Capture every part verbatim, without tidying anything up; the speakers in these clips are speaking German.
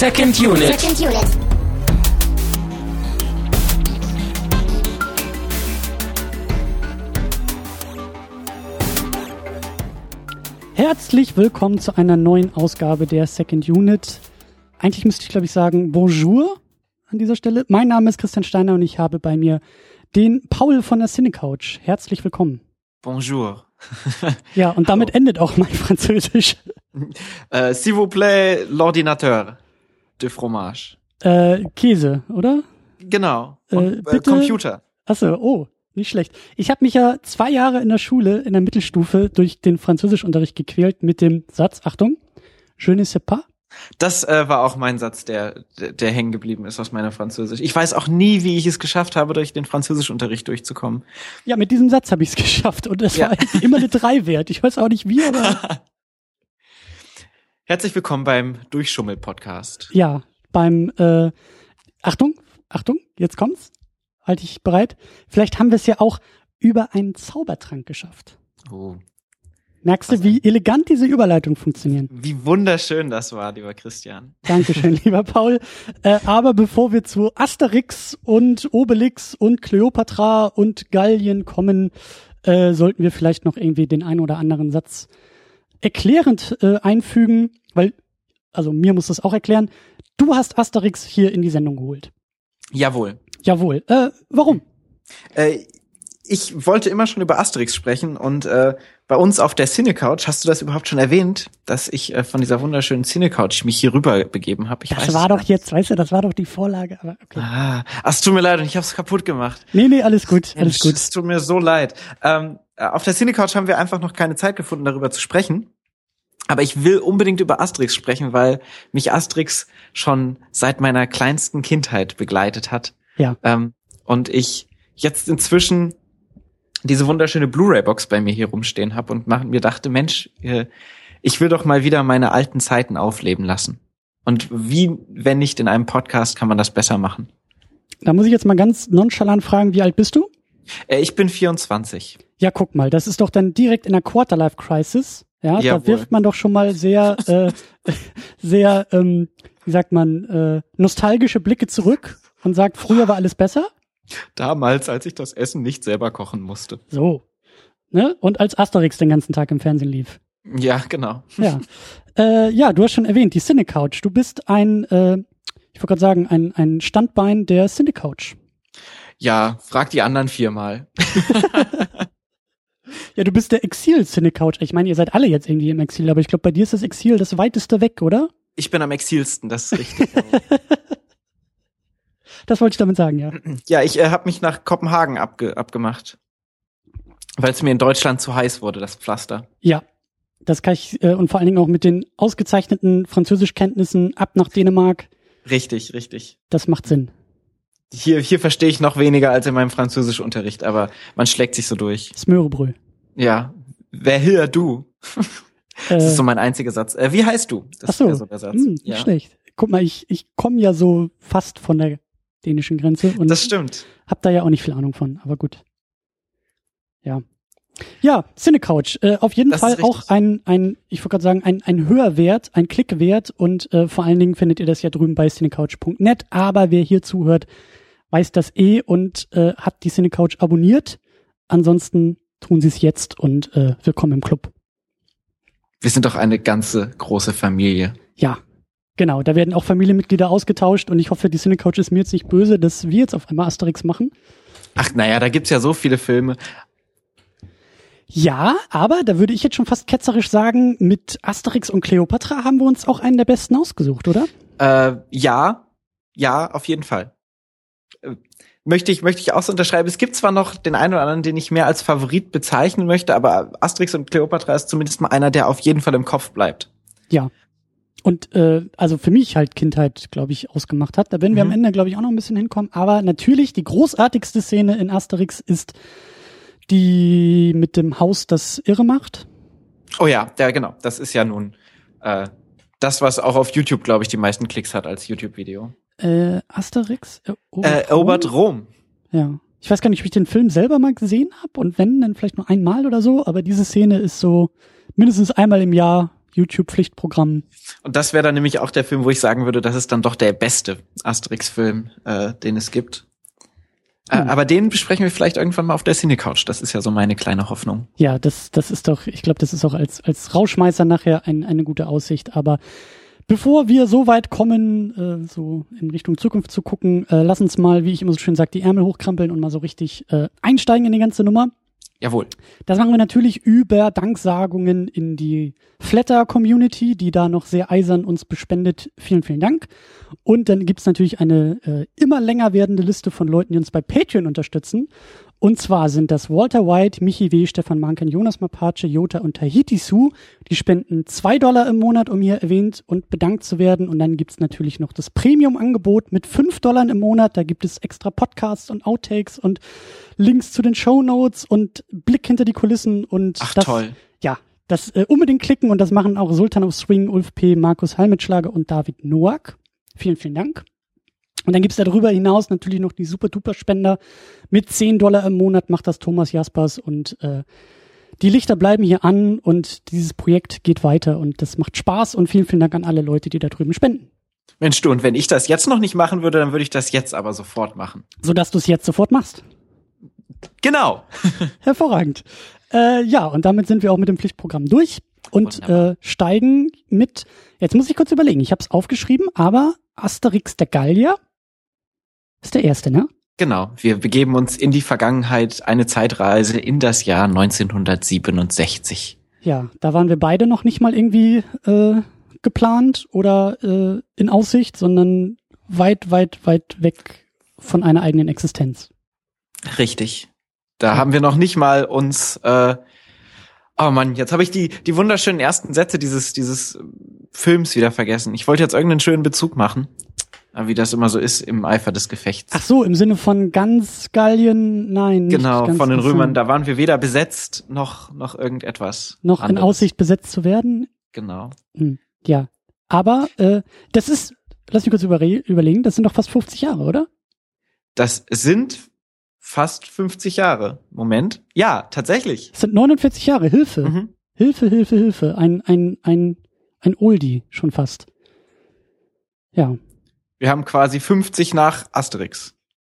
Second Unit. Second Unit. Herzlich willkommen zu einer neuen Ausgabe der Second Unit. Eigentlich müsste ich, glaube ich, sagen Bonjour an dieser Stelle. Mein Name ist Christian Steiner und ich habe bei mir den Paul von der Cinecouch. Herzlich willkommen. Bonjour. Ja, und damit Hallo. Endet auch mein Französisch. Äh, s'il vous plaît, l'ordinateur de fromage. Äh, Käse, oder? Genau. Äh, und, bitte? äh, Computer. Achso, oh, nicht schlecht. Ich habe mich ja zwei Jahre in der Schule, in der Mittelstufe, durch den Französischunterricht gequält mit dem Satz, Achtung, je ne sais pas. Das äh, war auch mein Satz, der, der, der hängen geblieben ist aus meiner Französisch. Ich weiß auch nie, wie ich es geschafft habe, durch den Französischunterricht durchzukommen. Ja, mit diesem Satz habe ich es geschafft und es Ja. war eigentlich immer eine drei wert. Ich weiß auch nicht wie, aber... Herzlich willkommen beim Durchschummel-Podcast. Ja, beim, äh, Achtung, Achtung, jetzt kommt's. Halte ich bereit. Vielleicht haben wir es ja auch über einen Zaubertrank geschafft. Oh. Merkst du, wie elegant diese Überleitungen funktionieren? Wie wunderschön das war, lieber Christian. Dankeschön, lieber Paul. Äh, aber bevor wir zu Asterix und Obelix und Kleopatra und Gallien kommen, äh, sollten wir vielleicht noch irgendwie den einen oder anderen Satz erklärend äh, einfügen, weil, also mir muss das auch erklären, du hast Asterix hier in die Sendung geholt. Jawohl. Jawohl. Äh, warum? Äh, ich wollte immer schon über Asterix sprechen und äh, bei uns auf der Cinecouch, hast du das überhaupt schon erwähnt, dass ich äh, von dieser wunderschönen Cinecouch mich hier rüber begeben habe? Das weiß war doch jetzt, weißt du, das war doch die Vorlage, aber okay. Ah, ach, es tut mir leid und ich hab's kaputt gemacht. Nee, nee, alles gut, alles Mensch, gut. Es tut mir so leid. Ähm, auf der Cinecouch haben wir einfach noch keine Zeit gefunden, darüber zu sprechen. Aber ich will unbedingt über Asterix sprechen, weil mich Asterix schon seit meiner kleinsten Kindheit begleitet hat. Ja. Ähm, und ich jetzt inzwischen diese wunderschöne Blu-ray-Box bei mir hier rumstehen habe und mach, mir dachte, Mensch, äh, ich will doch mal wieder meine alten Zeiten aufleben lassen. Und wie, wenn nicht in einem Podcast, kann man das besser machen? Da muss ich jetzt mal ganz nonchalant fragen, wie alt bist du? Äh, ich bin vierundzwanzig. Ja, guck mal, das ist doch dann direkt in der Quarterlife-Crisis. Ja, Jawohl. Da wirft man doch schon mal sehr, äh, sehr, ähm, wie sagt man, äh, nostalgische Blicke zurück und sagt, früher war alles besser. Damals, als ich das Essen nicht selber kochen musste. So. Ne? Und als Asterix den ganzen Tag im Fernsehen lief. Ja, genau. Ja. äh, ja, du hast schon erwähnt, die Cinecouch. Du bist ein, äh, ich wollte gerade sagen, ein, ein Standbein der Cinecouch. Ja, frag die anderen viermal. Ja, du bist der Exil-Cinecouch. Ich meine, ihr seid alle jetzt irgendwie im Exil, aber ich glaube, bei dir ist das Exil das weiteste weg, oder? Ich bin am exilsten, das ist richtig. Das wollte ich damit sagen, ja. Ja, ich äh, habe mich nach Kopenhagen abge- abgemacht, weil es mir in Deutschland zu heiß wurde, das Pflaster. Ja, das kann ich, äh, und vor allen Dingen auch mit den ausgezeichneten Französischkenntnissen ab nach Dänemark. Richtig, richtig. Das macht Sinn. Hier, hier verstehe ich noch weniger als in meinem Französischunterricht, aber man schlägt sich so durch. Smörebrö. Ja, wer hier, du? Das Äh, ist so mein einziger Satz. Äh, wie heißt du? Das ach so, wäre so der Satz. Hm, nicht Ja. schlecht. Guck mal, ich, ich komme ja so fast von der dänischen Grenze und Das stimmt. hab da ja auch nicht viel Ahnung von, aber gut. Ja. Ja, Cinecouch. Äh, auf jeden Das Fall ist auch richtig. ein, ein, ich wollte gerade sagen, ein, ein Hörwert, ein Klickwert und äh, vor allen Dingen findet ihr das ja drüben bei cinecouch punkt net, aber wer hier zuhört, weiß das eh und äh, hat die Cinecouch abonniert. Ansonsten tun sie es jetzt und äh, willkommen im Club. Wir sind doch eine ganze große Familie. Ja, genau. Da werden auch Familienmitglieder ausgetauscht und ich hoffe, die Cinecouch ist mir jetzt nicht böse, dass wir jetzt auf einmal Asterix machen. Ach, naja, da gibt's ja so viele Filme. Ja, aber da würde ich jetzt schon fast ketzerisch sagen, mit Asterix und Kleopatra haben wir uns auch einen der besten ausgesucht, oder? Äh, ja, ja, auf jeden Fall. Äh, möchte ich, möchte ich auch so unterschreiben. Es gibt zwar noch den einen oder anderen, den ich mehr als Favorit bezeichnen möchte, aber Asterix und Kleopatra ist zumindest mal einer, der auf jeden Fall im Kopf bleibt. Ja. Und äh, also für mich halt Kindheit, glaube ich, ausgemacht hat. Da werden wir Mhm. am Ende, glaube ich, auch noch ein bisschen hinkommen. Aber natürlich, die großartigste Szene in Asterix ist die mit dem Haus, das irre macht. Oh ja, ja, genau. Das ist ja nun äh, das, was auch auf YouTube, glaube ich, die meisten Klicks hat als YouTube-Video. Äh, Asterix? Äh, Erobert Rom. Ja. Ich weiß gar nicht, ob ich den Film selber mal gesehen habe und wenn, dann vielleicht nur einmal oder so. Aber diese Szene ist so mindestens einmal im Jahr YouTube-Pflichtprogramm. Und das wäre dann nämlich auch der Film, wo ich sagen würde, das ist dann doch der beste Asterix-Film, äh, den es gibt. Hm. Äh, aber den besprechen wir vielleicht irgendwann mal auf der Cine-Couch. Das ist ja so meine kleine Hoffnung. Ja, das, das ist doch, ich glaube, das ist auch als, als Rauschmeißer nachher ein, eine gute Aussicht. Aber bevor wir so weit kommen, äh, so in Richtung Zukunft zu gucken, äh, lass uns mal, wie ich immer so schön sage, die Ärmel hochkrempeln und mal so richtig äh, einsteigen in die ganze Nummer. Jawohl. Das machen wir natürlich über Danksagungen in die Flatter-Community, die da noch sehr eisern uns bespendet. Vielen, vielen Dank. Und dann gibt's natürlich eine äh, immer länger werdende Liste von Leuten, die uns bei Patreon unterstützen. Und zwar sind das Walter White, Michi W., Stefan Manken, Jonas Mapace, Jota und Tahiti Su. Die spenden zwei Dollar im Monat, um hier erwähnt und bedankt zu werden. Und dann gibt's natürlich noch das Premium-Angebot mit fünf Dollar im Monat. Da gibt es extra Podcasts und Outtakes und Links zu den Shownotes und Blick hinter die Kulissen. Und Ach, das, toll. Ja, das äh, unbedingt klicken. Und das machen auch Sultan of Swing, Ulf P., Markus Halmitschlager und David Noack. Vielen, vielen Dank. Und dann gibt's darüber hinaus natürlich noch die Super-Duper-Spender. Mit zehn Dollar im Monat macht das Thomas Jaspers und äh, die Lichter bleiben hier an und dieses Projekt geht weiter und das macht Spaß und vielen, vielen Dank an alle Leute, die da drüben spenden. Mensch, du, und wenn ich das jetzt noch nicht machen würde, dann würde ich das jetzt aber sofort machen. Sodass du es jetzt sofort machst. Genau. Hervorragend. Äh, ja, und damit sind wir auch mit dem Pflichtprogramm durch und äh, steigen mit, jetzt muss ich kurz überlegen, ich habe es aufgeschrieben, aber Asterix der Gallier ist der erste, ne? Genau, wir begeben uns in die Vergangenheit, eine Zeitreise in das Jahr neunzehnhundertsiebenundsechzig. Ja, da waren wir beide noch nicht mal irgendwie äh, geplant oder äh, in Aussicht, sondern weit, weit, weit weg von einer eigenen Existenz. Richtig. Da ja. haben wir noch nicht mal uns, äh, oh Mann, jetzt habe ich die die wunderschönen ersten Sätze dieses dieses Films wieder vergessen. Ich wollte jetzt irgendeinen schönen Bezug machen. Wie das immer so ist im Eifer des Gefechts. Ach so, im Sinne von ganz Gallien, nein. Nicht genau, ganz von den Römern. Römern, da waren wir weder besetzt, noch noch irgendetwas Noch anderes. In Aussicht besetzt zu werden. Genau. Hm, ja, aber äh, das ist, lass mich kurz überre- überlegen, das sind doch fast fünfzig Jahre, oder? Das sind fast fünfzig Jahre. Moment. Ja, tatsächlich. Das sind neunundvierzig Jahre, Hilfe. Mhm. Hilfe, Hilfe, Hilfe. Ein, ein, ein, ein Oldie schon fast. Ja. Wir haben quasi fünfzig nach Asterix.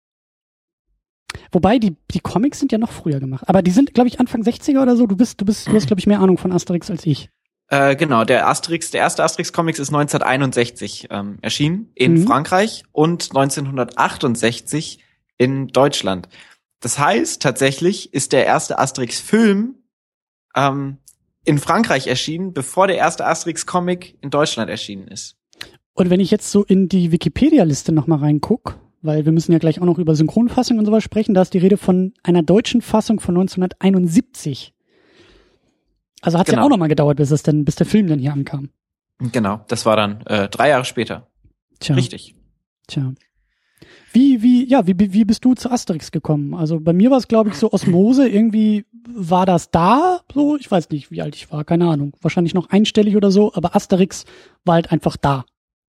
Wobei, die, die Comics sind ja noch früher gemacht. Aber die sind, glaube ich, Anfang sechziger oder so. Du bist, du bist, du hast, glaube ich, mehr Ahnung von Asterix als ich. Äh, genau, der Asterix, der erste Asterix-Comics ist neunzehnhunderteinundsechzig ähm, erschienen in Mhm. Frankreich und neunzehnhundertachtundsechzig in Deutschland. Das heißt, tatsächlich ist der erste Asterix-Film ähm, in Frankreich erschienen, bevor der erste Asterix-Comic in Deutschland erschienen ist. Und wenn ich jetzt so in die Wikipedia-Liste nochmal reinguck, weil wir müssen ja gleich auch noch über Synchronfassung und sowas sprechen, da ist die Rede von einer deutschen Fassung von neunzehnhunderteinundsiebzig. Also hat es Genau. ja auch nochmal gedauert, bis es denn, bis der Film dann hier ankam. Genau, das war dann äh, drei Jahre später. Tja. Richtig. Tja. Wie, wie, ja, wie, wie bist du zu Asterix gekommen? Also bei mir war es, glaube ich, so Osmose, irgendwie war das da, so, ich weiß nicht, wie alt ich war, keine Ahnung. Wahrscheinlich noch einstellig oder so, aber Asterix war halt einfach da.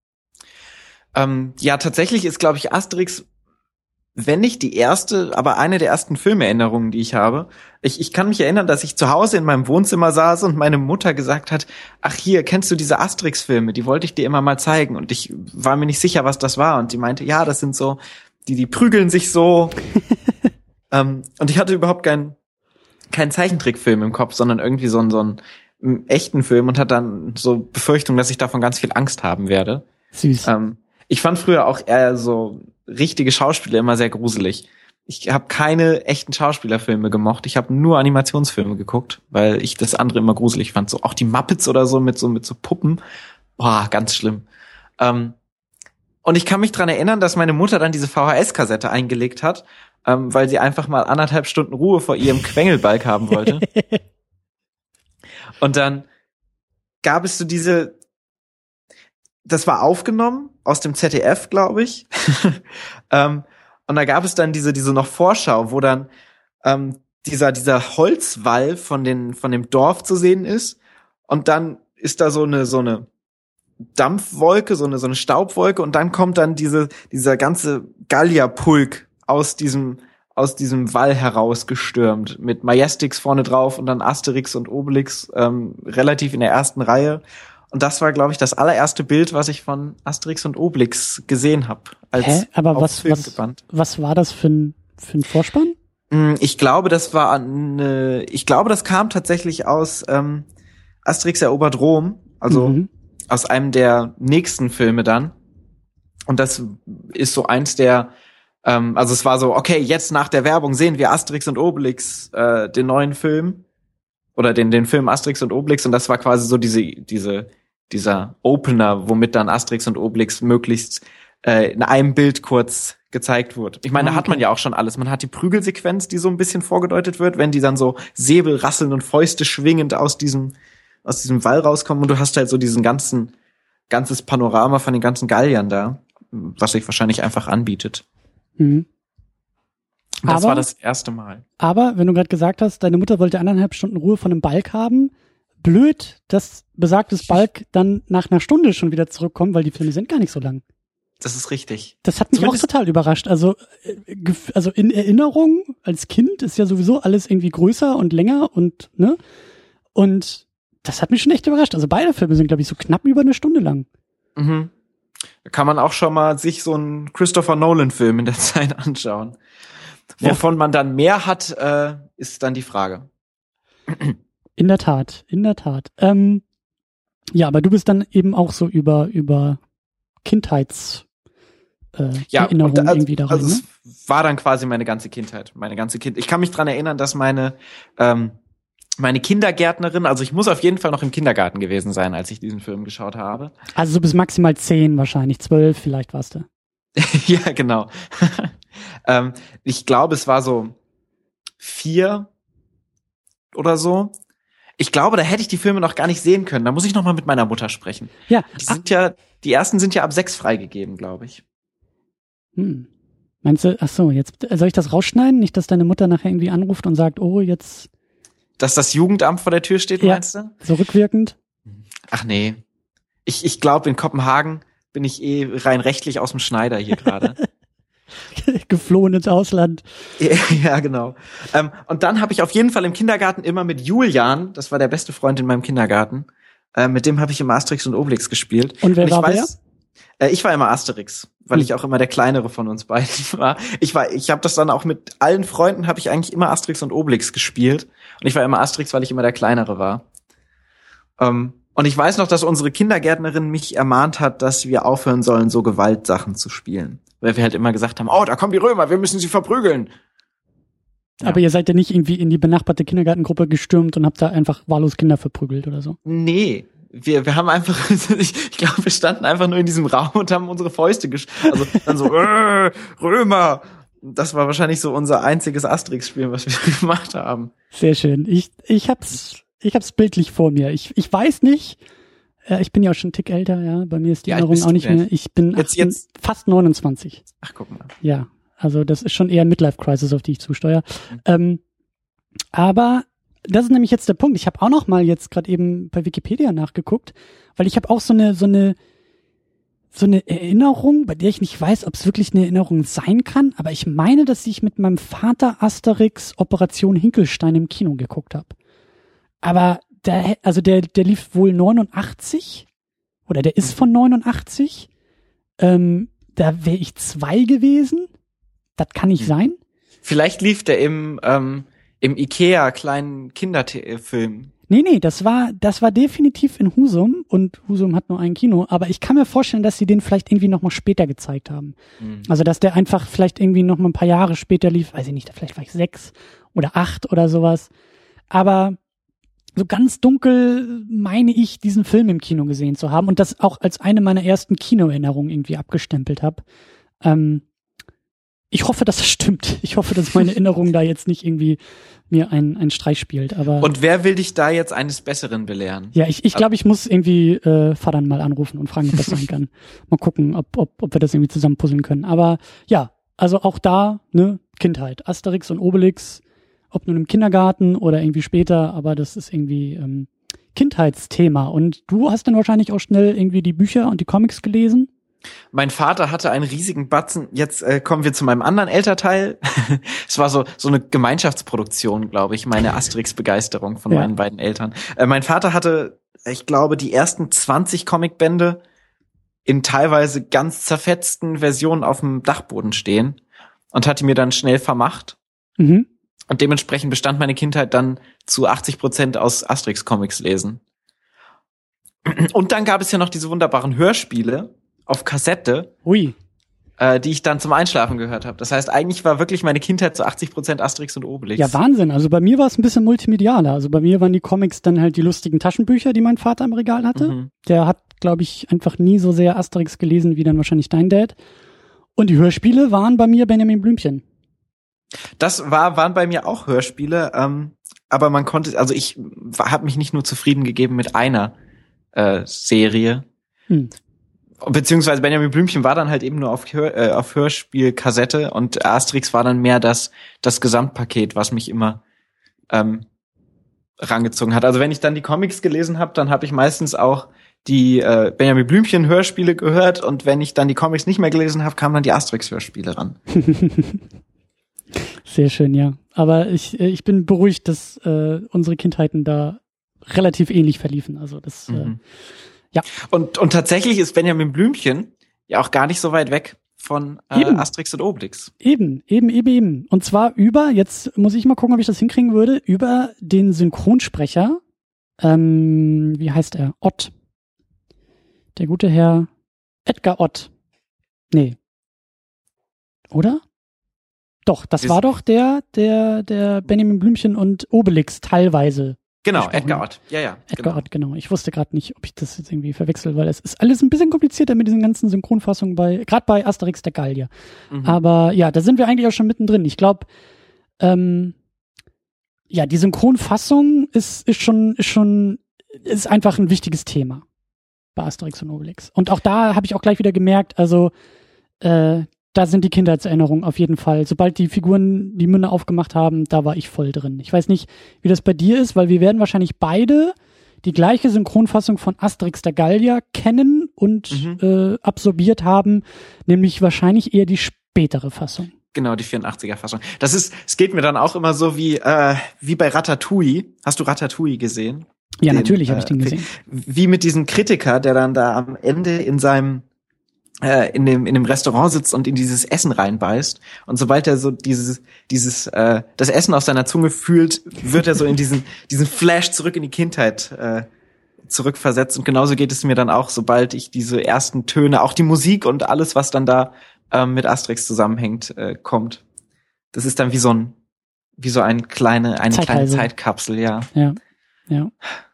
Ähm, ja, tatsächlich ist, glaube ich, Asterix, wenn nicht die erste, aber eine der ersten Filmerinnerungen, die ich habe. Ich, ich kann mich erinnern, dass ich zu Hause in meinem Wohnzimmer saß und meine Mutter gesagt hat, ach hier, kennst du diese Asterix-Filme? Die wollte ich dir immer mal zeigen. Und ich war mir nicht sicher, was das war. Und die meinte, ja, das sind so, die, die prügeln sich so. ähm, und ich hatte überhaupt keinen keinen Zeichentrickfilm im Kopf, sondern irgendwie so einen, so einen echten Film und hatte dann so Befürchtung, dass ich davon ganz viel Angst haben werde. Süß. Ähm, ich fand früher auch eher so richtige Schauspieler immer sehr gruselig. Ich habe keine echten Schauspielerfilme gemocht. Ich habe nur Animationsfilme geguckt, weil ich das andere immer gruselig fand. So auch die Muppets oder so mit so mit so Puppen. Boah, ganz schlimm. Ähm, und ich kann mich dran erinnern, dass meine Mutter dann diese V H S-Kassette eingelegt hat, ähm, weil sie einfach mal anderthalb Stunden Ruhe vor ihrem Quengelbalg haben wollte. Und dann gab es so diese, das war aufgenommen aus dem Z D F, glaube ich. ähm, und da gab es dann diese diese noch Vorschau, wo dann ähm, dieser dieser Holzwall von den von dem Dorf zu sehen ist. Und dann ist da so eine so eine Dampfwolke, so eine so eine Staubwolke. Und dann kommt dann diese dieser ganze Gallierpulk aus diesem aus diesem Wall herausgestürmt mit Majestix vorne drauf und dann Asterix und Obelix ähm, relativ in der ersten Reihe. Und das war, glaube ich, das allererste Bild, was ich von Asterix und Obelix gesehen habe. Hä? Aber was, was, was war das für ein, für ein Vorspann? Ich glaube, das war eine, ich glaube, das kam tatsächlich aus ähm, Asterix erobert Rom, also mhm. aus einem der nächsten Filme dann. Und das ist so eins der Also es war so, okay, jetzt nach der Werbung sehen wir Asterix und Obelix, äh, den neuen Film. Oder den, den Film Asterix und Obelix. Und das war quasi so diese, diese, dieser Opener, womit dann Asterix und Obelix möglichst äh, in einem Bild kurz gezeigt wurde. Ich meine, oh, okay. Da hat man ja auch schon alles. Man hat die Prügelsequenz, die so ein bisschen vorgedeutet wird, wenn die dann so Säbel rasseln und Fäuste schwingend aus diesem, aus diesem Wall rauskommen. Und du hast halt so diesen ganzen, ganzes Panorama von den ganzen Galliern da, was sich wahrscheinlich einfach anbietet. Mhm. Das aber, war das erste Mal. Aber, wenn du gerade gesagt hast, deine Mutter wollte anderthalb Stunden Ruhe von einem Balk haben, blöd, dass besagtes Balk dann nach einer Stunde schon wieder zurückkommt, weil die Filme sind gar nicht so lang. Das ist richtig. Das hat mich Zumindest auch total überrascht. Also, also in Erinnerung als Kind ist ja sowieso alles irgendwie größer und länger und, ne? Und das hat mich schon echt überrascht. Also beide Filme sind, glaube ich, so knapp über eine Stunde lang. Mhm. Da kann man auch schon mal sich so einen Christopher Nolan-Film in der Zeit anschauen. Wovon ja. man dann mehr hat, äh, ist dann die Frage. In der Tat, in der Tat. Ähm, ja, aber du bist dann eben auch so über über Kindheits äh, ja, Erinnerungen also, irgendwie da rein, also ne? Es war dann quasi meine ganze Kindheit, meine ganze Kind. Ich kann mich dran erinnern, dass meine ähm, meine Kindergärtnerin, also ich muss auf jeden Fall noch im Kindergarten gewesen sein, als ich diesen Film geschaut habe. Also du bist maximal zehn wahrscheinlich, zwölf vielleicht warst du. Ja, genau. ähm, ich glaube, es war so vier oder so. Ich glaube, da hätte ich die Filme noch gar nicht sehen können. Da muss ich noch mal mit meiner Mutter sprechen. Ja. Die sind ja, die ersten sind ja ab sechs freigegeben, glaube ich. Hm. Meinst du, ach so, jetzt soll ich das rausschneiden? Nicht, dass deine Mutter nachher irgendwie anruft und sagt, oh, jetzt. Dass das Jugendamt vor der Tür steht, ja, meinst du? So rückwirkend? Ach nee. Ich, ich glaube, in Kopenhagen bin ich eh rein rechtlich aus dem Schneider hier gerade. Geflohen ins Ausland. Ja, genau. Ähm, und dann habe ich auf jeden Fall im Kindergarten immer mit Julian, das war der beste Freund in meinem Kindergarten, äh, mit dem habe ich immer Asterix und Obelix gespielt. Und wer und ich war weiß, wer? Äh, ich war immer Asterix, weil hm. ich auch immer der kleinere von uns beiden war. Ich war, ich habe das dann auch mit allen Freunden, habe ich eigentlich immer Asterix und Obelix gespielt. Und ich war immer Asterix, weil ich immer der kleinere war. Ähm, Und ich weiß noch, dass unsere Kindergärtnerin mich ermahnt hat, dass wir aufhören sollen, so Gewaltsachen zu spielen. Weil wir halt immer gesagt haben, oh, da kommen die Römer, wir müssen sie verprügeln. Ja. Aber ihr seid ja nicht irgendwie in die benachbarte Kindergartengruppe gestürmt und habt da einfach wahllos Kinder verprügelt oder so? Nee, wir wir haben einfach, ich, ich glaube, wir standen einfach nur in diesem Raum und haben unsere Fäuste gesch... Also dann so, äh, Römer. Das war wahrscheinlich so unser einziges Asterix-Spiel, was wir gemacht haben. Sehr schön. Ich ich hab's... Ich hab's bildlich vor mir. Ich ich weiß nicht, äh, ich bin ja auch schon einen Tick älter, ja, bei mir ist die Erinnerung auch nicht mehr. Ich bin jetzt, achtzehn, jetzt. fast neunundzwanzig. Ach, guck mal. Ja, also das ist schon eher Midlife-Crisis, auf die ich zusteuere. Mhm. Ähm, aber das ist nämlich jetzt der Punkt. Ich habe auch noch mal jetzt gerade eben bei Wikipedia nachgeguckt, weil ich habe auch so eine so eine so eine Erinnerung, bei der ich nicht weiß, ob es wirklich eine Erinnerung sein kann, aber ich meine, dass ich mit meinem Vater Asterix Operation Hinkelstein im Kino geguckt habe. Aber der, also der, der lief wohl neunundachtzig oder der ist von neunundachtzig. Ähm, da wäre ich zwei gewesen. Das kann nicht sein. Vielleicht lief der im ähm, im Ikea kleinen Kinderfilm. Nee, nee, das war das war definitiv in Husum und Husum hat nur ein Kino. Aber ich kann mir vorstellen, dass sie den vielleicht irgendwie noch mal später gezeigt haben. Mhm. Also dass der einfach vielleicht irgendwie noch mal ein paar Jahre später lief. Weiß ich nicht, vielleicht war ich sechs oder acht oder sowas. Aber so ganz dunkel meine ich, diesen Film im Kino gesehen zu haben und das auch als eine meiner ersten Kinoerinnerungen irgendwie abgestempelt habe. Ähm, ich hoffe, dass das stimmt. Ich hoffe, dass meine Erinnerung da jetzt nicht irgendwie mir einen, einen Streich spielt. Aber und wer will dich da jetzt eines Besseren belehren? Ja, ich, ich glaube, ich muss irgendwie äh, Vater mal anrufen und fragen, ob das sein kann. Mal gucken, ob, ob, ob wir das irgendwie zusammen puzzeln können. Aber ja, also auch da, ne, Kindheit. Asterix und Obelix, ob nun im Kindergarten oder irgendwie später, aber das ist irgendwie ähm, Kindheitsthema. Und du hast dann wahrscheinlich auch schnell irgendwie die Bücher und die Comics gelesen? Mein Vater hatte einen riesigen Batzen. Jetzt äh, kommen wir zu meinem anderen Elternteil. Es war so so eine Gemeinschaftsproduktion, glaube ich, meine Asterix-Begeisterung von ja. meinen beiden Eltern. Äh, mein Vater hatte, ich glaube, die ersten zwanzig Comicbände in teilweise ganz zerfetzten Versionen auf dem Dachboden stehen und hat die mir dann schnell vermacht. Mhm. Und dementsprechend bestand meine Kindheit dann zu achtzig Prozent aus Asterix-Comics lesen. Und dann gab es ja noch diese wunderbaren Hörspiele auf Kassette, Ui. Äh, die ich dann zum Einschlafen gehört habe. Das heißt, eigentlich war wirklich meine Kindheit zu achtzig Prozent Asterix und Obelix. Ja, Wahnsinn. Also bei mir war es ein bisschen multimedialer. Also bei mir waren die Comics dann halt die lustigen Taschenbücher, die mein Vater im Regal hatte. Mhm. Der hat, glaube ich, einfach nie so sehr Asterix gelesen wie dann wahrscheinlich dein Dad. Und die Hörspiele waren bei mir Benjamin Blümchen. Das war, waren bei mir auch Hörspiele, ähm, aber man konnte, also ich habe mich nicht nur zufrieden gegeben mit einer äh, Serie, hm. beziehungsweise Benjamin Blümchen war dann halt eben nur auf, Hör, äh, auf Hörspielkassette und Asterix war dann mehr das das Gesamtpaket, was mich immer ähm, rangezogen hat. Also wenn ich dann die Comics gelesen habe, dann habe ich meistens auch die äh, Benjamin Blümchen Hörspiele gehört und wenn ich dann die Comics nicht mehr gelesen habe, kamen dann die Asterix Hörspiele ran. Sehr schön, ja. Aber ich ich bin beruhigt, dass äh, unsere Kindheiten da relativ ähnlich verliefen. Also das, mhm. äh, ja. Und und tatsächlich ist Benjamin Blümchen ja auch gar nicht so weit weg von äh, Asterix und Obelix. Eben, eben, eben, eben. Und zwar über, jetzt muss ich mal gucken, ob ich das hinkriegen würde, über den Synchronsprecher, ähm, wie heißt er? Ott. Der gute Herr Edgar Ott. Nee. Oder? Doch, das Wir war doch der, der, der Benjamin Blümchen und Obelix teilweise. Genau, Edgar Ott. Ja, ja. Edgar genau. Ott, genau. Ich wusste gerade nicht, ob ich das jetzt irgendwie verwechsel, weil es ist alles ein bisschen komplizierter mit diesen ganzen Synchronfassungen bei, gerade bei Asterix der Gallier. Mhm. Aber ja, da sind wir eigentlich auch schon mittendrin. Ich glaube, ähm, ja, die Synchronfassung ist, ist schon, ist schon, ist einfach ein wichtiges Thema bei Asterix und Obelix. Und auch da habe ich auch gleich wieder gemerkt, also, äh, da sind die Kindheitserinnerungen auf jeden Fall. Sobald die Figuren die Münder aufgemacht haben, da war ich voll drin. Ich weiß nicht, wie das bei dir ist, weil wir werden wahrscheinlich beide die gleiche Synchronfassung von Asterix der Gallier kennen und mhm. äh, absorbiert haben, nämlich wahrscheinlich eher die spätere Fassung. Genau, die vierundachtziger Fassung. Das ist, es geht mir dann auch immer so wie äh, wie bei Ratatouille. Hast du Ratatouille gesehen? Ja, den, natürlich habe ich den gesehen. Wie mit diesem Kritiker, der dann da am Ende in seinem äh, in dem in dem Restaurant sitzt und in dieses Essen reinbeißt und sobald er so dieses dieses äh, das Essen auf seiner Zunge fühlt, wird er so in diesen diesen Flash zurück in die Kindheit äh, zurückversetzt und genauso geht es mir dann auch, sobald ich diese ersten Töne, auch die Musik und alles, was dann da ähm, mit Asterix zusammenhängt, äh, kommt. Das ist dann wie so ein wie so ein kleine eine kleine Zeitkapsel, ja. Ja. Ja.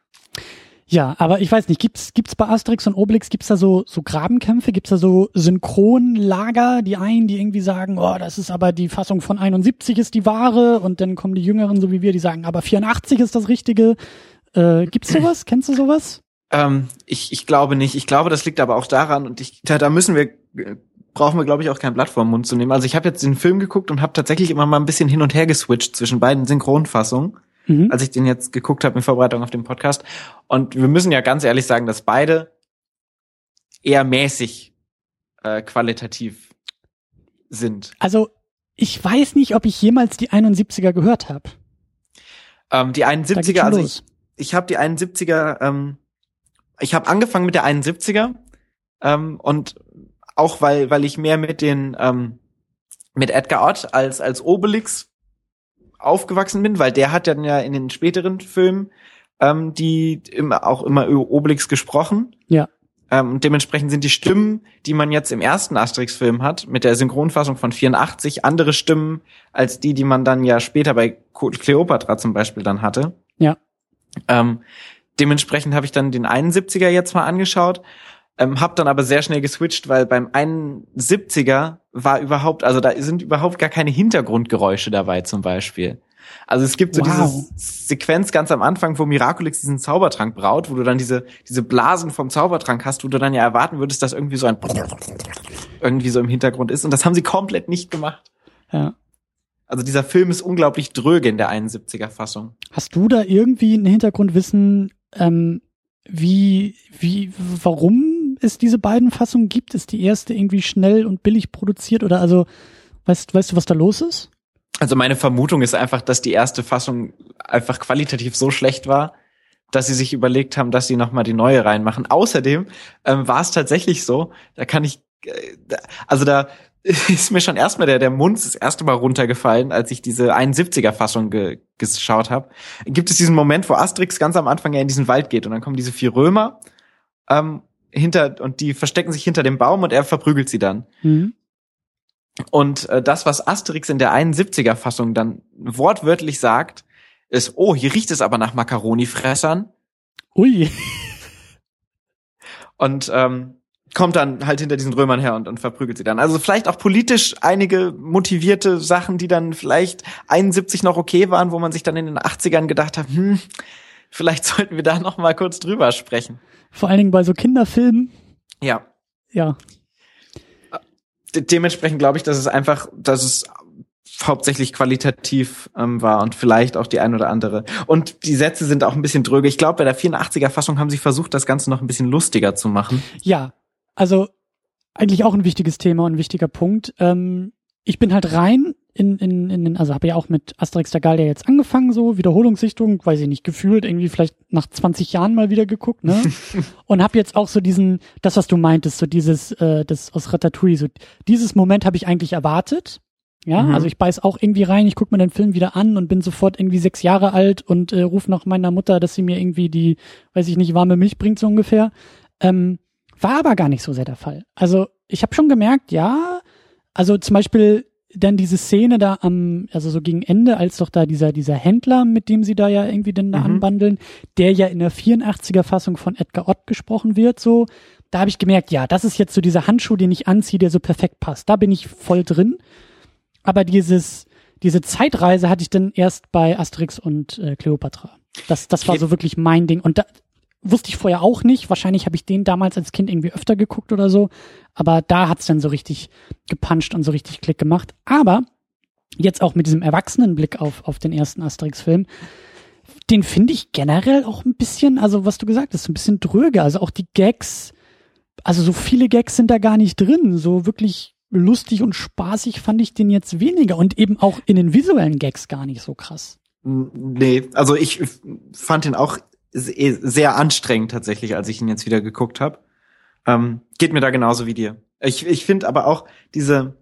Ja, aber ich weiß nicht, gibt's gibt's bei Asterix und Obelix, gibt's da so so Grabenkämpfe, gibt's da so Synchronlager, die einen, die irgendwie sagen, oh, das ist aber die Fassung von einundsiebzig ist die wahre und dann kommen die Jüngeren, so wie wir, die sagen, aber vierundachtzig ist das Richtige. Äh, gibt's sowas? Kennst du sowas? Ähm, ich ich glaube nicht. Ich glaube, das liegt aber auch daran und ich da, da müssen wir brauchen wir glaube ich auch kein Blatt vor den Mund zu nehmen. Also ich habe jetzt den Film geguckt und habe tatsächlich immer mal ein bisschen hin und her geswitcht zwischen beiden Synchronfassungen. Mhm. Als ich den jetzt geguckt habe in Vorbereitung auf den Podcast. Und wir müssen ja ganz ehrlich sagen, dass beide eher mäßig äh, qualitativ sind. Also ich weiß nicht, ob ich jemals die einundsiebziger gehört habe. Ähm, die einundsiebziger, also ich, ich habe die einundsiebziger, ähm, ich habe angefangen mit der einundsiebziger ähm, und auch weil weil ich mehr mit den ähm, mit Edgar Ott als als Obelix aufgewachsen bin, weil der hat dann ja in den späteren Filmen ähm, die immer auch immer über Obelix gesprochen. Ja. Ähm, und dementsprechend sind die Stimmen, die man jetzt im ersten Asterix-Film hat, mit der Synchronfassung von vierundachtzig, andere Stimmen als die, die man dann ja später bei Kleopatra zum Beispiel dann hatte. Ja. Ähm, dementsprechend habe ich dann den einundsiebziger jetzt mal angeschaut. Ähm, hab dann aber sehr schnell geswitcht, weil beim einundsiebziger war überhaupt, also da sind überhaupt gar keine Hintergrundgeräusche dabei zum Beispiel. Also es gibt so wow. diese Sequenz ganz am Anfang, wo Miraculix diesen Zaubertrank braut, wo du dann diese diese Blasen vom Zaubertrank hast, wo du dann ja erwarten würdest, dass irgendwie so ein irgendwie so im Hintergrund ist. Und das haben sie komplett nicht gemacht. Ja. Also dieser Film ist unglaublich dröge in der einundsiebziger Fassung. Hast du da irgendwie ein Hintergrundwissen, ähm, wie, wie, warum es diese beiden Fassungen gibt? Ist die erste irgendwie schnell und billig produziert oder also, weißt, weißt du, was da los ist? Also meine Vermutung ist einfach, dass die erste Fassung einfach qualitativ so schlecht war, dass sie sich überlegt haben, dass sie nochmal die neue reinmachen. Außerdem ähm, war es tatsächlich so, da kann ich, äh, da, also da ist mir schon erstmal der, der Mund das erste Mal runtergefallen, als ich diese einundsiebziger-Fassung ge, geschaut habe. Gibt es diesen Moment, wo Asterix ganz am Anfang ja in diesen Wald geht und dann kommen diese vier Römer ähm, hinter und die verstecken sich hinter dem Baum und er verprügelt sie dann. Mhm. Und äh, das, was Asterix in der einundsiebziger-Fassung dann wortwörtlich sagt, ist, oh, hier riecht es aber nach Macaroni-Fressern. Ui. Und ähm, kommt dann halt hinter diesen Römern her und, und verprügelt sie dann. Also vielleicht auch politisch einige motivierte Sachen, die dann vielleicht einundsiebzig noch okay waren, wo man sich dann in den achtzigern gedacht hat, hm, vielleicht sollten wir da noch mal kurz drüber sprechen. Vor allen Dingen bei so Kinderfilmen. Ja. Ja. De- dementsprechend glaube ich, dass es einfach, dass es hauptsächlich qualitativ ähm, war und vielleicht auch die ein oder andere. Und die Sätze sind auch ein bisschen dröge. Ich glaube, bei der vierundachtziger-Fassung haben sie versucht, das Ganze noch ein bisschen lustiger zu machen. Ja, also eigentlich auch ein wichtiges Thema und ein wichtiger Punkt. Ähm, ich bin halt rein in, in, in den, also habe ja auch mit Asterix der Gallier jetzt angefangen, so Wiederholungssichtung, weiß ich nicht, gefühlt irgendwie vielleicht nach zwanzig Jahren mal wieder geguckt, ne? Und habe jetzt auch so diesen, das, was du meintest, so dieses, äh, das aus Ratatouille, so dieses Moment habe ich eigentlich erwartet. Ja, mhm. Also ich beiß auch irgendwie rein, ich guck mir den Film wieder an und bin sofort irgendwie sechs Jahre alt und äh, rufe nach meiner Mutter, dass sie mir irgendwie die, weiß ich nicht, warme Milch bringt, so ungefähr. Ähm, war aber gar nicht so sehr der Fall. Also ich habe schon gemerkt, ja, also zum Beispiel dann diese Szene da am, also so gegen Ende, als doch da dieser dieser Händler, mit dem sie da ja irgendwie dann da mhm. anbandeln, der ja in der vierundachtziger-Fassung von Edgar Ott gesprochen wird, so, da habe ich gemerkt, ja, das ist jetzt so dieser Handschuh, den ich anziehe, der so perfekt passt. Da bin ich voll drin. Aber dieses, diese Zeitreise hatte ich dann erst bei Asterix und äh, Kleopatra. Das, das war so wirklich mein Ding. Und da wusste ich vorher auch nicht. Wahrscheinlich habe ich den damals als Kind irgendwie öfter geguckt oder so. Aber da hat's dann so richtig gepuncht und so richtig Klick gemacht. Aber jetzt auch mit diesem Erwachsenenblick auf, auf den ersten Asterix-Film, den finde ich generell auch ein bisschen, also was du gesagt hast, so ein bisschen dröge. Also auch die Gags, also so viele Gags sind da gar nicht drin. So wirklich lustig und spaßig fand ich den jetzt weniger und eben auch in den visuellen Gags gar nicht so krass. Nee, also ich fand ihn auch sehr anstrengend tatsächlich, als ich ihn jetzt wieder geguckt habe. Ähm, geht mir da genauso wie dir. Ich, ich finde aber auch diese,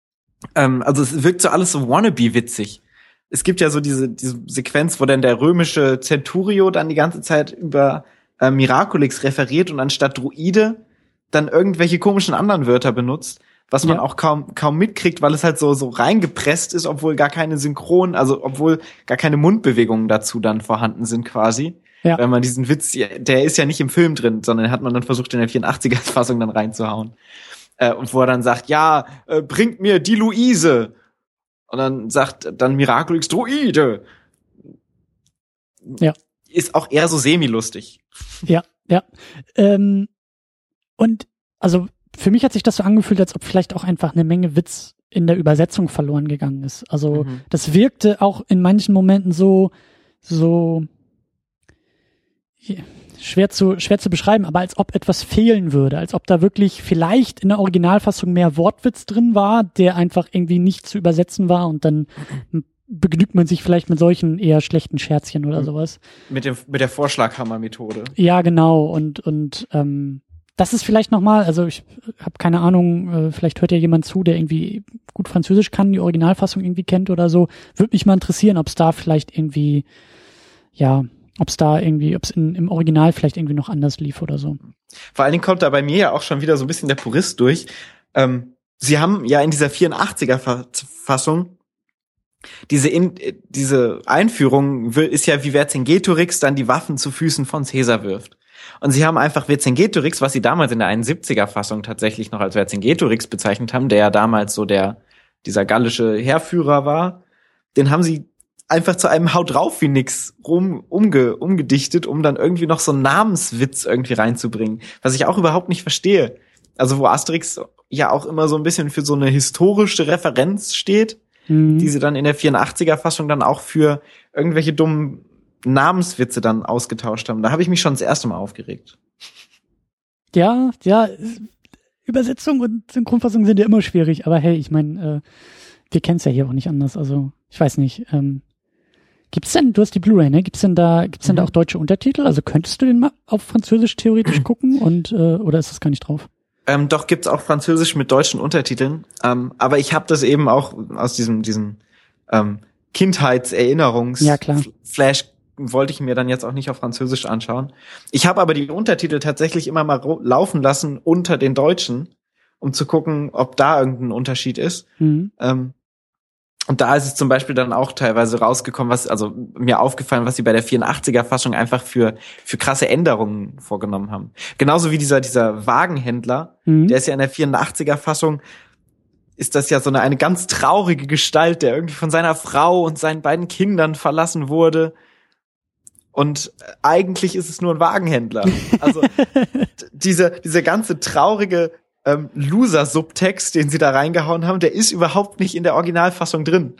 ähm, also es wirkt so alles so wannabe witzig. Es gibt ja so diese, diese Sequenz, wo dann der römische Centurio dann die ganze Zeit über äh, Miraculix referiert und anstatt Druide dann irgendwelche komischen anderen Wörter benutzt, was man ja auch kaum kaum mitkriegt, weil es halt so so reingepresst ist, obwohl gar keine Synchron, also obwohl gar keine Mundbewegungen dazu dann vorhanden sind quasi. Ja. Wenn man diesen Witz, der ist ja nicht im Film drin, sondern hat man dann versucht in der vierundachtziger-Fassung dann reinzuhauen. Äh, und wo er dann sagt, ja, äh, bringt mir die Luise. Und dann sagt dann Miraculix Druide. Ja. Ist auch eher so semi-lustig. Ja, ja. Ähm, und also für mich hat sich das so angefühlt, als ob vielleicht auch einfach eine Menge Witz in der Übersetzung verloren gegangen ist. Also mhm. das wirkte auch in manchen Momenten so, so schwer zu, schwer zu beschreiben, aber als ob etwas fehlen würde, als ob da wirklich vielleicht in der Originalfassung mehr Wortwitz drin war, der einfach irgendwie nicht zu übersetzen war und dann mhm. begnügt man sich vielleicht mit solchen eher schlechten Scherzchen oder sowas. Mit dem, mit der Vorschlaghammer-Methode. Ja, genau. Und, und, ähm, das ist vielleicht nochmal, also ich habe keine Ahnung, äh, vielleicht hört ja jemand zu, der irgendwie gut Französisch kann, die Originalfassung irgendwie kennt oder so. Würde mich mal interessieren, ob es da vielleicht irgendwie, ja, ob es da irgendwie, ob es im Original vielleicht irgendwie noch anders lief oder so. Vor allen Dingen kommt da bei mir ja auch schon wieder so ein bisschen der Purist durch. Ähm, sie haben ja in dieser vierundachtziger-Fassung diese in, diese Einführung ist ja, wie Vercingetorix dann die Waffen zu Füßen von Caesar wirft. Und sie haben einfach Vercingetorix, was sie damals in der einundsiebziger-Fassung tatsächlich noch als Vercingetorix bezeichnet haben, der ja damals so der dieser gallische Heerführer war, den haben sie einfach zu einem Haut drauf wie nix rum, umge, umgedichtet, um dann irgendwie noch so einen Namenswitz irgendwie reinzubringen, was ich auch überhaupt nicht verstehe. Also wo Asterix ja auch immer so ein bisschen für so eine historische Referenz steht, mhm. die sie dann in der vierundachtziger-Fassung dann auch für irgendwelche dummen Namenswitze dann ausgetauscht haben. Da habe ich mich schon das erste Mal aufgeregt. Ja, ja, Übersetzung und Synchronfassung sind ja immer schwierig, aber hey, ich meine, äh, wir kennen es ja hier auch nicht anders, also ich weiß nicht. Ähm, gibt's denn, du hast die Blu-ray, ne? Gibt's denn da, gibt's denn mhm. da auch deutsche Untertitel? Also könntest du den mal auf Französisch theoretisch gucken und äh, oder ist das gar nicht drauf? Ähm, doch, gibt's auch Französisch mit deutschen Untertiteln, ähm, aber ich habe das eben auch aus diesem diesem ähm, Kindheitserinnerungs ja, klar. Flash wollte ich mir dann jetzt auch nicht auf Französisch anschauen. Ich habe aber die Untertitel tatsächlich immer mal ro- laufen lassen unter den Deutschen, um zu gucken, ob da irgendein Unterschied ist. Mhm. Ähm, und da ist es zum Beispiel dann auch teilweise rausgekommen, was, also mir aufgefallen, was sie bei der vierundachtziger-Fassung einfach für für krasse Änderungen vorgenommen haben. Genauso wie dieser dieser Wagenhändler, mhm. der ist ja in der vierundachtziger-Fassung, ist das ja so eine, eine ganz traurige Gestalt, der irgendwie von seiner Frau und seinen beiden Kindern verlassen wurde. Und eigentlich ist es nur ein Wagenhändler. Also diese diese ganze traurige ähm, Loser-Subtext, den sie da reingehauen haben, der ist überhaupt nicht in der Originalfassung drin.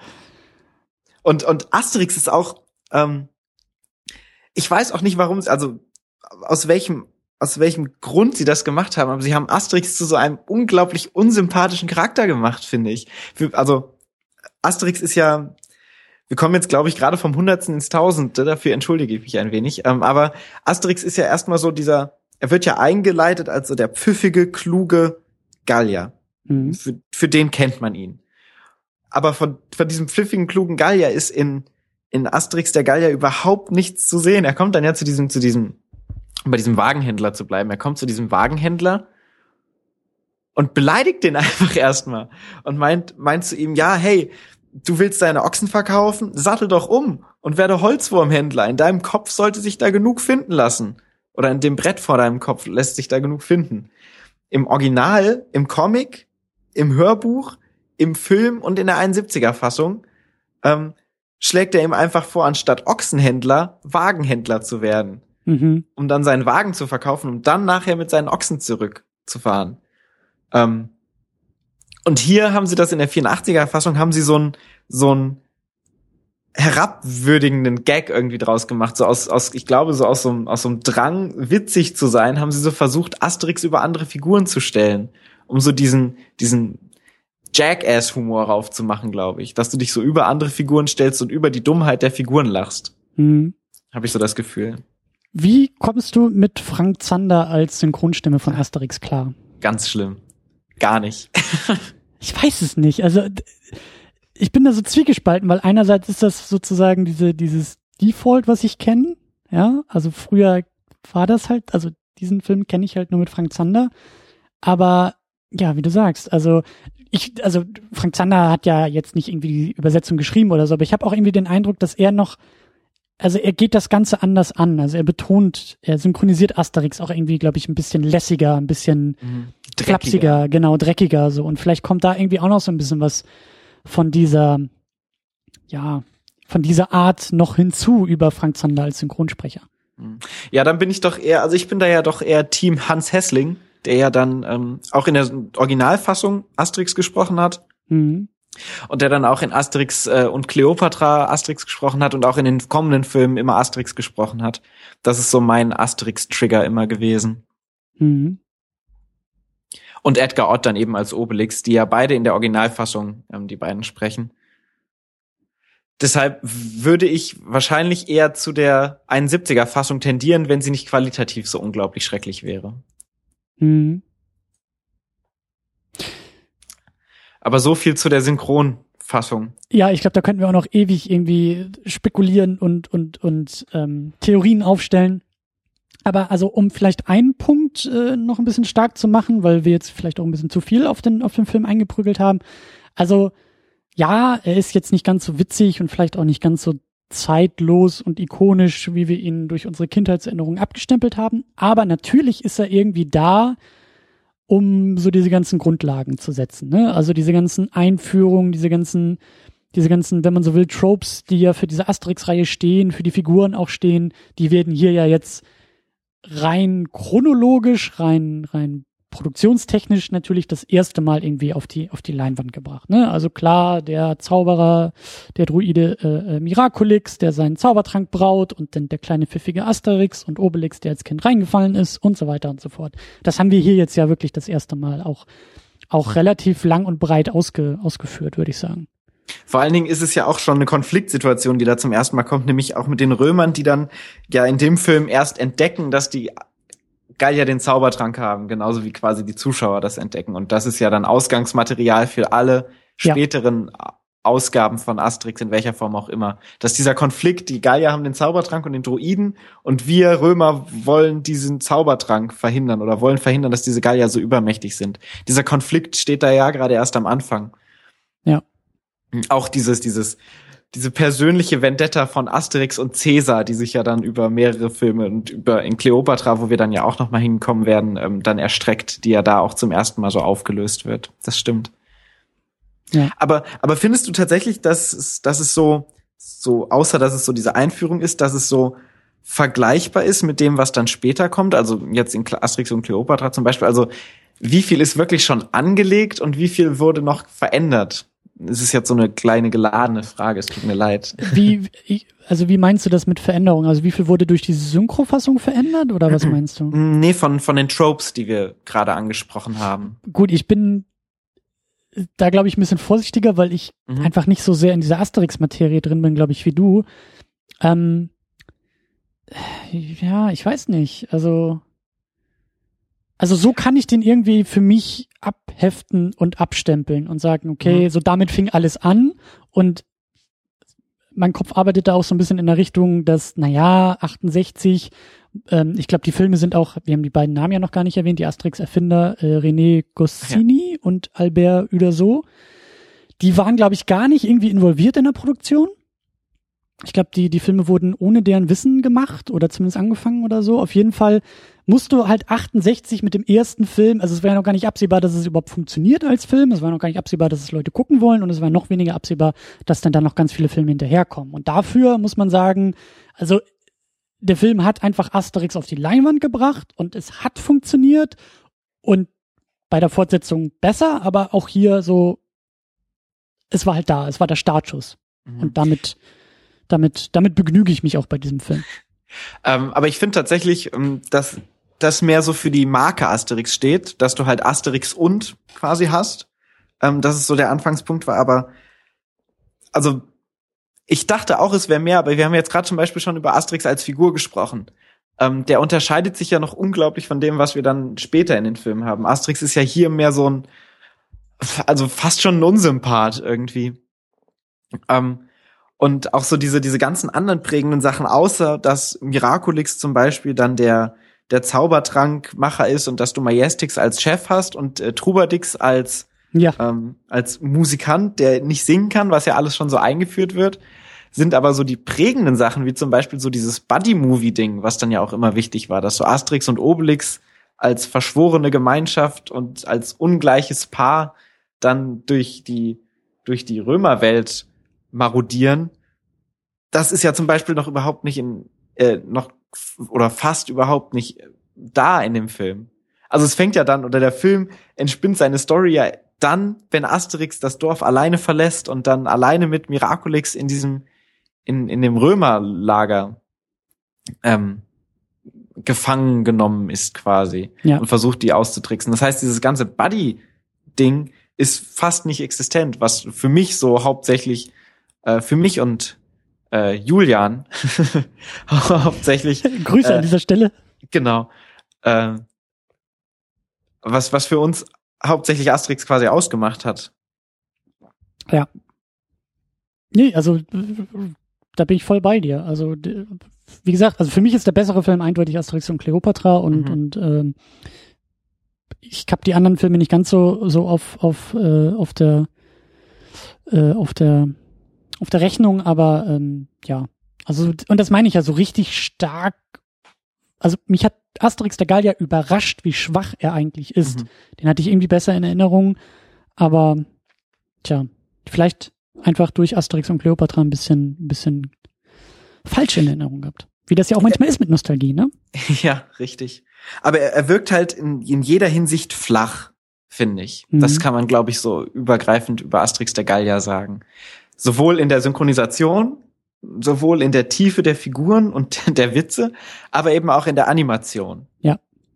Und und Asterix ist auch, ähm, ich weiß auch nicht, warum, also aus welchem aus welchem Grund sie das gemacht haben, aber sie haben Asterix zu so einem unglaublich unsympathischen Charakter gemacht, finde ich. Also Asterix ist ja, wir kommen jetzt, glaube ich, gerade vom Hundertsten ins Tausendste, dafür entschuldige ich mich ein wenig. Ähm, aber Asterix ist ja erstmal so dieser, er wird ja eingeleitet als so der pfiffige, kluge Gallier. Mhm. Für, für den kennt man ihn. Aber von, von diesem pfiffigen, klugen Gallier ist in, in Asterix der Gallier überhaupt nichts zu sehen. Er kommt dann ja zu diesem, zu diesem, um bei diesem Wagenhändler zu bleiben. Er kommt zu diesem Wagenhändler und beleidigt den einfach erstmal und meint, meint zu ihm, ja, hey, du willst deine Ochsen verkaufen? Sattel doch um und werde Holzwurmhändler. In deinem Kopf sollte sich da genug finden lassen. Oder in dem Brett vor deinem Kopf lässt sich da genug finden. Im Original, im Comic, im Hörbuch, im Film und in der einundsiebziger-Fassung ähm, schlägt er ihm einfach vor, anstatt Ochsenhändler, Wagenhändler zu werden. Mhm. Um dann seinen Wagen zu verkaufen, um dann nachher mit seinen Ochsen zurückzufahren. Ähm, Und hier haben sie das in der vierundachtziger-Fassung, haben sie so einen so einen herabwürdigenden Gag irgendwie draus gemacht. So aus, aus ich glaube, so aus so, einem, aus so einem Drang, witzig zu sein, haben sie so versucht, Asterix über andere Figuren zu stellen. Um so diesen diesen Jackass-Humor raufzumachen, glaube ich. Dass du dich so über andere Figuren stellst und über die Dummheit der Figuren lachst. Mhm. Habe ich so das Gefühl. Wie kommst du mit Frank Zander als Synchronstimme von Asterix klar? Ganz schlimm. Gar nicht. Ich weiß es nicht. Also ich bin da so zwiegespalten, weil einerseits ist das sozusagen diese dieses Default, was ich kenne. Ja, also früher war das halt, also diesen Film kenne ich halt nur mit Frank Zander. Aber ja, wie du sagst, also ich, also Frank Zander hat ja jetzt nicht irgendwie die Übersetzung geschrieben oder so, aber ich habe auch irgendwie den Eindruck, dass er noch, also er geht das Ganze anders an. Also er betont, er synchronisiert Asterix auch irgendwie, glaube ich, ein bisschen lässiger, ein bisschen mhm. flapsiger, genau, dreckiger so. Und vielleicht kommt da irgendwie auch noch so ein bisschen was von dieser, ja, von dieser Art noch hinzu über Frank Zander als Synchronsprecher. Ja, dann bin ich doch eher, also ich bin da ja doch eher Team Hans Hessling, der ja dann ähm, auch in der Originalfassung Asterix gesprochen hat. Mhm. Und der dann auch in Asterix äh, und Kleopatra Asterix gesprochen hat und auch in den kommenden Filmen immer Asterix gesprochen hat. Das ist so mein Asterix-Trigger immer gewesen. Mhm. Und Edgar Ott dann eben als Obelix, die ja beide in der Originalfassung ähm, die beiden sprechen. Deshalb würde ich wahrscheinlich eher zu der einundsiebziger-Fassung tendieren, wenn sie nicht qualitativ so unglaublich schrecklich wäre. Mhm. Aber so viel zu der Synchronfassung. Ja, ich glaube, da könnten wir auch noch ewig irgendwie spekulieren und und und ähm, Theorien aufstellen. Aber also um vielleicht einen Punkt äh, noch ein bisschen stark zu machen, weil wir jetzt vielleicht auch ein bisschen zu viel auf den auf den Film eingeprügelt haben. Also ja, er ist jetzt nicht ganz so witzig und vielleicht auch nicht ganz so zeitlos und ikonisch, wie wir ihn durch unsere Kindheitserinnerungen abgestempelt haben. Aber natürlich ist er irgendwie da, um so diese ganzen Grundlagen zu setzen, ne? Also diese ganzen Einführungen, diese ganzen, diese ganzen, wenn man so will, Tropes, die ja für diese Asterix-Reihe stehen, für die Figuren auch stehen, die werden hier ja jetzt rein chronologisch, rein, rein produktionstechnisch natürlich das erste Mal irgendwie auf die auf die Leinwand gebracht. Ne? Also klar, der Zauberer, der Druide äh, äh, Miraculix, der seinen Zaubertrank braut und dann der kleine pfiffige Asterix und Obelix, der als Kind reingefallen ist und so weiter und so fort. Das haben wir hier jetzt ja wirklich das erste Mal auch auch relativ lang und breit ausge, ausgeführt, würde ich sagen. Vor allen Dingen ist es ja auch schon eine Konfliktsituation, die da zum ersten Mal kommt, nämlich auch mit den Römern, die dann ja in dem Film erst entdecken, dass die Gallier den Zaubertrank haben, genauso wie quasi die Zuschauer das entdecken. Und das ist ja dann Ausgangsmaterial für alle späteren ja. Ausgaben von Asterix, in welcher Form auch immer. Dass dieser Konflikt, die Gallier haben den Zaubertrank und den Druiden und wir Römer wollen diesen Zaubertrank verhindern oder wollen verhindern, dass diese Gallier so übermächtig sind. Dieser Konflikt steht da ja gerade erst am Anfang. Ja. Auch dieses, dieses, diese persönliche Vendetta von Asterix und Caesar, die sich ja dann über mehrere Filme und über in Kleopatra, wo wir dann ja auch noch mal hinkommen werden, ähm, dann erstreckt, die ja da auch zum ersten Mal so aufgelöst wird. Das stimmt. Ja. Aber, aber findest du tatsächlich, dass es, dass es so, so, außer dass es so diese Einführung ist, dass es so vergleichbar ist mit dem, was dann später kommt? Also jetzt in Asterix und Kleopatra zum Beispiel. Also wie viel ist wirklich schon angelegt und wie viel wurde noch verändert? Es ist jetzt so eine kleine geladene Frage, es tut mir leid. Wie, also wie meinst du das mit Veränderung? Also wie viel wurde durch diese Synchrofassung verändert oder was meinst du? Nee, von, von den Tropes, die wir gerade angesprochen haben. Gut, ich bin da, glaube ich, ein bisschen vorsichtiger, weil ich mhm. einfach nicht so sehr in dieser Asterix-Materie drin bin, glaube ich, wie du. Ähm, ja, ich weiß nicht. Also Also so kann ich den irgendwie für mich abheften und abstempeln und sagen, okay, mhm. so damit fing alles an und mein Kopf arbeitet da auch so ein bisschen in der Richtung, dass, naja, achtundsechzig, ähm, ich glaube, die Filme sind auch, wir haben die beiden Namen ja noch gar nicht erwähnt, die Asterix-Erfinder äh, René Goscinny ja. und Albert Uderzo, die waren, glaube ich, gar nicht irgendwie involviert in der Produktion. Ich glaube, die die Filme wurden ohne deren Wissen gemacht oder zumindest angefangen oder so. Auf jeden Fall musst du halt achtundsechzig mit dem ersten Film, also es war ja noch gar nicht absehbar, dass es überhaupt funktioniert als Film. Es war noch gar nicht absehbar, dass es Leute gucken wollen und es war noch weniger absehbar, dass dann da noch ganz viele Filme hinterherkommen. Und dafür muss man sagen, also der Film hat einfach Asterix auf die Leinwand gebracht und es hat funktioniert und bei der Fortsetzung besser, aber auch hier so, es war halt da, es war der Startschuss. Mhm. Und damit Damit, damit begnüge ich mich auch bei diesem Film. Ähm, aber ich finde tatsächlich, dass das mehr so für die Marke Asterix steht, dass du halt Asterix und quasi hast. Ähm, dass es so der Anfangspunkt war, aber also ich dachte auch, es wäre mehr, aber wir haben jetzt gerade zum Beispiel schon über Asterix als Figur gesprochen. Ähm, der unterscheidet sich ja noch unglaublich von dem, was wir dann später in den Filmen haben. Asterix ist ja hier mehr so ein, also fast schon ein Unsympath irgendwie. Ähm, Und auch so diese diese ganzen anderen prägenden Sachen, außer dass Miraculix zum Beispiel dann der der Zaubertrankmacher ist und dass du Majestix als Chef hast und äh, Trubadix als ja. ähm, als Musikant, der nicht singen kann, was ja alles schon so eingeführt wird, sind aber so die prägenden Sachen, wie zum Beispiel so dieses Buddy-Movie-Ding, was dann ja auch immer wichtig war, dass so Asterix und Obelix als verschworene Gemeinschaft und als ungleiches Paar dann durch die durch die Römerwelt marodieren. Das ist ja zum Beispiel noch überhaupt nicht in, äh, noch, oder fast überhaupt nicht da in dem Film. Also es fängt ja dann, oder der Film entspinnt seine Story ja dann, wenn Asterix das Dorf alleine verlässt und dann alleine mit Miraculix in diesem, in, in dem Römerlager, ähm, gefangen genommen ist quasi. Ja. Und versucht, die auszutricksen. Das heißt, dieses ganze Buddy-Ding ist fast nicht existent, was für mich so hauptsächlich Äh, für mich und äh, Julian hauptsächlich Grüße äh, an dieser Stelle. Genau. Äh, was was für uns hauptsächlich Asterix quasi ausgemacht hat. Ja. Nee, also da bin ich voll bei dir. Also wie gesagt, also für mich ist der bessere Film eindeutig Asterix und Kleopatra und mhm. und ähm, ich habe die anderen Filme nicht ganz so so auf auf äh, auf der äh, auf der auf der Rechnung, aber ähm, ja, also und das meine ich ja so richtig stark, also mich hat Asterix der Gallier überrascht, wie schwach er eigentlich ist. Mhm. Den hatte ich irgendwie besser in Erinnerung, aber tja, vielleicht einfach durch Asterix und Kleopatra ein bisschen ein bisschen falsch in Erinnerung gehabt. Wie das ja auch manchmal ist mit Nostalgie, ne? Ja, richtig. Aber er, er wirkt halt in, in jeder Hinsicht flach, finde ich. Mhm. Das kann man, glaube ich, so übergreifend über Asterix der Gallier sagen. Sowohl in der Synchronisation, sowohl in der Tiefe der Figuren und der Witze, aber eben auch in der Animation. Ja.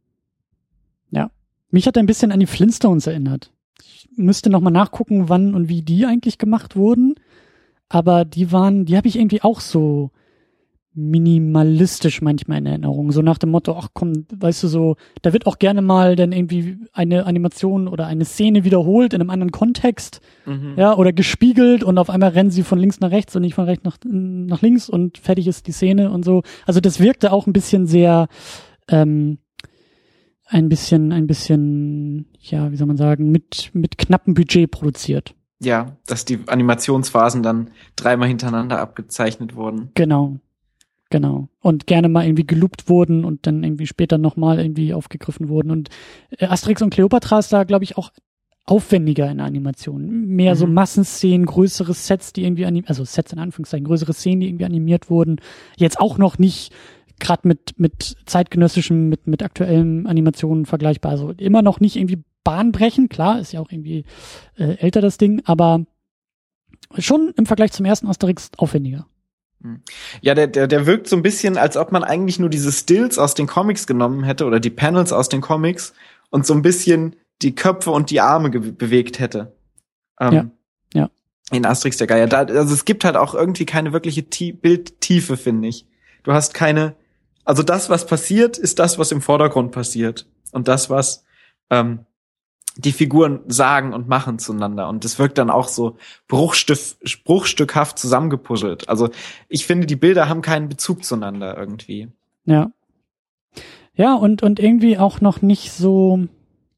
Ja. Mich hat er ein bisschen an die Flintstones erinnert. Ich müsste noch mal nachgucken, wann und wie die eigentlich gemacht wurden. Aber die waren, die habe ich irgendwie auch so minimalistisch manchmal in Erinnerung. So nach dem Motto, ach komm, weißt du so, da wird auch gerne mal dann irgendwie eine Animation oder eine Szene wiederholt in einem anderen Kontext, mhm. ja, oder gespiegelt und auf einmal rennen sie von links nach rechts und nicht von rechts nach, nach links und fertig ist die Szene und so. Also das wirkte auch ein bisschen sehr, ähm, ein bisschen, ein bisschen, ja, wie soll man sagen, mit, mit knappem Budget produziert. Ja, dass die Animationsphasen dann dreimal hintereinander abgezeichnet wurden. Genau. Genau. Und gerne mal irgendwie geloopt wurden und dann irgendwie später nochmal irgendwie aufgegriffen wurden. Und äh, Asterix und Kleopatra ist da, glaube ich, auch aufwendiger in der Animation. Mehr mhm. so Massenszenen, größere Sets, die irgendwie animiert, also Sets in Anführungszeichen, größere Szenen, die irgendwie animiert wurden. Jetzt auch noch nicht gerade mit mit zeitgenössischem, mit mit aktuellen Animationen vergleichbar. Also immer noch nicht irgendwie bahnbrechend. Klar, ist ja auch irgendwie äh, älter das Ding, aber schon im Vergleich zum ersten Asterix aufwendiger. Ja, der, der, der wirkt so ein bisschen, als ob man eigentlich nur diese Stills aus den Comics genommen hätte oder die Panels aus den Comics und so ein bisschen die Köpfe und die Arme ge- bewegt hätte. Ähm, ja, ja. In Asterix der Gallier. Da, also es gibt halt auch irgendwie keine wirkliche Tie- Bildtiefe, finde ich. Du hast keine, also das, was passiert, ist das, was im Vordergrund passiert. Und das, was ähm, die Figuren sagen und machen zueinander. Und das wirkt dann auch so bruchstück, bruchstückhaft zusammengepuzzelt. Also ich finde, die Bilder haben keinen Bezug zueinander irgendwie. Ja. Ja, und, und irgendwie auch noch nicht so,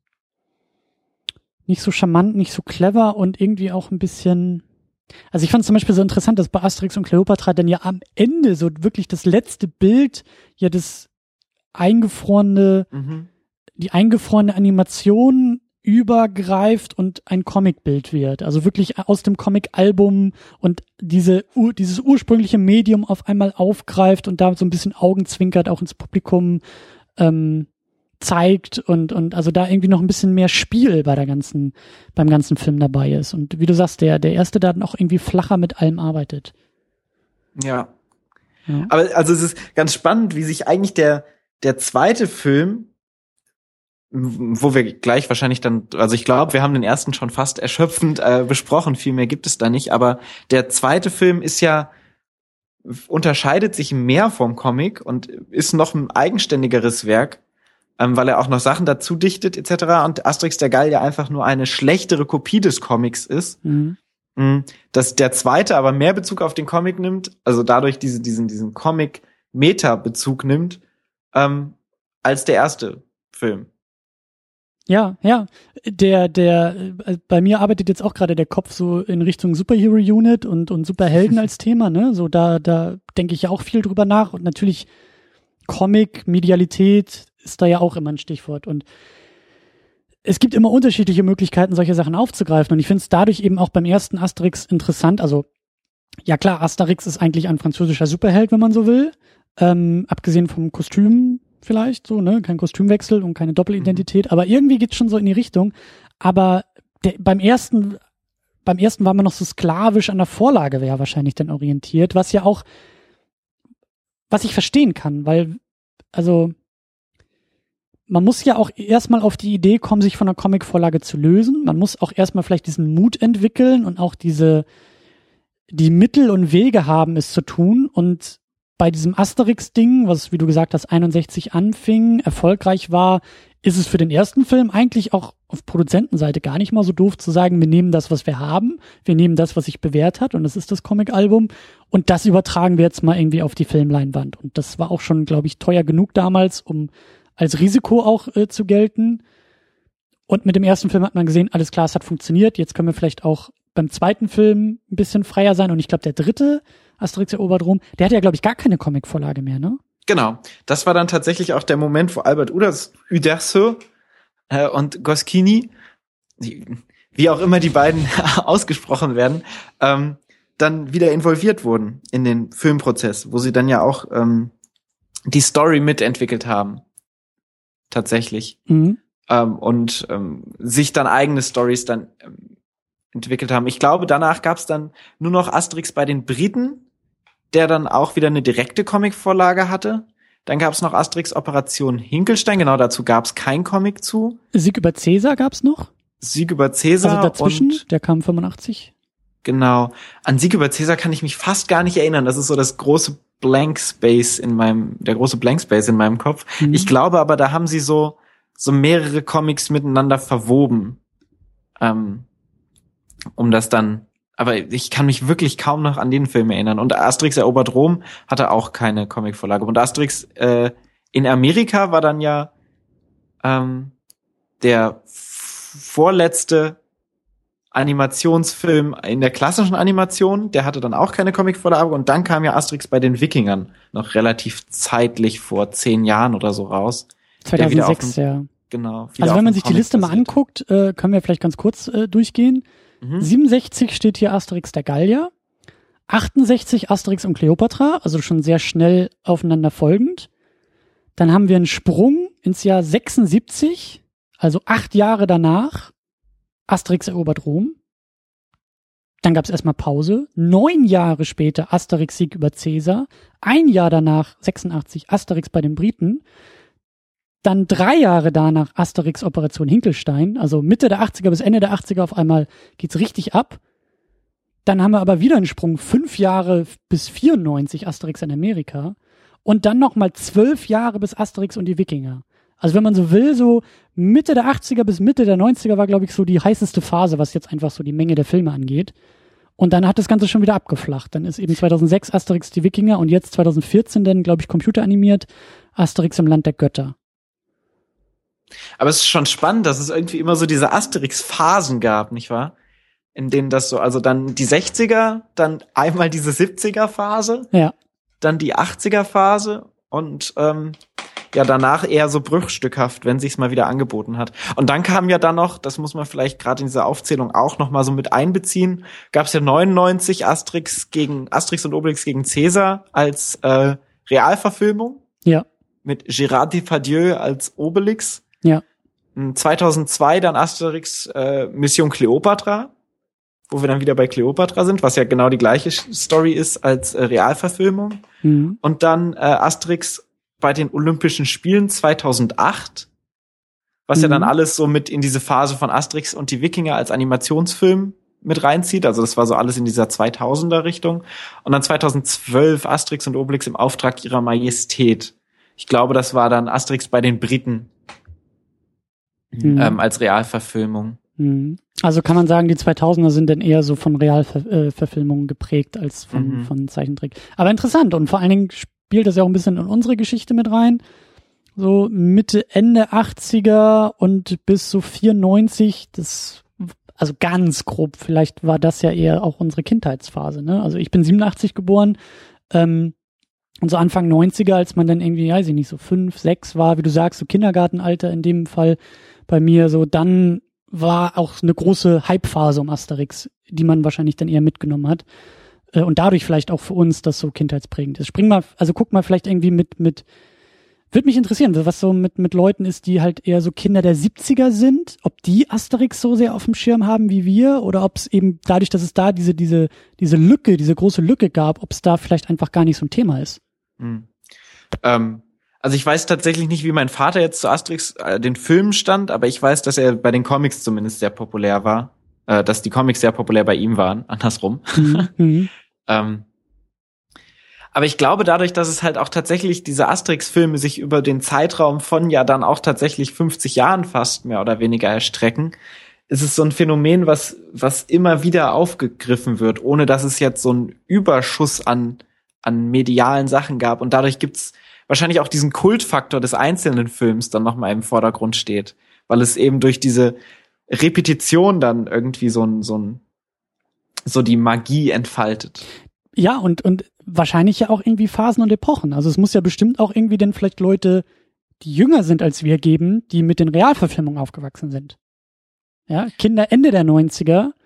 nicht so charmant, nicht so clever und irgendwie auch ein bisschen, also ich fand es zum Beispiel so interessant, dass bei Asterix und Kleopatra dann ja am Ende so wirklich das letzte Bild, ja das eingefrorene, mhm. die eingefrorene Animation übergreift und ein Comicbild wird. Also wirklich aus dem Comic-Album und diese dieses ursprüngliche Medium auf einmal aufgreift und da so ein bisschen Augenzwinkert auch ins Publikum ähm, zeigt und und also da irgendwie noch ein bisschen mehr Spiel bei der ganzen beim ganzen Film dabei ist. Und wie du sagst, der der erste da dann auch irgendwie flacher mit allem arbeitet. Ja. ja. Aber also es ist ganz spannend, wie sich eigentlich der der zweite Film, wo wir gleich wahrscheinlich dann, also ich glaube, wir haben den ersten schon fast erschöpfend äh, besprochen, viel mehr gibt es da nicht, aber der zweite Film ist ja, unterscheidet sich mehr vom Comic und ist noch ein eigenständigeres Werk, ähm, weil er auch noch Sachen dazu dichtet et cetera und Asterix der Gallier einfach nur eine schlechtere Kopie des Comics ist. Mhm. Dass der zweite aber mehr Bezug auf den Comic nimmt, also dadurch diese, diesen, diesen Comic-Meta-Bezug nimmt, ähm, als der erste Film. Ja, ja. Der, der, äh, bei mir arbeitet jetzt auch gerade der Kopf so in Richtung Superhero Unit und, und Superhelden als Thema, ne? So da, da denke ich ja auch viel drüber nach und natürlich Comic, Medialität ist da ja auch immer ein Stichwort und es gibt immer unterschiedliche Möglichkeiten, solche Sachen aufzugreifen und ich finde es dadurch eben auch beim ersten Asterix interessant, also ja klar, Asterix ist eigentlich ein französischer Superheld, wenn man so will, ähm, abgesehen vom Kostüm, vielleicht so, ne, kein Kostümwechsel und keine Doppelidentität, mhm. aber irgendwie geht's schon so in die Richtung. Aber der, beim ersten, beim ersten war man noch so sklavisch an der Vorlage, wäre wahrscheinlich dann orientiert, was ja auch, was ich verstehen kann, weil, also, man muss ja auch erstmal auf die Idee kommen, sich von der Comic-Vorlage zu lösen. Man muss auch erstmal vielleicht diesen Mut entwickeln und auch diese, die Mittel und Wege haben, es zu tun und bei diesem Asterix-Ding, was, wie du gesagt hast, einundsechzig anfing, erfolgreich war, ist es für den ersten Film eigentlich auch auf Produzentenseite gar nicht mal so doof zu sagen, wir nehmen das, was wir haben, wir nehmen das, was sich bewährt hat und das ist das Comic-Album und das übertragen wir jetzt mal irgendwie auf die Filmleinwand. Und das war auch schon, glaube ich, teuer genug damals, um als Risiko auch äh, zu gelten. Und mit dem ersten Film hat man gesehen, alles klar, es hat funktioniert, jetzt können wir vielleicht auch beim zweiten Film ein bisschen freier sein und ich glaube, der dritte Asterix erobert Rom, der hatte ja, glaube ich, gar keine Comic-Vorlage mehr, ne? Genau. Das war dann tatsächlich auch der Moment, wo Albert Uders, Uderzo äh, und Goscinny, die, wie auch immer die beiden ausgesprochen werden, ähm, dann wieder involviert wurden in den Filmprozess, wo sie dann ja auch ähm, die Story mitentwickelt haben. Tatsächlich. Mhm. Ähm, und ähm, sich dann eigene Stories dann ähm, entwickelt haben. Ich glaube, danach gab es dann nur noch Asterix bei den Briten, der dann auch wieder eine direkte Comicvorlage hatte. Dann gab es noch Asterix Operation Hinkelstein, genau dazu gab es kein Comic zu. Sieg über Cäsar gab's noch? Sieg über Cäsar. Also dazwischen, und der kam fünfundachtzig. Genau. An Sieg über Cäsar kann ich mich fast gar nicht erinnern. Das ist so das große Blank Space in meinem, der große Blank Space in meinem Kopf. Mhm. Ich glaube aber, da haben sie so, so mehrere Comics miteinander verwoben. Ähm, um das dann, aber ich kann mich wirklich kaum noch an den Film erinnern. Und Asterix erobert Rom hatte auch keine Comicvorlage. Und Asterix äh, in Amerika war dann ja ähm, der f- vorletzte Animationsfilm in der klassischen Animation. Der hatte dann auch keine Comicvorlage. Und dann kam ja Asterix bei den Wikingern noch relativ zeitlich vor zehn Jahren oder so raus. zweitausendsechs, dem, ja. Genau. Also wenn man sich die Comic Liste mal basiert. anguckt, äh, können wir vielleicht ganz kurz äh, durchgehen. Mhm. siebenundsechzig steht hier Asterix der Gallier. achtundsechzig Asterix und Kleopatra, also schon sehr schnell aufeinander folgend. Dann haben wir einen Sprung ins Jahr sechsundsiebzig, also acht Jahre danach, Asterix erobert Rom. Dann gab es erstmal Pause. Neun Jahre später Asterix Sieg über Cäsar. Ein Jahr danach, sechsundachtzig, Asterix bei den Briten. Dann drei Jahre danach Asterix Operation Hinkelstein. Also Mitte der achtziger bis Ende der achtziger auf einmal geht's richtig ab. Dann haben wir aber wieder einen Sprung, fünf Jahre bis vierundneunzig Asterix in Amerika. Und dann nochmal zwölf Jahre bis Asterix und die Wikinger. Also wenn man so will, so Mitte der achtziger bis Mitte der neunziger war, glaube ich, so die heißeste Phase, was jetzt einfach so die Menge der Filme angeht. Und dann hat das Ganze schon wieder abgeflacht. Dann ist eben zweitausendsechs Asterix die Wikinger und jetzt zweitausendvierzehn dann, glaube ich, computeranimiert Asterix im Land der Götter. Aber es ist schon spannend, dass es irgendwie immer so diese Asterix-Phasen gab, nicht wahr? In denen das so, also dann die sechziger, dann einmal diese siebziger-Phase, Ja. dann die achtziger-Phase und ähm, ja danach eher so bruchstückhaft, wenn sich's mal wieder angeboten hat. Und dann kam ja dann noch, das muss man vielleicht gerade in dieser Aufzählung auch noch mal so mit einbeziehen, gab's ja neunundneunzig Asterix gegen Asterix und Obelix gegen Cäsar als äh, Realverfilmung. Ja. Mit Gérard Depardieu als Obelix. Ja. zweitausendzwei dann Asterix äh, Mission Kleopatra, wo wir dann wieder bei Kleopatra sind, was ja genau die gleiche Story ist als äh, Realverfilmung. Mhm. Und dann äh, Asterix bei den Olympischen Spielen zweitausendacht, was mhm. ja dann alles so mit in diese Phase von Asterix und die Wikinger als Animationsfilm mit reinzieht. Also das war so alles in dieser zweitausender Richtung. Und dann zweitausendzwölf Asterix und Obelix im Auftrag ihrer Majestät. Ich glaube, das war dann Asterix bei den Briten mhm. ähm, als Realverfilmung. Mhm. Also kann man sagen, die zweitausender sind dann eher so von Realverfilmungen geprägt als von, Mhm. von Zeichentrick. Aber interessant und vor allen Dingen spielt das ja auch ein bisschen in unsere Geschichte mit rein. So Mitte, Ende achtziger und bis so vierundneunzig, das, also ganz grob, vielleicht war das ja eher auch unsere Kindheitsphase, ne? Also ich bin siebenundachtzig geboren, ähm, und so Anfang neunziger, als man dann irgendwie, weiß ich nicht, so fünf, sechs war, wie du sagst, so Kindergartenalter in dem Fall bei mir, so dann war auch eine große Hype-Phase um Asterix, die man wahrscheinlich dann eher mitgenommen hat. Äh, und dadurch vielleicht auch für uns das so kindheitsprägend ist. Spring mal, also guck mal vielleicht irgendwie mit, mit, würde mich interessieren, was so mit, mit Leuten ist, die halt eher so Kinder der siebziger sind, ob die Asterix so sehr auf dem Schirm haben wie wir oder ob es eben dadurch, dass es da diese, diese, diese Lücke, diese große Lücke gab, ob es da vielleicht einfach gar nicht so ein Thema ist. Hm. Ähm, also ich weiß tatsächlich nicht, wie mein Vater jetzt zu Asterix äh, den Filmen stand, aber ich weiß, dass er bei den Comics zumindest sehr populär war, äh, dass die Comics sehr populär bei ihm waren, andersrum. Mhm. ähm, aber ich glaube, dadurch, dass es halt auch tatsächlich diese Asterix-Filme sich über den Zeitraum von ja dann auch tatsächlich fünfzig Jahren fast mehr oder weniger erstrecken, ist es so ein Phänomen, was was immer wieder aufgegriffen wird, ohne dass es jetzt so einen Überschuss an an medialen Sachen gab. Und dadurch gibt's wahrscheinlich auch diesen Kultfaktor des einzelnen Films dann nochmal im Vordergrund steht. Weil es eben durch diese Repetition dann irgendwie so ein, so ein, so die Magie entfaltet. Ja, und, und wahrscheinlich ja auch irgendwie Phasen und Epochen. Also es muss ja bestimmt auch irgendwie dann vielleicht Leute, die jünger sind als wir, geben, die mit den Realverfilmungen aufgewachsen sind. Ja, Kinder Ende der neunziger,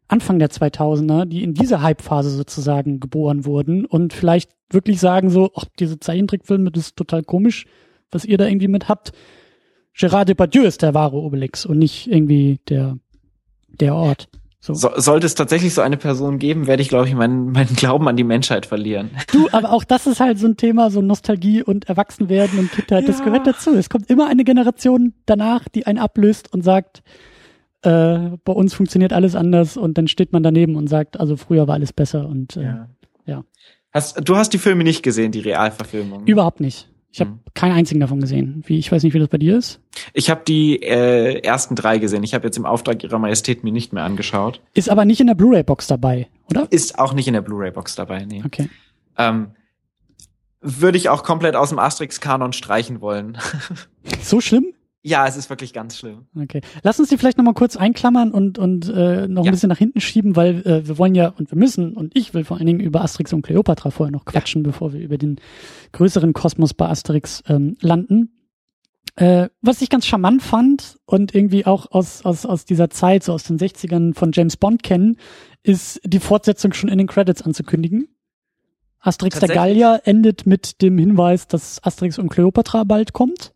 Anfang der zweitausender, die in dieser Hype-Phase sozusagen geboren wurden und vielleicht wirklich sagen so, ach, diese Zeichentrickfilme, das ist total komisch, was ihr da irgendwie mit habt. Gérard Depardieu ist der wahre Obelix und nicht irgendwie der, der Ort. So. So, sollte es tatsächlich so eine Person geben, werde ich, glaube ich, meinen, meinen Glauben an die Menschheit verlieren. Du, aber auch das ist halt so ein Thema, so Nostalgie und Erwachsenwerden und Kindheit, ja. Das gehört dazu. Es kommt immer eine Generation danach, die einen ablöst und sagt, äh, bei uns funktioniert alles anders und dann steht man daneben und sagt, also früher war alles besser und äh, ja. ja. Hast, du hast die Filme nicht gesehen, die Realverfilmung? Überhaupt nicht. Ich habe hm. keinen einzigen davon gesehen. Wie, ich weiß nicht, wie das bei dir ist. Ich habe die äh, ersten drei gesehen. Ich habe jetzt im Auftrag Ihrer Majestät mir nicht mehr angeschaut. Ist aber nicht in der Blu-ray-Box dabei, oder? Ist auch nicht in der Blu-ray-Box dabei, nee. Okay. Ähm, würde ich auch komplett aus dem Asterix-Kanon streichen wollen. So schlimm? Ja, es ist wirklich ganz schlimm. Okay. Lass uns die vielleicht noch mal kurz einklammern und und äh, noch ein ja. bisschen nach hinten schieben, weil äh, wir wollen ja und wir müssen und ich will vor allen Dingen über Asterix und Kleopatra vorher noch quatschen, ja. bevor wir über den größeren Kosmos bei Asterix ähm, landen. Äh, was ich ganz charmant fand und irgendwie auch aus aus aus dieser Zeit, so aus den sechzigern von James Bond kennen, ist die Fortsetzung schon in den Credits anzukündigen. Asterix der Gallier endet mit dem Hinweis, dass Asterix und Kleopatra bald kommt.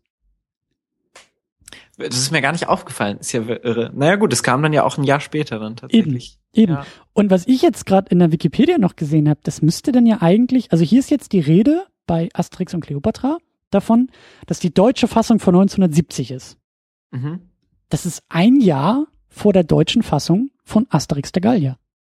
Das ist mir gar nicht aufgefallen. Ist ja irre. Naja gut, es kam dann ja auch ein Jahr später dann tatsächlich. Eben, eben. Ja. Und was ich jetzt gerade in der Wikipedia noch gesehen habe, das müsste dann ja eigentlich, also hier ist jetzt die Rede bei Asterix und Kleopatra davon, dass die deutsche Fassung von neunzehnhundertsiebzig ist. Mhm. Das ist ein Jahr vor der deutschen Fassung von Asterix der Gallier.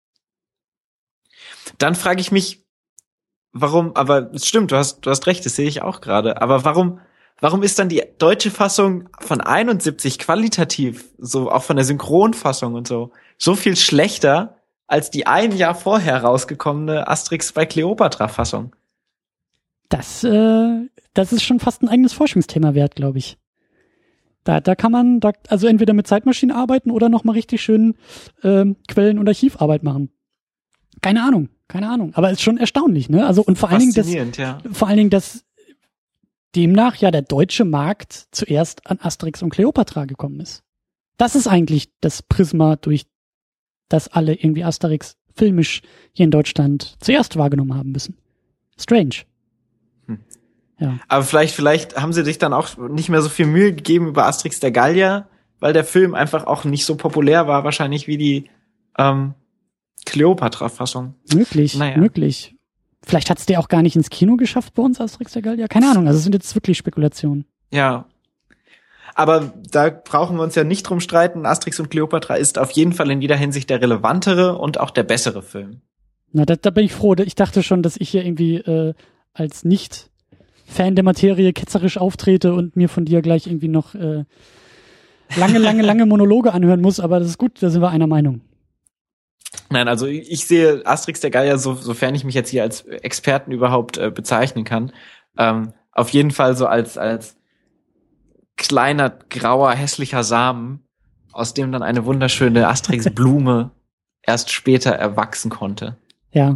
Dann frage ich mich, warum, aber es stimmt, du hast, du hast recht, das sehe ich auch gerade, aber warum Warum ist dann die deutsche Fassung von einundsiebzig qualitativ, so auch von der Synchronfassung und so, so viel schlechter als die ein Jahr vorher rausgekommene Asterix bei Kleopatra-Fassung? Das, äh, das ist schon fast ein eigenes Forschungsthema wert, glaube ich. Da, da kann man, da, also entweder mit Zeitmaschinen arbeiten oder noch mal richtig schön ähm, Quellen- und Archivarbeit machen. Keine Ahnung, keine Ahnung. Aber ist schon erstaunlich, ne? Also und vor allen Dingen das, ja. vor allen Dingen das demnach ja der deutsche Markt zuerst an Asterix und Kleopatra gekommen ist. Das ist eigentlich das Prisma, durch das alle irgendwie Asterix filmisch hier in Deutschland zuerst wahrgenommen haben müssen. Strange. Hm. Ja. Aber vielleicht, vielleicht haben sie sich dann auch nicht mehr so viel Mühe gegeben über Asterix der Gallier, weil der Film einfach auch nicht so populär war, wahrscheinlich wie die ähm, Kleopatra-Fassung. Möglich, naja. möglich. Vielleicht hat es der auch gar nicht ins Kino geschafft bei uns, Asterix der Gallier. Keine Ahnung, also es sind jetzt wirklich Spekulationen. Ja. Aber da brauchen wir uns ja nicht drum streiten. Asterix und Kleopatra ist auf jeden Fall in jeder Hinsicht der relevantere und auch der bessere Film. Na, da, da bin ich froh. Ich dachte schon, dass ich hier irgendwie äh, als Nicht-Fan der Materie ketzerisch auftrete und mir von dir gleich irgendwie noch äh, lange, lange, lange Monologe anhören muss. Aber das ist gut, da sind wir einer Meinung. Nein, also ich sehe Asterix der Gallier, so, sofern ich mich jetzt hier als Experten überhaupt äh, bezeichnen kann, ähm, auf jeden Fall so als als kleiner, grauer, hässlicher Samen, aus dem dann eine wunderschöne Asterix-Blume erst später erwachsen konnte. Ja.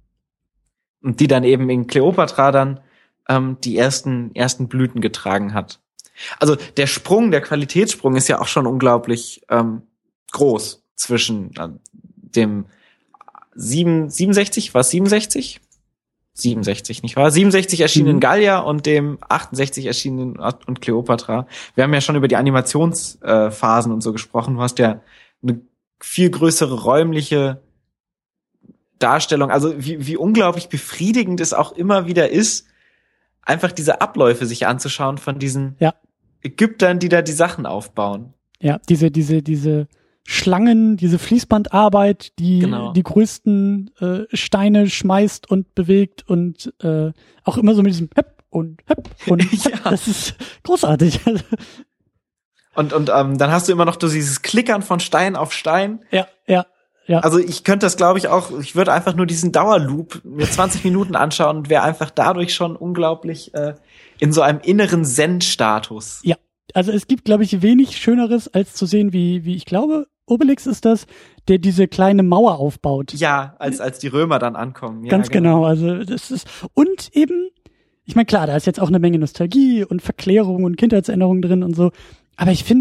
Und die dann eben in Kleopatra dann ähm, die ersten ersten Blüten getragen hat. Also der Sprung, der Qualitätssprung ist ja auch schon unglaublich ähm, groß zwischen äh, dem sieben, siebenundsechzig, war es siebenundsechzig? siebenundsechzig, nicht wahr? siebenundsechzig erschienenen mhm. Gallier und dem achtundsechzig erschienenen und Kleopatra. Wir haben ja schon über die Animationsphasen und so gesprochen. Du hast ja eine viel größere räumliche Darstellung. Also wie, wie unglaublich befriedigend es auch immer wieder ist, einfach diese Abläufe sich anzuschauen von diesen ja. Ägyptern, die da die Sachen aufbauen. Ja, diese, diese, diese Schlangen, diese Fließbandarbeit, die genau. die größten äh, Steine schmeißt und bewegt und äh, auch immer so mit diesem Hep und Hep und Hep. Ja. Das ist großartig. Und und ähm, dann hast du immer noch so dieses Klickern von Stein auf Stein. Ja, ja, ja. Also ich könnte das, glaube ich, auch, ich würde einfach nur diesen Dauerloop mir zwanzig Minuten anschauen und wäre einfach dadurch schon unglaublich äh, in so einem inneren Zen-Status. Ja, also es gibt, glaube ich, wenig Schöneres, als zu sehen, wie, wie ich glaube, Obelix ist das, der diese kleine Mauer aufbaut. Ja, als als die Römer dann ankommen. Ja, ganz genau. genau. Also das ist und eben, ich meine klar, da ist jetzt auch eine Menge Nostalgie und Verklärung und Kindheitserinnerung drin und so. Aber ich finde,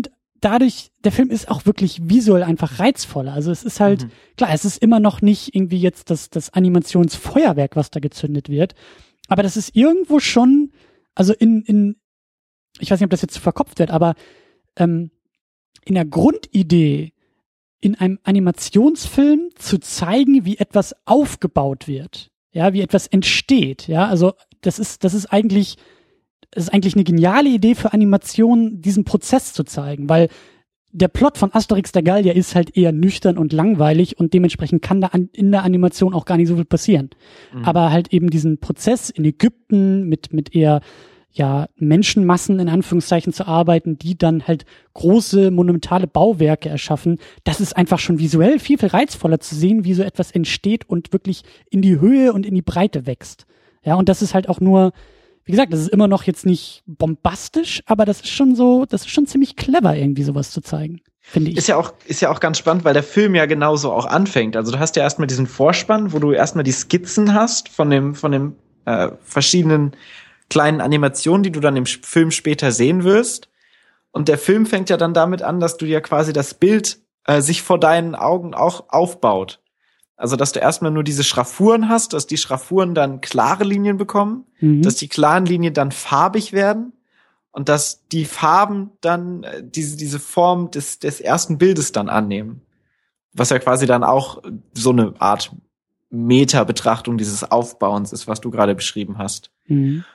dadurch, der Film ist auch wirklich visuell einfach reizvoller. Also es ist halt, mhm. klar, es ist immer noch nicht irgendwie jetzt das, das Animationsfeuerwerk, was da gezündet wird. Aber das ist irgendwo schon, also in, in, ich weiß nicht, ob das jetzt verkopft wird, aber ähm, in der Grundidee, in einem Animationsfilm zu zeigen, wie etwas aufgebaut wird, ja, wie etwas entsteht, ja, also das ist, das ist eigentlich, das ist eigentlich eine geniale Idee für Animation, diesen Prozess zu zeigen, weil der Plot von Asterix der Gallier ist halt eher nüchtern und langweilig und dementsprechend kann da an, in der Animation auch gar nicht so viel passieren. Mhm. Aber halt eben diesen Prozess in Ägypten mit, mit eher ja, Menschenmassen in Anführungszeichen zu arbeiten, die dann halt große, monumentale Bauwerke erschaffen. Das ist einfach schon visuell viel, viel reizvoller zu sehen, wie so etwas entsteht und wirklich in die Höhe und in die Breite wächst. Ja, und das ist halt auch nur, wie gesagt, das ist immer noch jetzt nicht bombastisch, aber das ist schon so, das ist schon ziemlich clever, irgendwie sowas zu zeigen, finde ich. Ist ja auch, ist ja auch ganz spannend, weil der Film ja genauso auch anfängt. Also du hast ja erstmal diesen Vorspann, wo du erstmal die Skizzen hast von dem, von dem, äh, verschiedenen kleinen Animationen, die du dann im Film später sehen wirst. Und der Film fängt ja dann damit an, dass du ja quasi das Bild äh, sich vor deinen Augen auch aufbaut. Also, dass du erstmal nur diese Schraffuren hast, dass die Schraffuren dann klare Linien bekommen, mhm. dass die klaren Linien dann farbig werden und dass die Farben dann äh, diese diese Form des des ersten Bildes dann annehmen. Was ja quasi dann auch so eine Art Meta-Betrachtung dieses Aufbauens ist, was du gerade beschrieben hast. Mhm.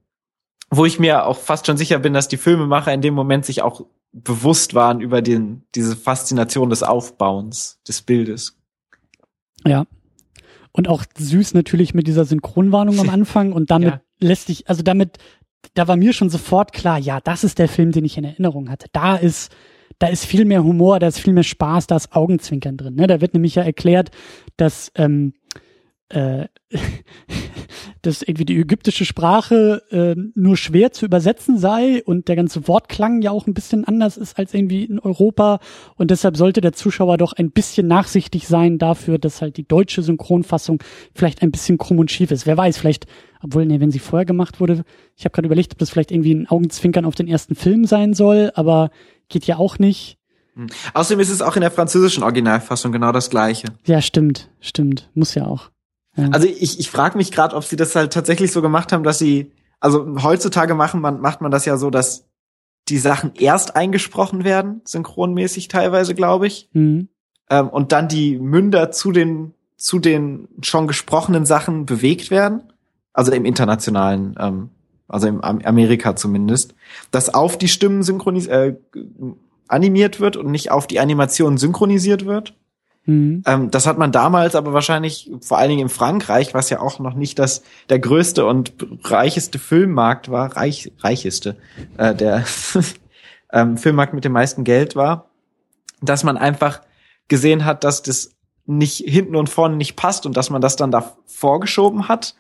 Wo ich mir auch fast schon sicher bin, dass die Filmemacher in dem Moment sich auch bewusst waren über den, diese Faszination des Aufbauens, des Bildes. Ja. Und auch süß natürlich mit dieser Synchronwarnung am Anfang und damit ja. lässt sich, also damit, da war mir schon sofort klar, ja, das ist der Film, den ich in Erinnerung hatte. Da ist, da ist viel mehr Humor, da ist viel mehr Spaß, da ist Augenzwinkern drin. Ne? Da wird nämlich ja erklärt, dass, ähm, äh, dass irgendwie die ägyptische Sprache äh, nur schwer zu übersetzen sei und der ganze Wortklang ja auch ein bisschen anders ist als irgendwie in Europa und deshalb sollte der Zuschauer doch ein bisschen nachsichtig sein dafür, dass halt die deutsche Synchronfassung vielleicht ein bisschen krumm und schief ist. Wer weiß, vielleicht, obwohl, nee, wenn sie vorher gemacht wurde, ich habe gerade überlegt, ob das vielleicht irgendwie ein Augenzwinkern auf den ersten Film sein soll, aber geht ja auch nicht. Hm. Außerdem ist es auch in der französischen Originalfassung genau das Gleiche. Ja, stimmt, stimmt, muss ja auch. Ja. Also ich ich frage mich gerade, ob sie das halt tatsächlich so gemacht haben, dass sie, also heutzutage machen man macht man das ja so, dass die Sachen erst eingesprochen werden, synchronmäßig teilweise, glaube ich, mhm. ähm, und dann die Münder zu den zu den schon gesprochenen Sachen bewegt werden, also im internationalen, ähm, also im Amerika zumindest, dass auf die Stimmen synchronis äh, animiert wird und nicht auf die Animation synchronisiert wird. Mhm. Ähm, das hat man damals aber wahrscheinlich, vor allen Dingen in Frankreich, was ja auch noch nicht das der größte und reicheste Filmmarkt war, reich, reicheste, äh, der ähm, Filmmarkt mit dem meisten Geld war, dass man einfach gesehen hat, dass das nicht hinten und vorne nicht passt und dass man das dann da vorgeschoben hat,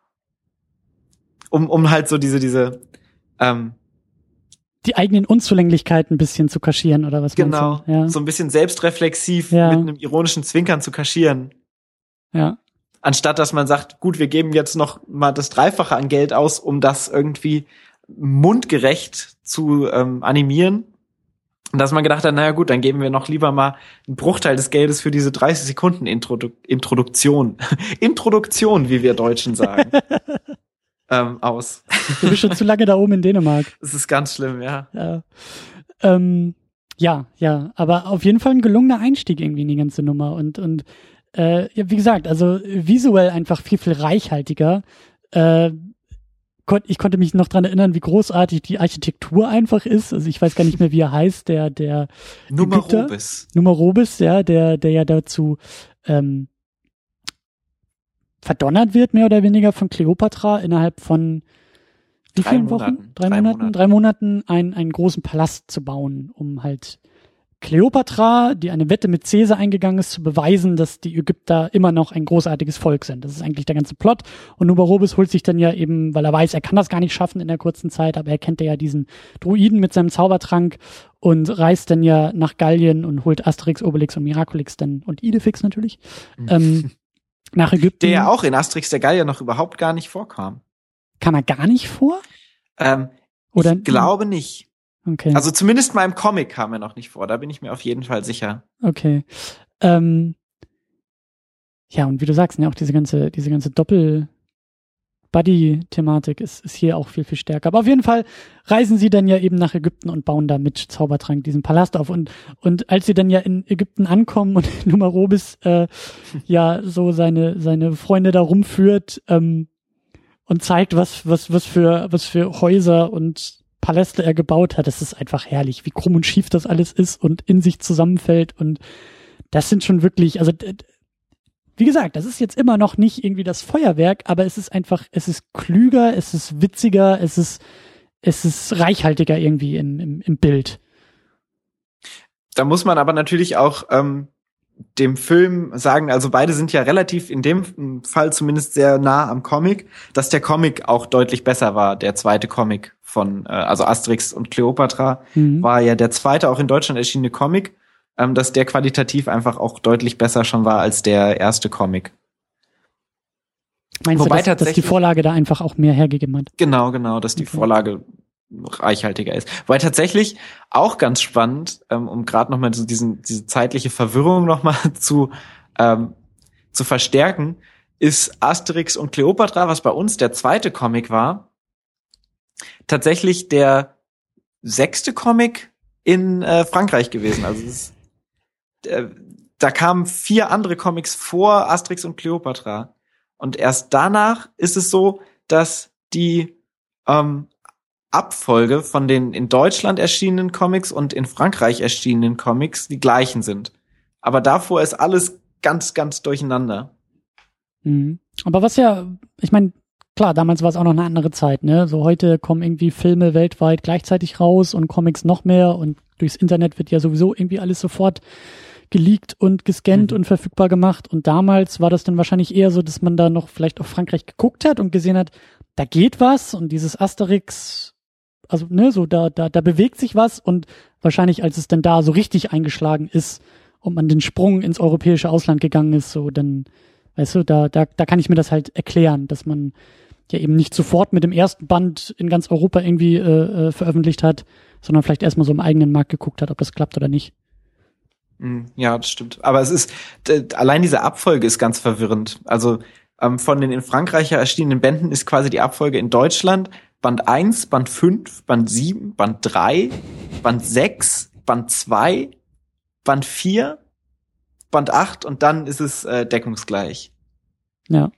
um um halt so diese diese ähm, die eigenen Unzulänglichkeiten ein bisschen zu kaschieren, oder was meinst du? Genau, ja. So ein bisschen selbstreflexiv ja. mit einem ironischen Zwinkern zu kaschieren. Ja. Anstatt, dass man sagt, gut, wir geben jetzt noch mal das Dreifache an Geld aus, um das irgendwie mundgerecht zu ähm, animieren. Und dass man gedacht hat, naja gut, dann geben wir noch lieber mal einen Bruchteil des Geldes für diese dreißig Sekunden Introdu- Introduktion. Introduktion, wie wir Deutschen sagen. Ähm, aus. Du bist schon zu lange da oben in Dänemark. Das ist ganz schlimm, ja. Ja, ähm, ja, ja, aber auf jeden Fall ein gelungener Einstieg irgendwie in die ganze Nummer und und äh, ja, wie gesagt, also visuell einfach viel, viel reichhaltiger. Äh, kon- ich konnte mich noch dran erinnern, wie großartig die Architektur einfach ist. Also ich weiß gar nicht mehr, wie er heißt, der der Numerobis. Numerobis, ja, der der ja dazu ähm, verdonnert wird, mehr oder weniger von Kleopatra innerhalb von wie Drei vielen Monaten. Wochen? Drei, Drei Monaten? Monaten. Drei Monaten einen, einen großen Palast zu bauen, um halt Kleopatra, die eine Wette mit Caesar eingegangen ist, zu beweisen, dass die Ägypter immer noch ein großartiges Volk sind. Das ist eigentlich der ganze Plot. Und Numerobis holt sich dann ja eben, weil er weiß, er kann das gar nicht schaffen in der kurzen Zeit, aber er kennt ja diesen Druiden mit seinem Zaubertrank und reist dann ja nach Gallien und holt Asterix, Obelix und Miraculix dann und Idefix natürlich. Mhm. Ähm, nach Ägypten. Der ja auch in Asterix der Gallier noch überhaupt gar nicht vorkam. Kam er gar nicht vor? Ähm, Oder ich glaube nicht. Okay. Also zumindest mal im Comic kam er noch nicht vor, da bin ich mir auf jeden Fall sicher. Okay. Ähm, ja, und wie du sagst, ne, auch diese ganze, diese ganze Doppel-Buddy-Thematik ist, ist hier auch viel, viel stärker. Aber auf jeden Fall reisen sie dann ja eben nach Ägypten und bauen da mit Zaubertrank diesen Palast auf. Und, und als sie dann ja in Ägypten ankommen und Numerobis äh, ja so seine, seine Freunde da rumführt ähm, und zeigt, was, was, was für, was für Häuser und Paläste er gebaut hat, das ist einfach herrlich, wie krumm und schief das alles ist und in sich zusammenfällt. Und das sind schon wirklich, also wie gesagt, das ist jetzt immer noch nicht irgendwie das Feuerwerk, aber es ist einfach, es ist klüger, es ist witziger, es ist, es ist reichhaltiger irgendwie im, im, im Bild. Da muss man aber natürlich auch ähm, dem Film sagen, also beide sind ja relativ in dem Fall zumindest sehr nah am Comic, dass der Comic auch deutlich besser war, der zweite Comic von, äh, also Asterix und Kleopatra mhm. war ja der zweite auch in Deutschland erschienene Comic, ähm, dass der qualitativ einfach auch deutlich besser schon war als der erste Comic. Meinst Wobei du, dass, dass die Vorlage da einfach auch mehr hergegeben hat? Genau, genau, dass die okay. Vorlage reichhaltiger ist. Weil tatsächlich auch ganz spannend, ähm, um gerade nochmal so diesen, diese zeitliche Verwirrung nochmal zu, ähm, zu verstärken, ist Asterix und Kleopatra, was bei uns der zweite Comic war, tatsächlich der sechste Comic in äh, Frankreich gewesen. Also es ist, äh, da kamen vier andere Comics vor Asterix und Kleopatra. Und erst danach ist es so, dass die ähm, Abfolge von den in Deutschland erschienenen Comics und in Frankreich erschienenen Comics die gleichen sind. Aber davor ist alles ganz, ganz durcheinander. Mhm. Aber was ja, ich meine, klar, damals war es auch noch eine andere Zeit, ne? So heute kommen irgendwie Filme weltweit gleichzeitig raus und Comics noch mehr und durchs Internet wird ja sowieso irgendwie alles sofort geleakt und gescannt mhm. und verfügbar gemacht. Und damals war das dann wahrscheinlich eher so, dass man da noch vielleicht auf Frankreich geguckt hat und gesehen hat, da geht was und dieses Asterix, also ne, so da da da bewegt sich was und wahrscheinlich als es dann da so richtig eingeschlagen ist und man den Sprung ins europäische Ausland gegangen ist, so dann, weißt du, da da da kann ich mir das halt erklären, dass man ja eben nicht sofort mit dem ersten Band in ganz Europa irgendwie äh, äh, veröffentlicht hat, sondern vielleicht erstmal so im eigenen Markt geguckt hat, ob das klappt oder nicht. Ja, das stimmt. Aber es ist, d- allein diese Abfolge ist ganz verwirrend. Also ähm, von den in Frankreich erschienenen Bänden ist quasi die Abfolge in Deutschland Band eins, Band fünf, Band sieben, Band drei, Band sechs, Band zwei, Band vier, Band acht und dann ist es äh, deckungsgleich. Ja.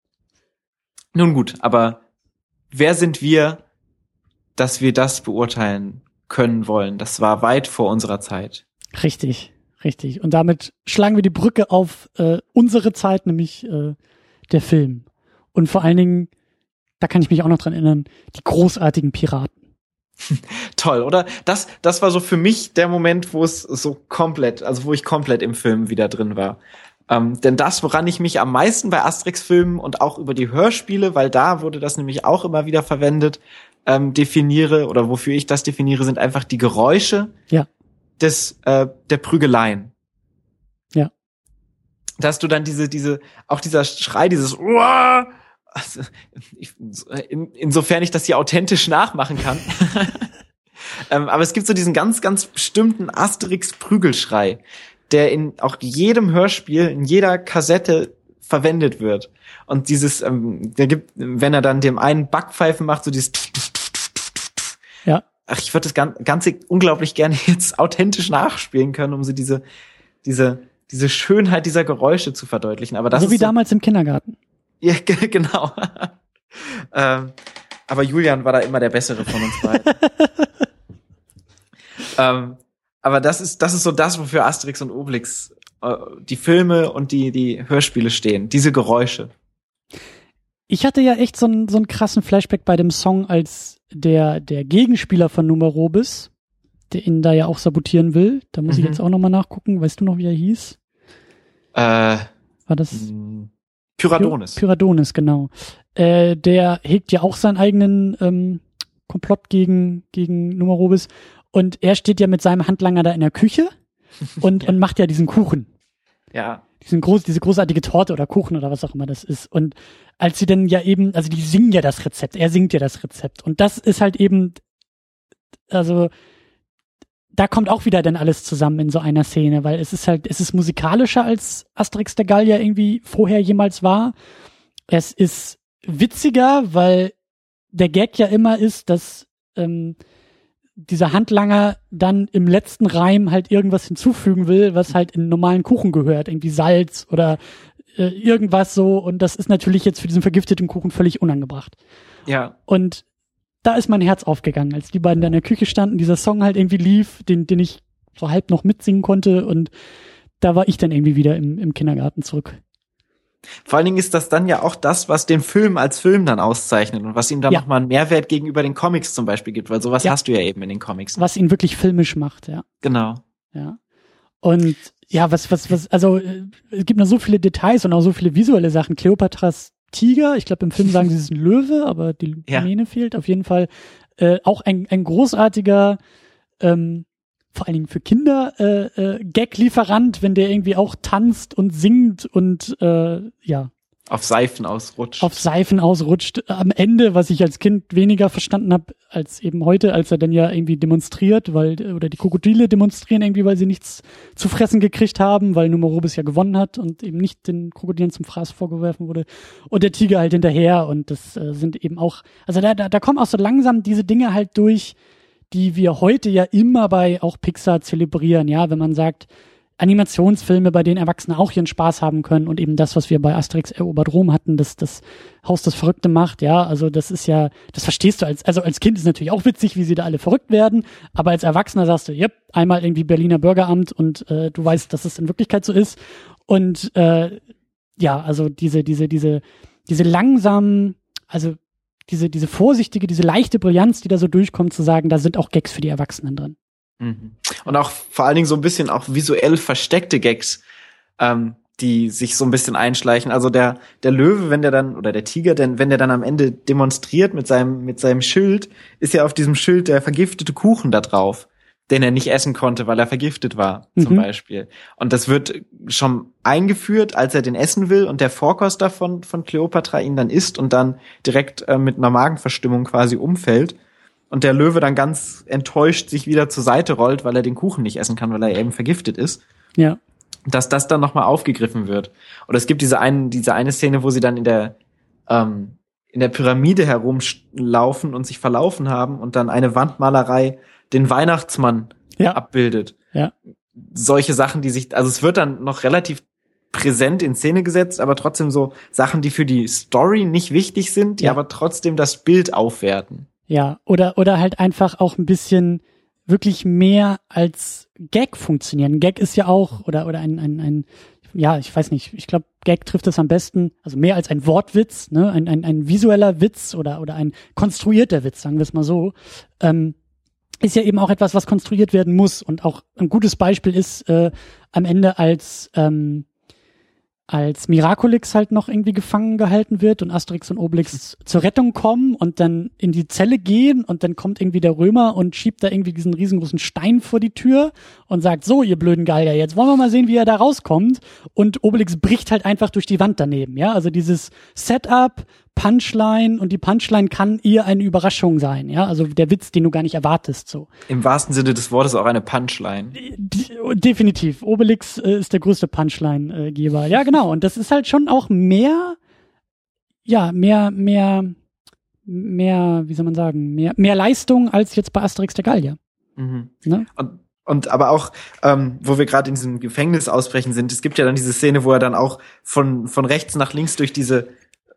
Nun gut, aber wer sind wir, dass wir das beurteilen können wollen? Das war weit vor unserer Zeit. Richtig, richtig. Und damit schlagen wir die Brücke auf äh, unsere Zeit, nämlich äh, der Film. Und vor allen Dingen, da kann ich mich auch noch dran erinnern, die großartigen Piraten. Toll, oder? Das, das war so für mich der Moment, wo es so komplett, also wo ich komplett im Film wieder drin war. Ähm, denn das, woran ich mich am meisten bei Asterix-Filmen und auch über die Hörspiele, weil da wurde das nämlich auch immer wieder verwendet, ähm, definiere oder wofür ich das definiere, sind einfach die Geräusche ja. des äh, der Prügeleien. Ja. Dass du dann diese, diese, auch dieser Schrei, dieses Uah! Also, ich, in, insofern ich das hier authentisch nachmachen kann. ähm, aber es gibt so diesen ganz, ganz bestimmten Asterix-Prügelschrei, der in auch jedem Hörspiel, in jeder Kassette verwendet wird. Und dieses, ähm, der gibt, wenn er dann dem einen Backpfeifen macht, so dieses ja. Ach, ich würde das Ganze, Ganze unglaublich gerne jetzt authentisch nachspielen können, um so diese, diese, diese Schönheit dieser Geräusche zu verdeutlichen. Aber das so ist wie so, damals im Kindergarten. Ja, g- genau. ähm, aber Julian war da immer der Bessere von uns beiden. ähm, aber das ist, das ist so das, wofür Asterix und Obelix äh, die Filme und die, die Hörspiele stehen. Diese Geräusche. Ich hatte ja echt so einen, so einen krassen Flashback bei dem Song, als der, der Gegenspieler von Numerobis, der ihn da ja auch sabotieren will. Da muss mhm. ich jetzt auch nochmal nachgucken. Weißt du noch, wie er hieß? Äh, war das? Mh. Pyradonis. Py- Pyradonis, genau. Äh, der hegt ja auch seinen eigenen ähm, Komplott gegen gegen Numerobis und er steht ja mit seinem Handlanger da in der Küche und ja. und macht ja diesen Kuchen. Ja. Diesen groß, diese großartige Torte oder Kuchen oder was auch immer das ist. Und als sie dann ja eben, also die singen ja das Rezept, er singt ja das Rezept und das ist halt eben, also da kommt auch wieder dann alles zusammen in so einer Szene, weil es ist halt, es ist musikalischer als Asterix der Gallier irgendwie vorher jemals war. Es ist witziger, weil der Gag ja immer ist, dass ähm, dieser Handlanger dann im letzten Reim halt irgendwas hinzufügen will, was halt in normalen Kuchen gehört, irgendwie Salz oder äh, irgendwas so, und das ist natürlich jetzt für diesen vergifteten Kuchen völlig unangebracht. Ja. Und da ist mein Herz aufgegangen, als die beiden da in der Küche standen, dieser Song halt irgendwie lief, den, den ich so halb noch mitsingen konnte, und da war ich dann irgendwie wieder im, im Kindergarten zurück. Vor allen Dingen ist das dann ja auch das, was den Film als Film dann auszeichnet und was ihm dann ja. nochmal einen Mehrwert gegenüber den Comics zum Beispiel gibt, weil sowas ja. hast du ja eben in den Comics. Was ihn wirklich filmisch macht, ja. Genau. Ja. Und ja, was, was, was, also es gibt noch so viele Details und auch so viele visuelle Sachen. Kleopatras Tiger, ich glaube im Film sagen sie, es ist ein Löwe, aber die ja. Mähne fehlt. Auf jeden Fall äh, auch ein, ein großartiger, ähm, vor allen Dingen für Kinder, äh, äh, Gag-Lieferant, wenn der irgendwie auch tanzt und singt und äh, ja. Auf Seifen ausrutscht. Auf Seifen ausrutscht. Am Ende, was ich als Kind weniger verstanden habe als eben heute, als er dann ja irgendwie demonstriert, weil, oder die Krokodile demonstrieren irgendwie, weil sie nichts zu fressen gekriegt haben, weil Numerobis ja gewonnen hat und eben nicht den Krokodilen zum Fraß vorgeworfen wurde. Und der Tiger halt hinterher, und das äh, sind eben auch, also da, da, da kommen auch so langsam diese Dinge halt durch, die wir heute ja immer bei auch Pixar zelebrieren, ja, wenn man sagt, Animationsfilme, bei denen Erwachsene auch ihren Spaß haben können, und eben das, was wir bei Asterix erobert Rom hatten, das, das Haus das Verrückte macht, ja, also das ist ja, das verstehst du als, also als Kind ist natürlich auch witzig, wie sie da alle verrückt werden, aber als Erwachsener sagst du, yep, einmal irgendwie Berliner Bürgeramt und äh, du weißt, dass es in Wirklichkeit so ist, und äh, ja, also diese, diese, diese, diese langsamen, also diese, diese vorsichtige, diese leichte Brillanz, die da so durchkommt, zu sagen, da sind auch Gags für die Erwachsenen drin. Und auch vor allen Dingen so ein bisschen auch visuell versteckte Gags, ähm, die sich so ein bisschen einschleichen. Also der der Löwe, wenn der dann, oder der Tiger, denn wenn der dann am Ende demonstriert mit seinem mit seinem Schild, ist ja auf diesem Schild der vergiftete Kuchen da drauf, den er nicht essen konnte, weil er vergiftet war, mhm. zum Beispiel. Und das wird schon eingeführt, als er den essen will und der Vorkoster davon von Kleopatra ihn dann isst und dann direkt äh, mit einer Magenverstimmung quasi umfällt. Und der Löwe dann ganz enttäuscht sich wieder zur Seite rollt, weil er den Kuchen nicht essen kann, weil er eben vergiftet ist. Ja. Dass das dann nochmal aufgegriffen wird. Oder es gibt diese eine, diese eine Szene, wo sie dann in der, ähm, in der Pyramide herumlaufen und sich verlaufen haben und dann eine Wandmalerei den Weihnachtsmann ja. abbildet. Ja. Solche Sachen, die sich, also es wird dann noch relativ präsent in Szene gesetzt, aber trotzdem so Sachen, die für die Story nicht wichtig sind, die ja. aber trotzdem das Bild aufwerten. Ja, oder oder halt einfach auch ein bisschen wirklich mehr als Gag funktionieren. Gag ist ja auch, oder oder ein ein ein ja, ich weiß nicht, ich glaube, Gag trifft das am besten, also mehr als ein Wortwitz, ne, ein ein ein visueller Witz oder oder ein konstruierter Witz, sagen wir es mal so. Ähm, ist ja eben auch etwas, was konstruiert werden muss, und auch ein gutes Beispiel ist äh, am Ende, als ähm, als Miraculix halt noch irgendwie gefangen gehalten wird und Asterix und Obelix zur Rettung kommen und dann in die Zelle gehen, und dann kommt irgendwie der Römer und schiebt da irgendwie diesen riesengroßen Stein vor die Tür und sagt, so, ihr blöden Gallier, jetzt wollen wir mal sehen, wie er da rauskommt, und Obelix bricht halt einfach durch die Wand daneben, ja, also dieses Setup, Punchline, und die Punchline kann eher eine Überraschung sein, ja, also der Witz, den du gar nicht erwartest, so. Im wahrsten Sinne des Wortes auch eine Punchline. De- definitiv. Obelix äh, ist der größte Punchline-Geber. Ja, genau. Und das ist halt schon auch mehr, ja, mehr, mehr, mehr, wie soll man sagen, mehr, mehr Leistung als jetzt bei Asterix der Gallier. Mhm. Ne? Und Und aber auch, ähm, wo wir gerade in diesem Gefängnis ausbrechen sind, es gibt ja dann diese Szene, wo er dann auch von von rechts nach links durch diese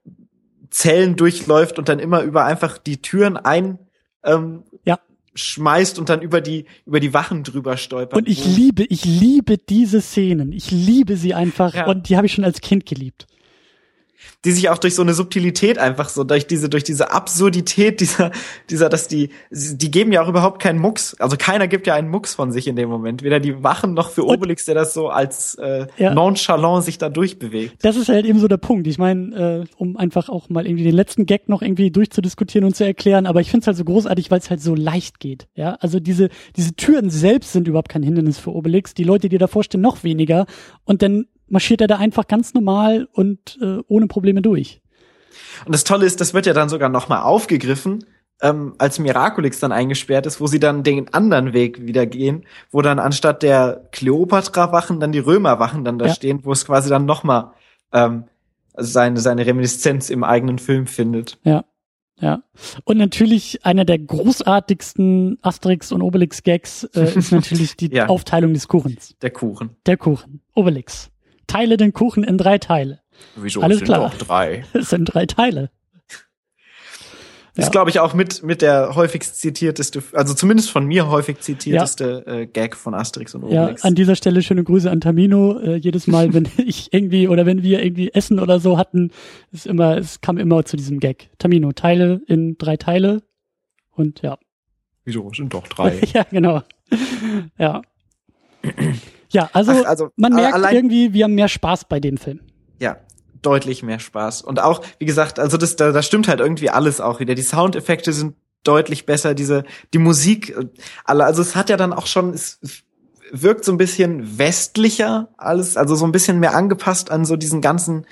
Zellen durchläuft und dann immer über einfach die Türen ein ähm, ja. schmeißt und dann über die über die Wachen drüber stolpert. Und ich liebe, ich liebe diese Szenen. Ich liebe sie einfach, ja. Und die habe ich schon als Kind geliebt. Die sich auch durch so eine Subtilität einfach so, durch diese, durch diese Absurdität dieser, dieser, dass die, die geben ja auch überhaupt keinen Mucks. Also keiner gibt ja einen Mucks von sich in dem Moment. Weder die Wachen noch für Obelix, der das so als äh, ja. nonchalant sich da durchbewegt. Das ist halt eben so der Punkt. Ich meine, äh, um einfach auch mal irgendwie den letzten Gag noch irgendwie durchzudiskutieren und zu erklären, aber ich finde es halt so großartig, weil es halt so leicht geht. Ja, also diese, diese Türen selbst sind überhaupt kein Hindernis für Obelix. Die Leute, die davor stehen, noch weniger. Und dann marschiert er da einfach ganz normal und äh, ohne Probleme durch. Und das Tolle ist, das wird ja dann sogar noch mal aufgegriffen, ähm, als Miraculix dann eingesperrt ist, wo sie dann den anderen Weg wieder gehen, wo dann anstatt der Kleopatra-Wachen dann die Römer-Wachen dann da Ja. stehen, wo es quasi dann nochmal ähm, seine, seine Reminiszenz im eigenen Film findet. Ja, ja. Und natürlich einer der großartigsten Asterix und Obelix-Gags äh, ist natürlich die Ja. Aufteilung des Kuchens. Der Kuchen. Der Kuchen. Obelix. Teile den Kuchen in drei Teile. Wieso Alles sind klar. doch drei? Es sind drei Teile. Das Ja. ist, glaube ich, auch mit mit der häufigst zitierteste, also zumindest von mir häufig zitierteste äh, Gag von Asterix und Ja, Obelix. an dieser Stelle schöne Grüße an Tamino. Äh, jedes Mal, wenn ich irgendwie oder wenn wir irgendwie Essen oder so hatten, ist immer, es kam immer zu diesem Gag. Tamino, Teile in drei Teile. Und ja. Wieso sind doch drei? Ja, genau. Ja. Ja, also, Ach, also, man merkt allein- irgendwie, wir haben mehr Spaß bei dem Film. Ja, deutlich mehr Spaß. Und auch, wie gesagt, also das, da, da stimmt halt irgendwie alles auch wieder. Die Soundeffekte sind deutlich besser, diese, die Musik, äh, alle, also es hat ja dann auch schon, es wirkt so ein bisschen westlicher alles, also so ein bisschen mehr angepasst an so diesen ganzen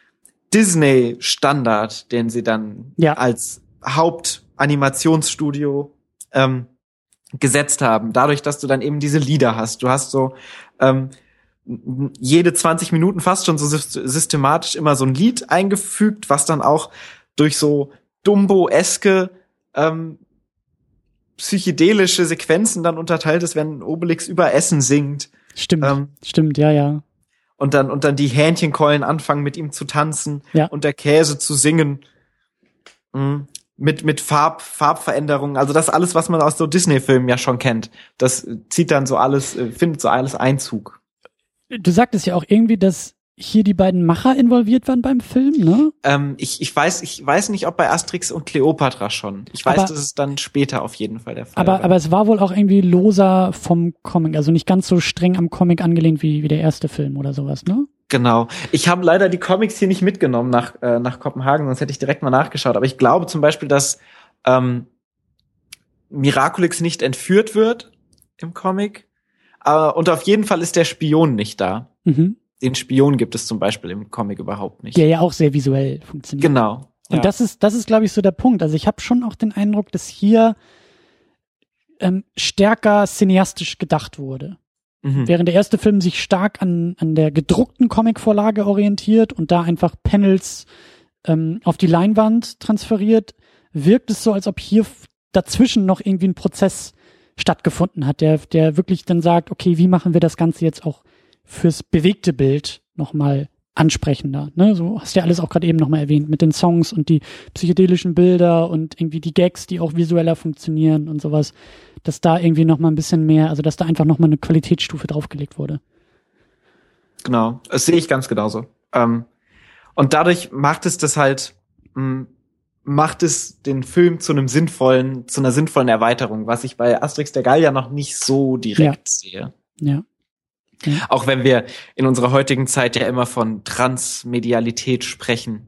Disney-Standard, den sie dann Ja. als Hauptanimationsstudio ähm, gesetzt haben. Dadurch, dass du dann eben diese Lieder hast. Du hast so ähm, jede zwanzig Minuten fast schon so systematisch immer so ein Lied eingefügt, was dann auch durch so Dumbo-eske ähm, psychedelische Sequenzen dann unterteilt ist, wenn Obelix über Essen singt. Stimmt, Ähm, stimmt, ja, ja. und dann und dann die Hähnchenkeulen anfangen mit ihm zu tanzen Ja. und der Käse zu singen. Mhm. Mit mit Farb Farbveränderungen, also das alles, was man aus so Disney-Filmen ja schon kennt. Das zieht dann so alles, äh, findet so alles Einzug. Du sagtest ja auch irgendwie, dass hier die beiden Macher involviert waren beim Film, ne? Ähm, ich ich weiß ich weiß nicht, ob bei Asterix und Cleopatra schon. Ich weiß, Aber- dass es dann später auf jeden Fall der Fall Aber, war. aber es war wohl auch irgendwie loser vom Comic, also nicht ganz so streng am Comic angelehnt wie, wie der erste Film oder sowas, ne? Genau. Ich habe leider die Comics hier nicht mitgenommen nach äh, nach Kopenhagen, sonst hätte ich direkt mal nachgeschaut. Aber ich glaube zum Beispiel, dass ähm, Miraculix nicht entführt wird im Comic. Äh, und auf jeden Fall ist der Spion nicht da. Mhm. Den Spion gibt es zum Beispiel im Comic überhaupt nicht. Der ja auch sehr visuell funktioniert. Genau. Und ja. das ist, das ist, glaube ich, so der Punkt. Also ich habe schon auch den Eindruck, dass hier ähm, stärker cineastisch gedacht wurde. Mhm. Während der erste Film sich stark an, an der gedruckten Comicvorlage orientiert und da einfach Panels ähm, auf die Leinwand transferiert, wirkt es so, als ob hier f- dazwischen noch irgendwie ein Prozess stattgefunden hat, der, der wirklich dann sagt, okay, wie machen wir das Ganze jetzt auch fürs bewegte Bild nochmal ansprechender, ne? So hast du ja alles auch gerade eben nochmal erwähnt mit den Songs und die psychedelischen Bilder und irgendwie die Gags, die auch visueller funktionieren und sowas, dass da irgendwie nochmal ein bisschen mehr, also dass da einfach nochmal eine Qualitätsstufe draufgelegt wurde. Genau, das sehe ich ganz genauso. Ähm, und dadurch macht es das halt, mh, macht es den Film zu einem sinnvollen, zu einer sinnvollen Erweiterung, was ich bei Asterix der Gallier noch nicht so direkt sehe. Ja. Auch wenn wir in unserer heutigen Zeit ja immer von Transmedialität sprechen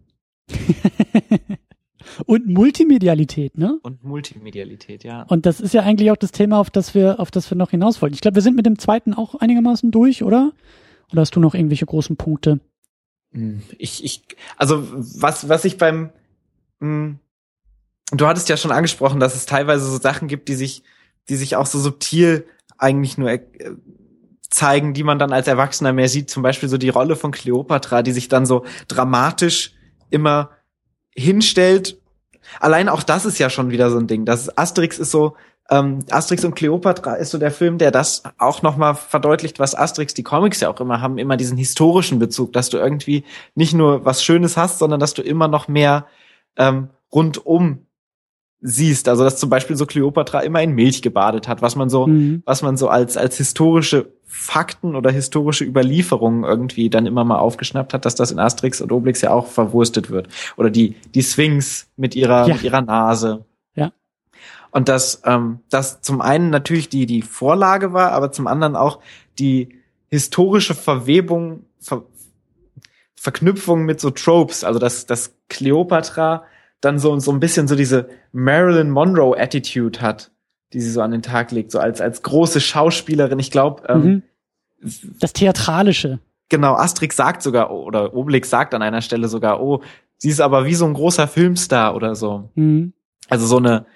Und Multimedialität, ne? und Multimedialität, ja. Und das ist ja eigentlich auch das Thema, auf das wir, auf das wir noch hinaus wollten. Ich glaube, wir sind mit dem zweiten auch einigermaßen durch, oder? Oder hast du noch irgendwelche großen Punkte? Ich, ich, also was, was ich beim, mh, du hattest ja schon angesprochen, dass es teilweise so Sachen gibt, die sich, die sich auch so subtil eigentlich nur äh, zeigen, die man dann als Erwachsener mehr sieht. Zum Beispiel so die Rolle von Kleopatra, die sich dann so dramatisch immer hinstellt. Allein auch das ist ja schon wieder so ein Ding. Das Asterix ist so, ähm, Asterix und Kleopatra ist so der Film, der das auch nochmal verdeutlicht, was Asterix, die Comics ja auch immer haben, immer diesen historischen Bezug, dass du irgendwie nicht nur was Schönes hast, sondern dass du immer noch mehr ähm, rundum siehst. Also dass zum Beispiel so Kleopatra immer in Milch gebadet hat, was man so, Mhm. was man so als als historische Fakten oder historische Überlieferungen irgendwie dann immer mal aufgeschnappt hat, dass das in Asterix und Obelix ja auch verwurstet wird. Oder die die Sphinx mit ihrer Ja. mit ihrer Nase. Ja. Und dass ähm, das zum einen natürlich die die Vorlage war, aber zum anderen auch die historische Verwebung, Ver Verknüpfung mit so Tropes. Also dass dass Kleopatra dann so so ein bisschen so diese Marilyn Monroe Attitude hat, die sie so an den Tag legt, so als als große Schauspielerin. Ich glaube, ähm, Mhm. Das Theatralische. genau, Asterix sagt sogar, oder Obelix sagt an einer Stelle sogar, oh, sie ist aber wie so ein großer Filmstar oder so. Mhm. Also so eine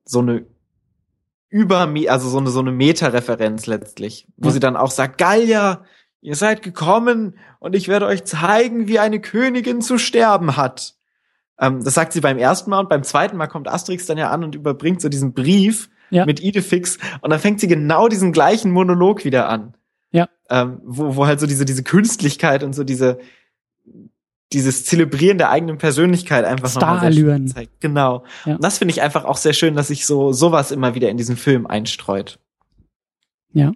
so eine über, also so eine, so eine Meta-Referenz letztlich, wo ja. sie dann auch sagt, Gallier, ihr seid gekommen und ich werde euch zeigen, wie eine Königin zu sterben hat. Ähm, das sagt sie beim ersten Mal und beim zweiten Mal kommt Asterix dann ja an und überbringt so diesen Brief ja. mit Idefix und dann fängt sie genau diesen gleichen Monolog wieder an. Ja. Ähm, wo, wo halt so diese, diese Künstlichkeit und so diese, dieses Zelebrieren der eigenen Persönlichkeit einfach nochmal sehr zeigt. Genau. Ja. Und das finde ich einfach auch sehr schön, dass sich so sowas immer wieder in diesen Film einstreut. Ja.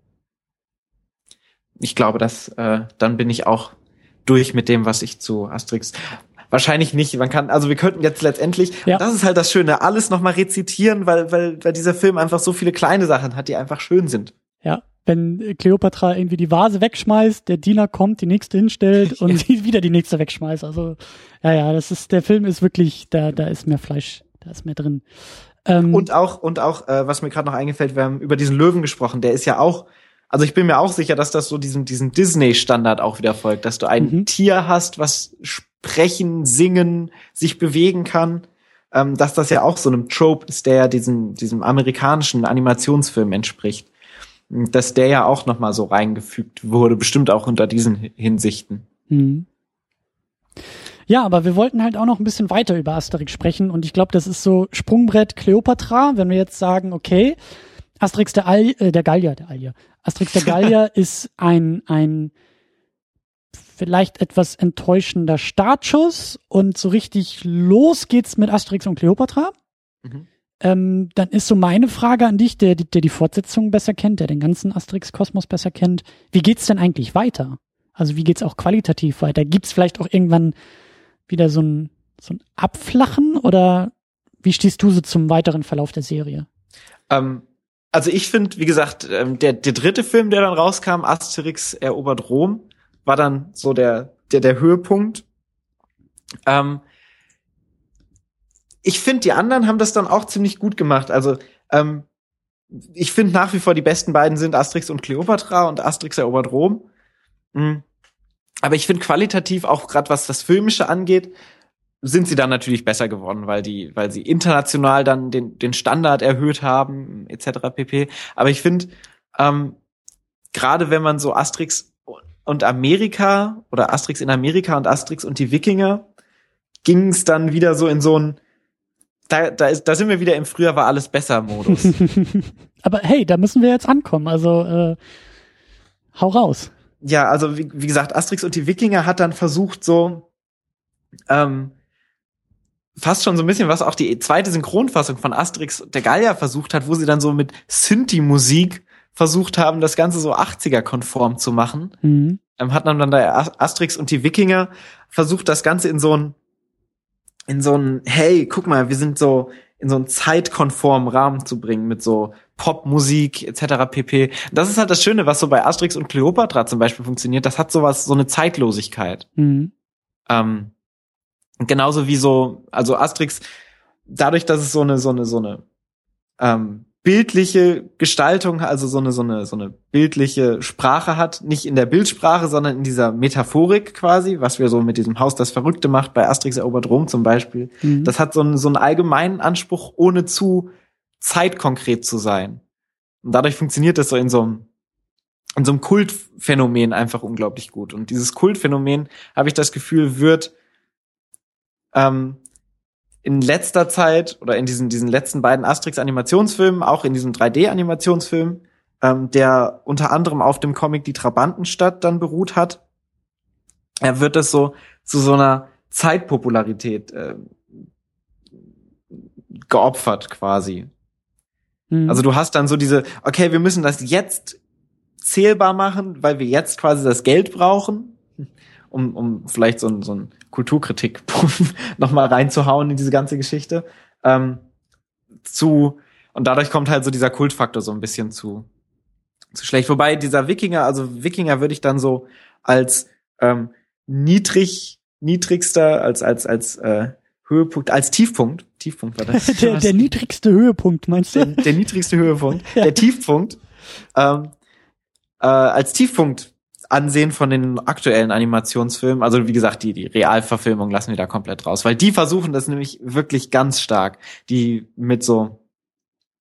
Ich glaube, dass äh, dann bin ich auch durch mit dem, was ich zu Asterix. Wahrscheinlich nicht. Man kann, also wir könnten jetzt letztendlich, ja. das ist halt das Schöne, alles nochmal rezitieren, weil, weil, weil dieser Film einfach so viele kleine Sachen hat, die einfach schön sind. Ja. Wenn Kleopatra irgendwie die Vase wegschmeißt, der Diener kommt, die nächste hinstellt und sie wieder die nächste wegschmeißt. Also, ja, ja, das ist, der Film ist wirklich, da, da ist mehr Fleisch, da ist mehr drin. Ähm, und auch, und auch, äh, was mir gerade noch eingefällt, wir haben über diesen Löwen gesprochen, der ist ja auch, also ich bin mir auch sicher, dass das so diesen, diesen Disney-Standard auch wieder folgt, dass du ein mhm. Tier hast, was sprechen, singen, sich bewegen kann, ähm, dass das ja auch so einem Trope ist, der ja diesem, diesem amerikanischen Animationsfilm entspricht. Dass der ja auch noch mal so reingefügt wurde, bestimmt auch unter diesen Hinsichten. Mhm. Ja, aber wir wollten halt auch noch ein bisschen weiter über Asterix sprechen und ich glaube, das ist so Sprungbrett Kleopatra, wenn wir jetzt sagen, okay, Asterix der Al äh, der Gallier, der Allier. Asterix der Gallier ist ein ein vielleicht etwas enttäuschender Startschuss und so richtig los geht's mit Asterix und Kleopatra. Mhm. Ähm, dann ist so meine Frage an dich, der, der die Fortsetzung besser kennt, der den ganzen Asterix-Kosmos besser kennt. Wie geht's denn eigentlich weiter? Also wie geht's auch qualitativ weiter? Gibt's vielleicht auch irgendwann wieder so ein, so ein Abflachen oder wie stehst du so zum weiteren Verlauf der Serie? Ähm, also ich finde, wie gesagt, ähm, der, der dritte Film, der dann rauskam, Asterix erobert Rom, war dann so der, der, der Höhepunkt. Ähm, Ich finde, die anderen haben das dann auch ziemlich gut gemacht. Also ähm, ich finde nach wie vor die besten beiden sind Asterix und Kleopatra und Asterix erobert Rom. Mhm. Aber ich finde qualitativ auch gerade was das Filmische angeht, sind sie dann natürlich besser geworden, weil die, weil sie international dann den den Standard erhöht haben et cetera pp. Aber ich finde ähm, gerade wenn man so Asterix und Amerika oder Asterix in Amerika und Asterix und die Wikinger ging es dann wieder so in so ein Da, da, ist, da sind wir wieder im Früher war alles besser Modus. Aber hey, da müssen wir jetzt ankommen. Also äh, hau raus. Ja, also wie, wie gesagt, Asterix und die Wikinger hat dann versucht so ähm, fast schon so ein bisschen, was auch die zweite Synchronfassung von Asterix der Gallier versucht hat, wo sie dann so mit Synthi-Musik versucht haben, das Ganze so achtziger-konform zu machen. Mhm. Ähm, hat dann dann der Asterix und die Wikinger versucht, das Ganze in so ein in so ein, hey, guck mal, wir sind so in so einen zeitkonformen Rahmen zu bringen mit so Popmusik et cetera pp. Das ist halt das Schöne, was so bei Asterix und Kleopatra zum Beispiel funktioniert. Das hat sowas, so eine Zeitlosigkeit. Mhm. Ähm, genauso wie so, also Asterix, dadurch, dass es so eine, so eine, so eine ähm, bildliche Gestaltung, also so eine, so eine, so eine bildliche Sprache hat, nicht in der Bildsprache, sondern in dieser Metaphorik quasi, was wir so mit diesem Haus das Verrückte macht, bei Asterix erobert Rom zum Beispiel. Mhm. Das hat so einen, so einen allgemeinen Anspruch, ohne zu zeitkonkret zu sein. Und dadurch funktioniert das so in so einem, in so einem Kultphänomen einfach unglaublich gut. Und dieses Kultphänomen, habe ich das Gefühl, wird ähm, in letzter Zeit oder in diesen diesen letzten beiden Asterix-Animationsfilmen, auch in diesem drei D-Animationsfilm, ähm, der unter anderem auf dem Comic Die Trabantenstadt dann beruht hat, er wird das so zu so einer Zeitpopularität äh, geopfert quasi. Mhm. Also du hast dann so diese, okay, wir müssen das jetzt zählbar machen, weil wir jetzt quasi das Geld brauchen, um um vielleicht so ein so ein Kulturkritik noch mal reinzuhauen in diese ganze Geschichte. Ähm, zu und dadurch kommt halt so dieser Kultfaktor so ein bisschen zu zu schlecht. Wobei dieser Wikinger, also Wikinger würde ich dann so als ähm, niedrig niedrigster als als als äh, Höhepunkt, als Tiefpunkt, Tiefpunkt war das. der, der niedrigste Höhepunkt, meinst du? Der, der niedrigste Höhepunkt, ja. Der Tiefpunkt, ähm, äh, als Tiefpunkt ansehen von den aktuellen Animationsfilmen. Also wie gesagt, die die Realverfilmung lassen wir da komplett raus, weil die versuchen das nämlich wirklich ganz stark, die mit so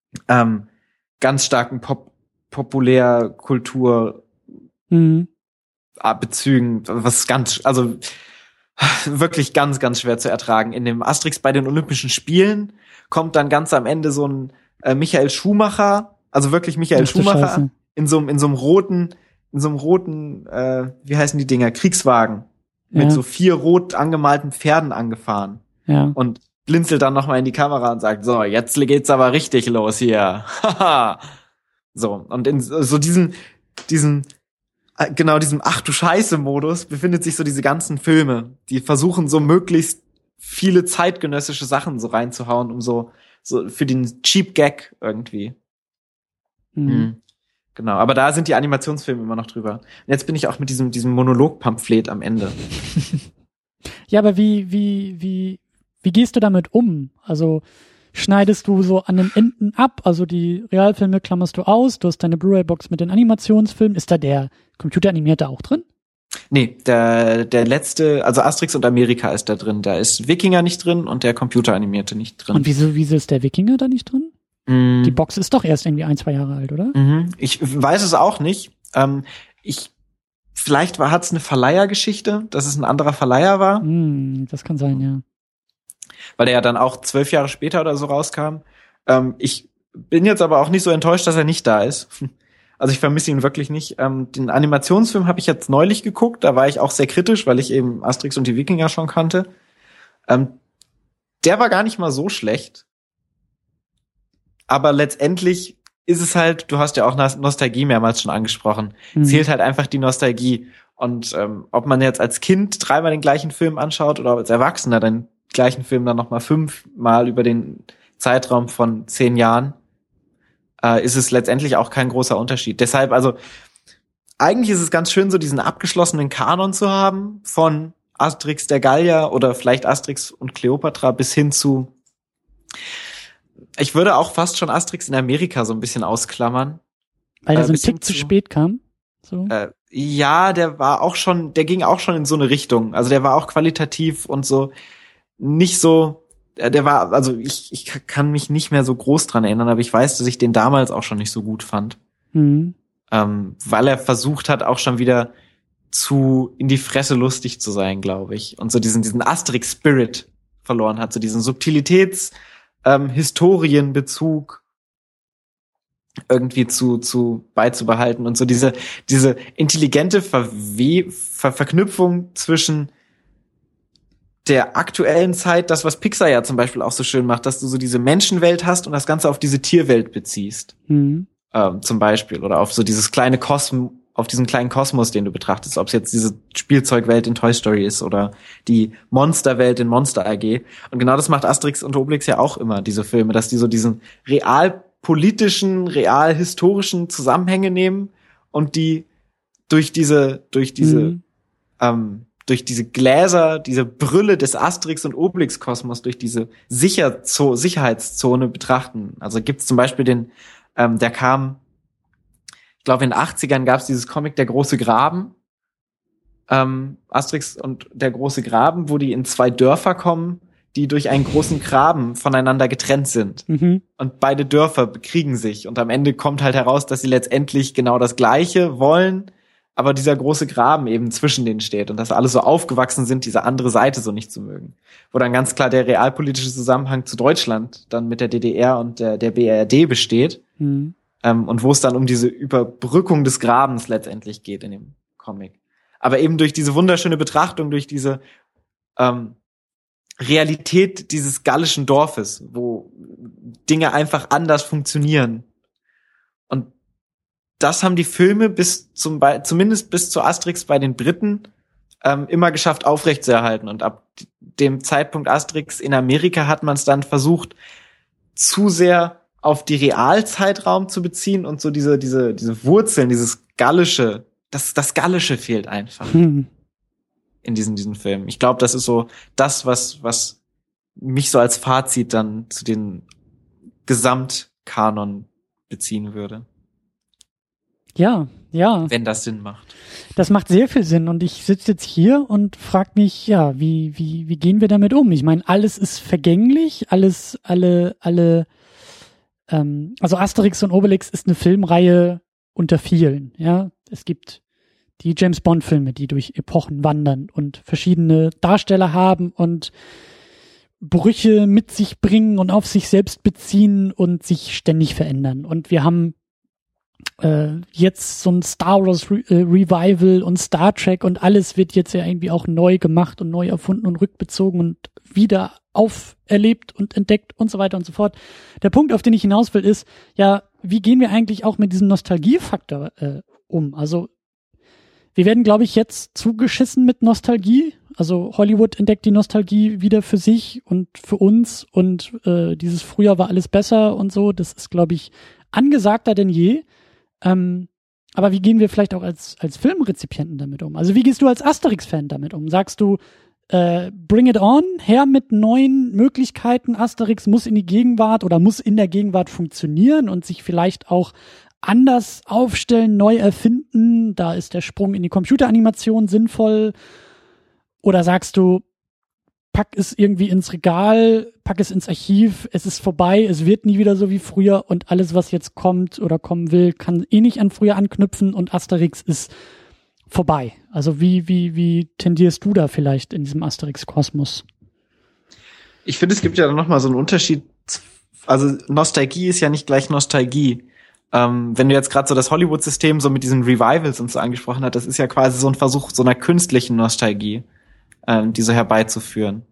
ähm, ganz starken Pop Populärkultur Mhm. Bezügen, was ganz, also wirklich ganz, ganz schwer zu ertragen. In dem Asterix bei den Olympischen Spielen kommt dann ganz am Ende so ein äh, Michael Schumacher, also wirklich Michael Ach du Schumacher Scheiße. in so einem in so einem roten, in so einem roten, äh, wie heißen die Dinger, Kriegswagen mit Ja. so vier rot angemalten Pferden angefahren Ja. und blinzelt dann nochmal in die Kamera und sagt, so, jetzt geht's aber richtig los hier. Haha. So, und in so diesem, diesem, äh, genau diesem Ach du Scheiße-Modus befindet sich so diese ganzen Filme, die versuchen so möglichst viele zeitgenössische Sachen so reinzuhauen, um so, so für den Cheap Gag irgendwie. Mhm. Mhm. Genau, aber da sind die Animationsfilme immer noch drüber. Und jetzt bin ich auch mit diesem, diesem Monolog-Pamphlet am Ende. Ja, aber wie, wie, wie, wie gehst du damit um? Also schneidest du so an den Enden ab? Also die Realfilme klammerst du aus, du hast deine Blu-ray-Box mit den Animationsfilmen. Ist da der computeranimierte auch drin? Nee, der, der letzte, also Asterix und Amerika ist da drin. Da ist Wikinger nicht drin und der computeranimierte nicht drin. Und wieso, wieso ist der Wikinger da nicht drin? Mm. Die Box ist doch erst irgendwie ein, zwei Jahre alt, oder? Mhm. Ich weiß es auch nicht. Ähm, ich, vielleicht war, hat's eine Verleihergeschichte, dass es ein anderer Verleiher war, Hm, das kann sein, ja. weil der ja dann auch zwölf Jahre später oder so rauskam. Ähm, ich bin jetzt aber auch nicht so enttäuscht, dass er nicht da ist. Also ich vermisse ihn wirklich nicht. Ähm, den Animationsfilm habe ich jetzt neulich geguckt. Da war ich auch sehr kritisch, weil ich eben Asterix und die Wikinger schon kannte. Ähm, der war gar nicht mal so schlecht. Aber letztendlich ist es halt, du hast ja auch Nostalgie mehrmals schon angesprochen, Mhm. zählt halt einfach die Nostalgie. Und ähm, ob man jetzt als Kind dreimal den gleichen Film anschaut oder als Erwachsener den gleichen Film dann nochmal fünfmal über den Zeitraum von zehn Jahren, äh, ist es letztendlich auch kein großer Unterschied. Deshalb, also eigentlich ist es ganz schön, so diesen abgeschlossenen Kanon zu haben von Asterix der Gallier oder vielleicht Asterix und Kleopatra bis hin zu, ich würde auch fast schon Asterix in Amerika so ein bisschen ausklammern. Weil der Äh, so ein bis hin Tick zu zu- spät kam. So. Äh, ja, der war auch schon, der ging auch schon in so eine Richtung. Also der war auch qualitativ und so nicht so, äh, der war, also ich, ich kann mich nicht mehr so groß dran erinnern, aber ich weiß, dass ich den damals auch schon nicht so gut fand. Mhm. Ähm, weil er versucht hat, auch schon wieder zu in die Fresse lustig zu sein, glaube ich. Und so diesen, diesen Asterix-Spirit verloren hat, so diesen Subtilitäts- ähm, Historienbezug irgendwie zu, zu beizubehalten und so diese, diese intelligente Verwe Ver Verknüpfung zwischen der aktuellen Zeit, das, was Pixar ja zum Beispiel auch so schön macht, dass du so diese Menschenwelt hast und das Ganze auf diese Tierwelt beziehst, Mhm. ähm, zum Beispiel, oder auf so dieses kleine Kosmos, auf diesen kleinen Kosmos, den du betrachtest, ob es jetzt diese Spielzeugwelt in Toy Story ist oder die Monsterwelt in Monster A G. Und genau das macht Asterix und Obelix ja auch immer, diese Filme, dass die so diesen realpolitischen, realhistorischen Zusammenhänge nehmen und die durch diese, durch diese, Mhm. ähm, durch diese Gläser, diese Brille des Asterix und Obelix-Kosmos, durch diese Sicherzo- Sicherheitszone betrachten. Also gibt's zum Beispiel den, ähm, der kam, ich glaube, in den achtzigern gab es dieses Comic Der große Graben. Ähm, Asterix und der große Graben, wo die in zwei Dörfer kommen, die durch einen großen Graben voneinander getrennt sind. Mhm. Und beide Dörfer bekriegen sich. Und am Ende kommt halt heraus, dass sie letztendlich genau das Gleiche wollen, aber dieser große Graben eben zwischen denen steht. Und dass alle so aufgewachsen sind, diese andere Seite so nicht zu mögen. Wo dann ganz klar der realpolitische Zusammenhang zu Deutschland dann mit der D D R und der, der B R D besteht. Mhm. Ähm, und wo es dann um diese Überbrückung des Grabens letztendlich geht in dem Comic. Aber eben durch diese wunderschöne Betrachtung, durch diese ähm, Realität dieses gallischen Dorfes, wo Dinge einfach anders funktionieren. Und das haben die Filme bis zum, zumindest bis zu Asterix bei den Briten ähm, immer geschafft aufrechtzuerhalten. Und ab dem Zeitpunkt Asterix in Amerika hat man es dann versucht, zu sehr auf die Realzeitraum zu beziehen und so diese, diese, diese Wurzeln, dieses Gallische, das, das Gallische fehlt einfach Mhm. in diesen, diesen Filmen. Ich glaube, das ist so das, was, was mich so als Fazit dann zu den Gesamtkanon beziehen würde. Ja, ja. Wenn das Sinn macht. Das macht sehr viel Sinn und ich sitze jetzt hier und frage mich, ja, wie, wie, wie gehen wir damit um? Ich meine, alles ist vergänglich, alles, alle, alle ähm, also Asterix und Obelix ist eine Filmreihe unter vielen, ja. Es gibt die James-Bond-Filme, die durch Epochen wandern und verschiedene Darsteller haben und Brüche mit sich bringen und auf sich selbst beziehen und sich ständig verändern. Und wir haben äh, jetzt so ein Star Wars Re- äh, Revival und Star Trek und alles wird jetzt ja irgendwie auch neu gemacht und neu erfunden und rückbezogen und wieder auferlebt und entdeckt und so weiter und so fort. Der Punkt, auf den ich hinaus will, ist, ja, wie gehen wir eigentlich auch mit diesem Nostalgiefaktor äh, um? Also wir werden, glaube ich, jetzt zugeschissen mit Nostalgie. Also Hollywood entdeckt die Nostalgie wieder für sich und für uns und äh, dieses Früher war alles besser und so. Das ist, glaube ich, angesagter denn je. Ähm, aber wie gehen wir vielleicht auch als als Filmrezipienten damit um? Also wie gehst du als Asterix-Fan damit um? Sagst du, äh, bring it on, her mit neuen Möglichkeiten. Asterix muss in die Gegenwart oder muss in der Gegenwart funktionieren und sich vielleicht auch anders aufstellen, neu erfinden. Da ist der Sprung in die Computeranimation sinnvoll. Oder sagst du, pack es irgendwie ins Regal, pack es ins Archiv, es ist vorbei, es wird nie wieder so wie früher und alles, was jetzt kommt oder kommen will, kann eh nicht an früher anknüpfen und Asterix ist vorbei. Also wie, wie, wie tendierst du da vielleicht in diesem Asterix-Kosmos? Ich finde, es gibt ja noch mal so einen Unterschied. Also Nostalgie ist ja nicht gleich Nostalgie. Ähm, wenn du jetzt gerade so das Hollywood-System so mit diesen Revivals und so angesprochen hast, das ist ja quasi so ein Versuch so einer künstlichen Nostalgie, ähm, die so herbeizuführen.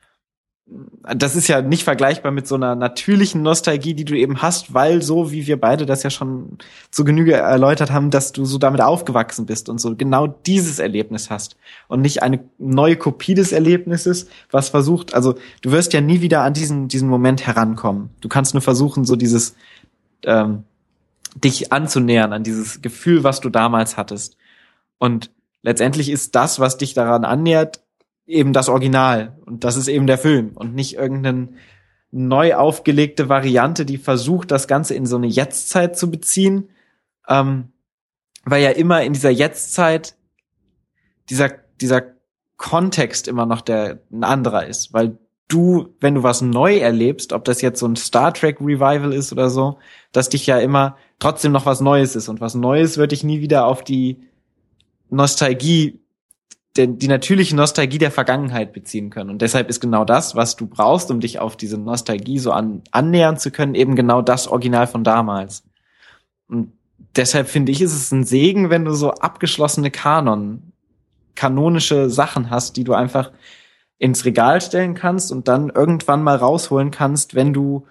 Das ist ja nicht vergleichbar mit so einer natürlichen Nostalgie, die du eben hast, weil so, wie wir beide das ja schon zu Genüge erläutert haben, dass du so damit aufgewachsen bist und so genau dieses Erlebnis hast und nicht eine neue Kopie des Erlebnisses, was versucht, also du wirst ja nie wieder an diesen diesen Moment herankommen. Du kannst nur versuchen, so dieses ähm, dich anzunähern an dieses Gefühl, was du damals hattest. Und letztendlich ist das, was dich daran annähert, eben das Original. Und das ist eben der Film und nicht irgendeine neu aufgelegte Variante, die versucht, das Ganze in so eine Jetztzeit zu beziehen. Ähm, weil ja immer in dieser Jetztzeit dieser, dieser Kontext immer noch der, ein anderer ist. Weil du, wenn du was neu erlebst, ob das jetzt so ein Star Trek Revival ist oder so, dass dich ja immer trotzdem noch was Neues ist. Und was Neues wird dich nie wieder auf die Nostalgie, denn die natürliche Nostalgie der Vergangenheit beziehen können. Und deshalb ist genau das, was du brauchst, um dich auf diese Nostalgie so an, annähern zu können, eben genau das Original von damals. Und deshalb finde ich, ist es ein Segen, wenn du so abgeschlossene Kanon, kanonische Sachen hast, die du einfach ins Regal stellen kannst und dann irgendwann mal rausholen kannst, wenn du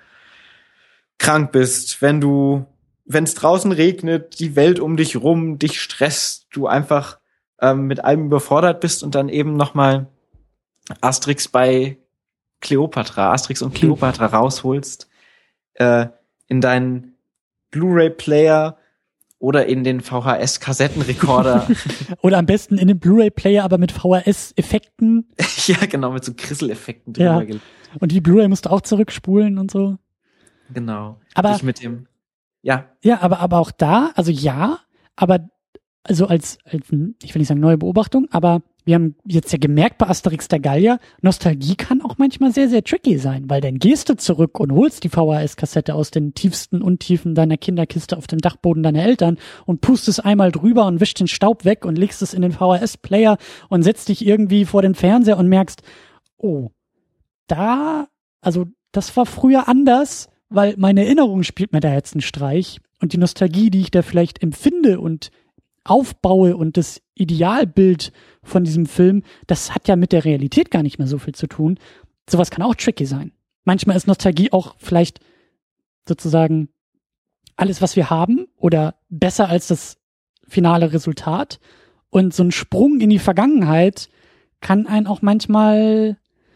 krank bist, wenn du, wenn es draußen regnet, die Welt um dich rum dich stresst, du einfach ähm, mit allem überfordert bist und dann eben nochmal Asterix bei Kleopatra, Asterix und Kleopatra rausholst, äh, in deinen Blu-ray-Player oder in den V H S-Kassettenrekorder. Oder am besten in den Blu-ray-Player, aber mit V H S-Effekten. Ja, genau, mit so Krisseleffekten drüber. Ja. Und die Blu-ray musst du auch zurückspulen und so. Genau. Aber ich mit dem, ja. Ja, aber, aber auch da, also ja, aber also als, als, ich will nicht sagen neue Beobachtung, aber wir haben jetzt ja gemerkt bei Asterix der Gallier, Nostalgie kann auch manchmal sehr, sehr tricky sein, weil dann gehst du zurück und holst die V H S-Kassette aus den tiefsten Untiefen deiner Kinderkiste auf dem Dachboden deiner Eltern und pustest einmal drüber und wischst den Staub weg und legst es in den V H S-Player und setzt dich irgendwie vor den Fernseher und merkst, oh, da, also das war früher anders, weil meine Erinnerung spielt mir da jetzt einen Streich und die Nostalgie, die ich da vielleicht empfinde und aufbaue und das Idealbild von diesem Film, das hat ja mit der Realität gar nicht mehr so viel zu tun. Sowas kann auch tricky sein. Manchmal ist Nostalgie auch vielleicht sozusagen alles, was wir haben oder besser als das finale Resultat. Und so ein Sprung in die Vergangenheit kann einen auch manchmal,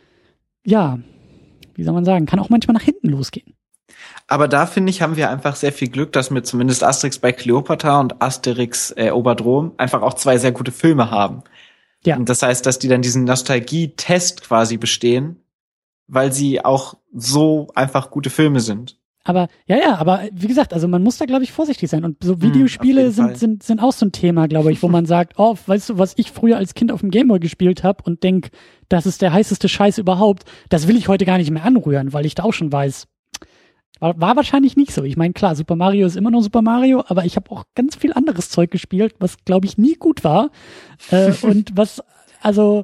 ja, wie soll man sagen, kann auch manchmal nach hinten losgehen. Aber da, finde ich, haben wir einfach sehr viel Glück, dass wir zumindest Asterix bei Kleopatra und Asterix äh, Oberdrom einfach auch zwei sehr gute Filme haben. Ja. Und das heißt, dass die dann diesen Nostalgie-Test quasi bestehen, weil sie auch so einfach gute Filme sind. Aber, ja, ja, aber wie gesagt, also man muss da, glaube ich, vorsichtig sein. Und so Videospiele hm, sind, sind, sind auch so ein Thema, glaube ich, wo man sagt, oh, weißt du, was ich früher als Kind auf dem Gameboy gespielt habe und denk, das ist der heißeste Scheiß überhaupt, das will ich heute gar nicht mehr anrühren, weil ich da auch schon weiß, War, war wahrscheinlich nicht so. Ich meine, klar, Super Mario ist immer noch Super Mario, aber ich habe auch ganz viel anderes Zeug gespielt, was, glaube ich, nie gut war. äh, und was, also,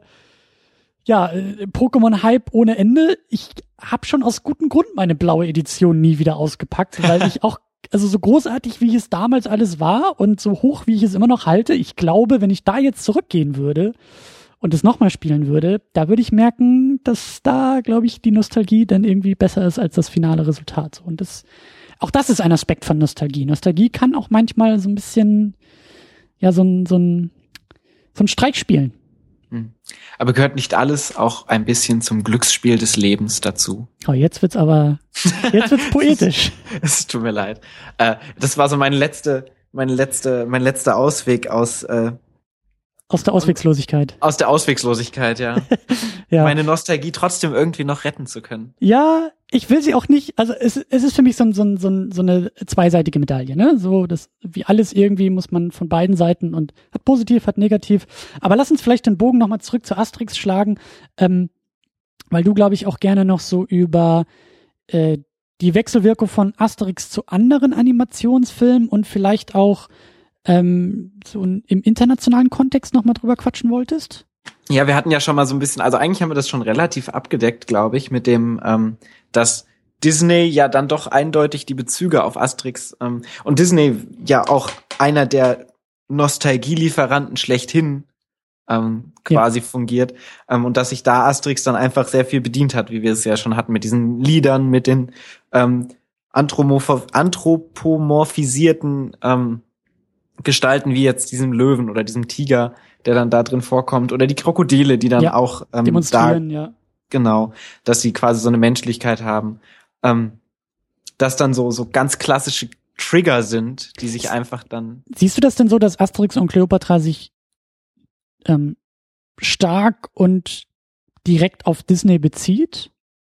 ja, äh, Pokémon-Hype ohne Ende. Ich habe schon aus gutem Grund meine blaue Edition nie wieder ausgepackt, weil ich auch, also so großartig, wie es damals alles war und so hoch, wie ich es immer noch halte, ich glaube, wenn ich da jetzt zurückgehen würde und es nochmal spielen würde, da würde ich merken, dass da, glaube ich, die Nostalgie dann irgendwie besser ist als das finale Resultat. Und das, auch das ist ein Aspekt von Nostalgie. Nostalgie kann auch manchmal so ein bisschen, ja, so ein, so ein, so ein Streich spielen. Aber gehört nicht alles auch ein bisschen zum Glücksspiel des Lebens dazu? Oh, jetzt wird's aber, jetzt wird's poetisch. Es tut mir leid. Äh, das war so meine letzte, meine letzte, mein letzter Ausweg aus, äh, Aus der Auswegslosigkeit. Aus der Auswegslosigkeit, ja. Ja. Meine Nostalgie trotzdem irgendwie noch retten zu können. Ja, ich will sie auch nicht, also es, es ist für mich so, ein, so, ein, so, ein, so eine zweiseitige Medaille, ne? So, das, wie alles irgendwie muss man von beiden Seiten und hat positiv, hat negativ. Aber lass uns vielleicht den Bogen nochmal zurück zu Asterix schlagen, ähm, weil du, glaube ich, auch gerne noch so über äh, die Wechselwirkung von Asterix zu anderen Animationsfilmen und vielleicht auch ähm, so im internationalen Kontext nochmal drüber quatschen wolltest? Ja, wir hatten ja schon mal so ein bisschen, also eigentlich haben wir das schon relativ abgedeckt, glaube ich, mit dem, ähm, dass Disney ja dann doch eindeutig die Bezüge auf Asterix ähm, und Disney ja auch einer der Nostalgielieferanten schlechthin ähm, quasi ja. fungiert ähm, und dass sich da Asterix dann einfach sehr viel bedient hat, wie wir es ja schon hatten, mit diesen Liedern, mit den ähm, anthropomorph- anthropomorphisierten ähm, Gestalten wie jetzt diesem Löwen oder diesem Tiger, der dann da drin vorkommt, oder die Krokodile, die dann ja, auch ähm, demonstrieren, da, ja. Genau, dass sie quasi so eine Menschlichkeit haben. Ähm, dass dann so so ganz klassische Trigger sind, die sich einfach dann... Siehst du das denn so, dass Asterix und Kleopatra sich ähm, stark und direkt auf Disney bezieht?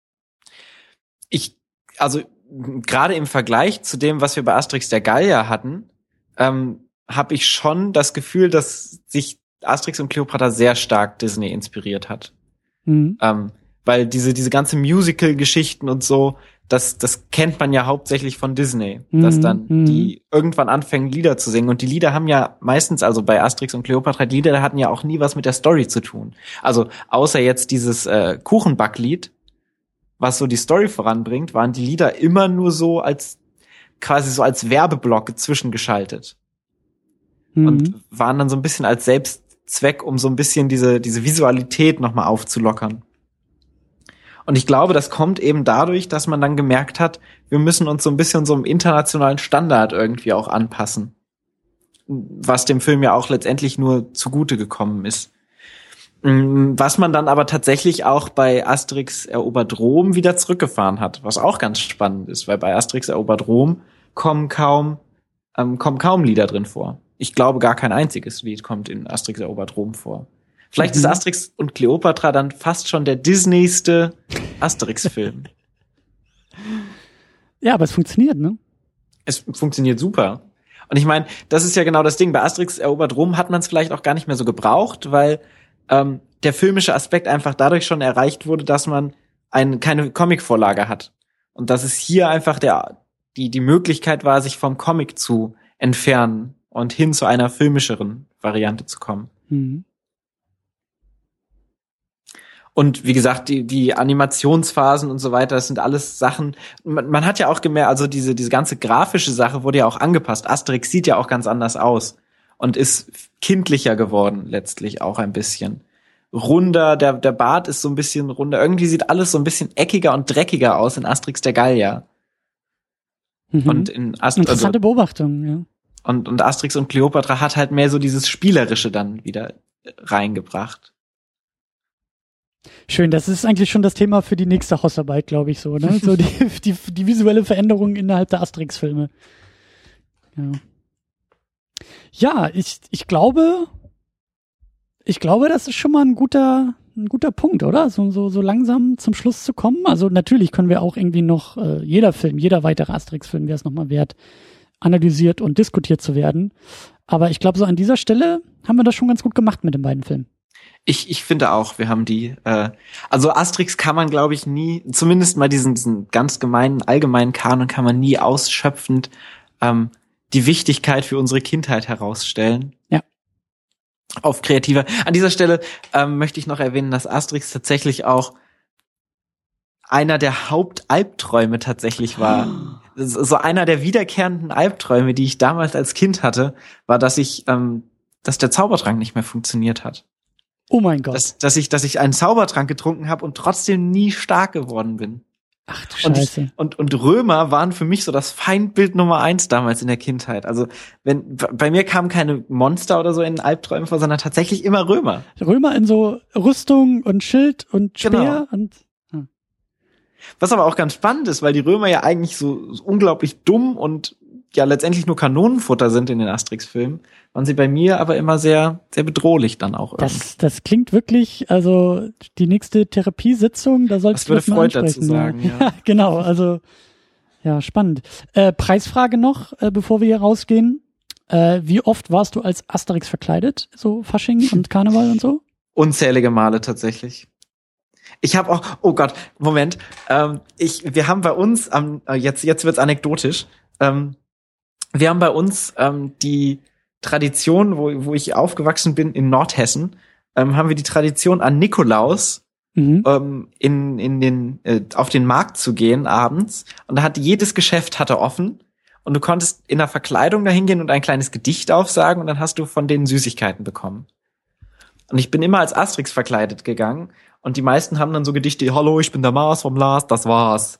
Ich, also gerade im Vergleich zu dem, was wir bei Asterix der Gallier hatten, ähm, habe ich schon das Gefühl, dass sich Asterix und Kleopatra sehr stark Disney inspiriert hat. Mhm. Ähm, weil diese diese ganze Musical-Geschichten und so, das das kennt man ja hauptsächlich von Disney, mhm. dass dann mhm. die irgendwann anfangen, Lieder zu singen. Und die Lieder haben ja meistens, also bei Asterix und Kleopatra, die Lieder hatten ja auch nie was mit der Story zu tun. Also außer jetzt dieses äh, Kuchenbacklied, was so die Story voranbringt, waren die Lieder immer nur so als quasi so als Werbeblock zwischengeschaltet. Mhm. Und waren dann so ein bisschen als Selbstzweck, um so ein bisschen diese diese Visualität nochmal aufzulockern. Und ich glaube, das kommt eben dadurch, dass man dann gemerkt hat, wir müssen uns so ein bisschen so einem internationalen Standard irgendwie auch anpassen. Was dem Film ja auch letztendlich nur zugute gekommen ist. Was man dann aber tatsächlich auch bei Asterix erobert Rom wieder zurückgefahren hat, was auch ganz spannend ist, weil bei Asterix erobert Rom kommen kaum, ähm, kommen kaum Lieder drin vor. Ich glaube, gar kein einziges Lied kommt in Asterix erobert Rom vor. Vielleicht mhm. ist Asterix und Kleopatra dann fast schon der Disneyste Asterix-Film. Ja, aber es funktioniert, ne? Es funktioniert super. Und ich meine, das ist ja genau das Ding. Bei Asterix erobert Rom hat man es vielleicht auch gar nicht mehr so gebraucht, weil ähm, der filmische Aspekt einfach dadurch schon erreicht wurde, dass man ein, keine Comicvorlage hat. Und dass es hier einfach der die die Möglichkeit war, sich vom Comic zu entfernen und hin zu einer filmischeren Variante zu kommen. Mhm. Und wie gesagt, die die Animationsphasen und so weiter, das sind alles Sachen, man, man hat ja auch gemerkt, also diese diese ganze grafische Sache wurde ja auch angepasst. Asterix sieht ja auch ganz anders aus und ist kindlicher geworden letztlich auch ein bisschen. Runder, der der Bart ist so ein bisschen runder. Irgendwie sieht alles so ein bisschen eckiger und dreckiger aus in Asterix der Gallier. Mhm. Und in Asterix, interessante also, Beobachtung, ja. Und und Asterix und Kleopatra hat halt mehr so dieses Spielerische dann wieder reingebracht. Schön, das ist eigentlich schon das Thema für die nächste Hausarbeit, glaube ich, so, ne? So die, die, die visuelle Veränderung innerhalb der Asterix-Filme. Ja, ja ich, ich glaube, ich glaube, das ist schon mal ein guter, ein guter Punkt, oder? So, so, so langsam zum Schluss zu kommen. Also natürlich können wir auch irgendwie noch, äh, jeder Film, jeder weitere Asterix-Film wäre es nochmal wert, analysiert und diskutiert zu werden. Aber ich glaube, so an dieser Stelle haben wir das schon ganz gut gemacht mit den beiden Filmen. Ich, ich finde auch, wir haben die, äh, also Asterix kann man, glaube ich, nie, zumindest mal diesen, diesen ganz gemeinen, allgemeinen Kanon kann man nie ausschöpfend ähm, die Wichtigkeit für unsere Kindheit herausstellen. Ja. Auf kreativer. An dieser Stelle ähm, möchte ich noch erwähnen, dass Asterix tatsächlich auch einer der Hauptalbträume tatsächlich war. So einer der wiederkehrenden Albträume, die ich damals als Kind hatte, war, dass ich, ähm, dass der Zaubertrank nicht mehr funktioniert hat. Oh mein Gott. Dass, dass ich, dass ich einen Zaubertrank getrunken habe und trotzdem nie stark geworden bin. Ach du Und, Scheiße. ich, und, und Römer waren für mich so das Feindbild Nummer eins damals in der Kindheit. Also wenn bei mir kamen keine Monster oder so in Albträumen vor, sondern tatsächlich immer Römer. Römer in so Rüstung und Schild und Speer Genau. und ah. Was aber auch ganz spannend ist, weil die Römer ja eigentlich so, so unglaublich dumm und ja letztendlich nur Kanonenfutter sind in den Asterix-Filmen, waren sie bei mir aber immer sehr, sehr bedrohlich dann auch. Das, das klingt wirklich, also die nächste Therapiesitzung, da sollst du das mal würde Freud ansprechen. dazu sagen, ja. ja. Genau, also ja, spannend. Äh, Preisfrage noch, äh, bevor wir hier rausgehen. Äh, wie oft warst du als Asterix verkleidet? So Fasching und Karneval und so? Unzählige Male tatsächlich. Ich habe auch, oh Gott, Moment, ähm, ich, wir haben bei uns, am, äh, jetzt, jetzt wird's anekdotisch, ähm, wir haben bei uns ähm, die Tradition, wo, wo ich aufgewachsen bin in Nordhessen, ähm, haben wir die Tradition an Nikolaus mhm. ähm, in in den äh, auf den Markt zu gehen abends, und da hat jedes Geschäft hatte offen und du konntest in der Verkleidung dahin gehen und ein kleines Gedicht aufsagen und dann hast du von denen Süßigkeiten bekommen. Und ich bin immer als Asterix verkleidet gegangen und die meisten haben dann so Gedichte, hallo, ich bin der Mars vom Lars, das war's.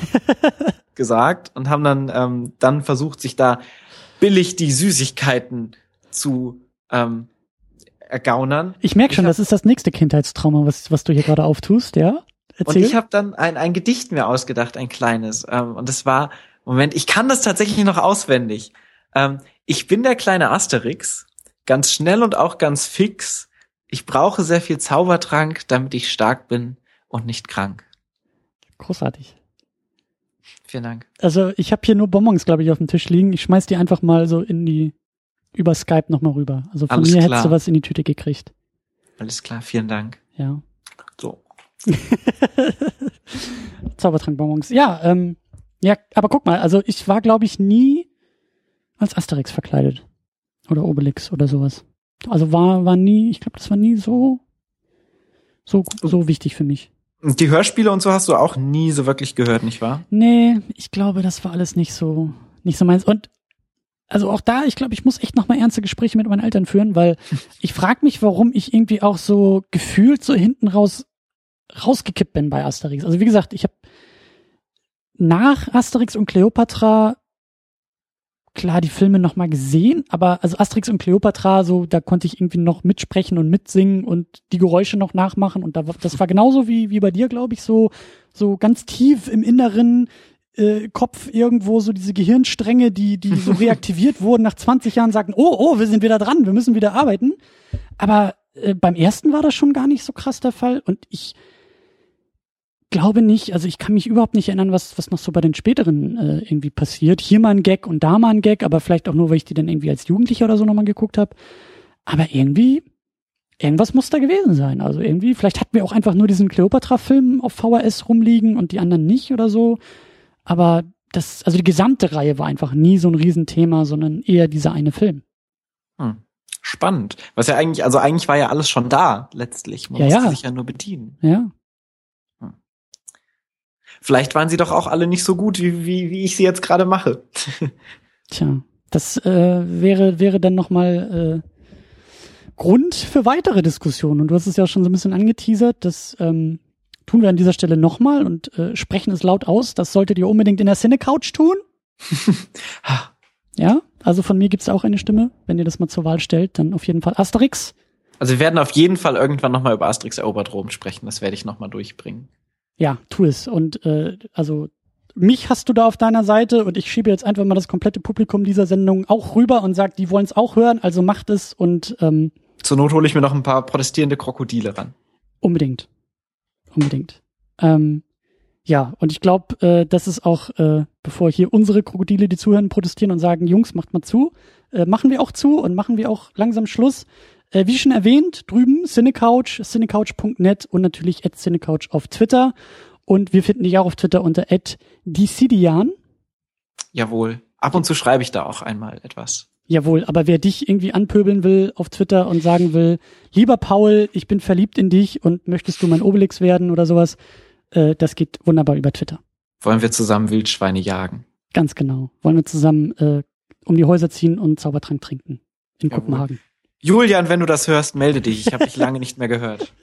gesagt und haben dann ähm, dann versucht, sich da billig die Süßigkeiten zu ähm, ergaunern. Ich merke schon, ich hab, das ist das nächste Kindheitstrauma, was was du hier gerade auftust, ja? Erzähl. Und ich habe dann ein ein Gedicht mir ausgedacht, ein kleines. Ähm, und das war, Moment, ich kann das tatsächlich noch auswendig. Ähm, ich bin der kleine Asterix, ganz schnell und auch ganz fix. Ich brauche sehr viel Zaubertrank, damit ich stark bin und nicht krank. Großartig. Vielen Dank. Also ich habe hier nur Bonbons, glaube ich, auf dem Tisch liegen. Ich schmeiß die einfach mal so in die, über Skype nochmal rüber. Also von Alles mir klar. hättest du was in die Tüte gekriegt. Alles klar, vielen Dank. Ja. So. Zaubertrankbonbons. Ja, ähm, ja, aber guck mal, also ich war, glaube ich, nie als Asterix verkleidet. Oder Obelix oder sowas. Also war, war nie, ich glaube, das war nie so, so, so wichtig für mich. Die Hörspiele und so hast du auch nie so wirklich gehört, nicht wahr? Nee, ich glaube, das war alles nicht so, nicht so meins. Und also auch da, ich glaube, ich muss echt nochmal ernste Gespräche mit meinen Eltern führen, weil ich frage mich, warum ich irgendwie auch so gefühlt so hinten raus rausgekippt bin bei Asterix. Also wie gesagt, ich habe nach Asterix und Kleopatra klar die Filme nochmal gesehen, aber also Asterix und Kleopatra, so da konnte ich irgendwie noch mitsprechen und mitsingen und die Geräusche noch nachmachen und da, das war genauso wie wie bei dir, glaube ich, so so ganz tief im inneren äh, Kopf irgendwo so diese Gehirnstränge, die die so reaktiviert wurden nach zwanzig Jahren, sagten, oh, oh, wir sind wieder dran, wir müssen wieder arbeiten. Aber äh, beim ersten war das schon gar nicht so krass der Fall und ich glaube nicht, also ich kann mich überhaupt nicht erinnern, was was noch so bei den späteren äh, irgendwie passiert. Hier mal ein Gag und da mal ein Gag, aber vielleicht auch nur, weil ich die dann irgendwie als Jugendlicher oder so nochmal geguckt habe. Aber irgendwie, irgendwas muss da gewesen sein. Also irgendwie, vielleicht hatten wir auch einfach nur diesen Kleopatra-Film auf V H S rumliegen und die anderen nicht oder so. Aber das, also die gesamte Reihe war einfach nie so ein Riesenthema, sondern eher dieser eine Film. Hm. Spannend. Was ja eigentlich, also eigentlich war ja alles schon da, letztlich. Man ja, musste ja. sich ja nur bedienen. Ja. Vielleicht waren sie doch auch alle nicht so gut, wie, wie, wie ich sie jetzt gerade mache. Tja, das äh, wäre wäre dann nochmal äh, Grund für weitere Diskussionen. Und du hast es ja schon so ein bisschen angeteasert. Das ähm, tun wir an dieser Stelle nochmal und äh, sprechen es laut aus. Das solltet ihr unbedingt in der Cine-Couch tun. Ja, also von mir gibt's auch eine Stimme. Wenn ihr das mal zur Wahl stellt, dann auf jeden Fall Asterix. Also wir werden auf jeden Fall irgendwann nochmal über Asterix erobert Rom sprechen. Das werde ich nochmal durchbringen. Ja, tu es. Und äh, also mich hast du da auf deiner Seite und ich schiebe jetzt einfach mal das komplette Publikum dieser Sendung auch rüber und sag, die wollen es auch hören, also macht es und ähm, zur Not hole ich mir noch ein paar protestierende Krokodile ran. Unbedingt. Unbedingt. Ähm, ja, und ich glaube, äh, das ist auch, äh, bevor hier unsere Krokodile, die zuhören, protestieren und sagen, Jungs, macht mal zu, äh, machen wir auch zu und machen wir auch langsam Schluss. Äh, wie schon erwähnt, drüben Cinecouch, cinecouch punkt net und natürlich at cinecouch auf Twitter. Und wir finden dich auch auf Twitter unter at dcidian. Jawohl. Ab und zu schreibe ich da auch einmal etwas. Jawohl, aber wer dich irgendwie anpöbeln will auf Twitter und sagen will, lieber Paul, ich bin verliebt in dich und möchtest du mein Obelix werden oder sowas, äh, das geht wunderbar über Twitter. Wollen wir zusammen Wildschweine jagen? Ganz genau. Wollen wir zusammen äh, um die Häuser ziehen und Zaubertrank trinken in Jawohl. Kopenhagen. Julian, wenn du das hörst, melde dich. Ich habe dich lange nicht mehr gehört.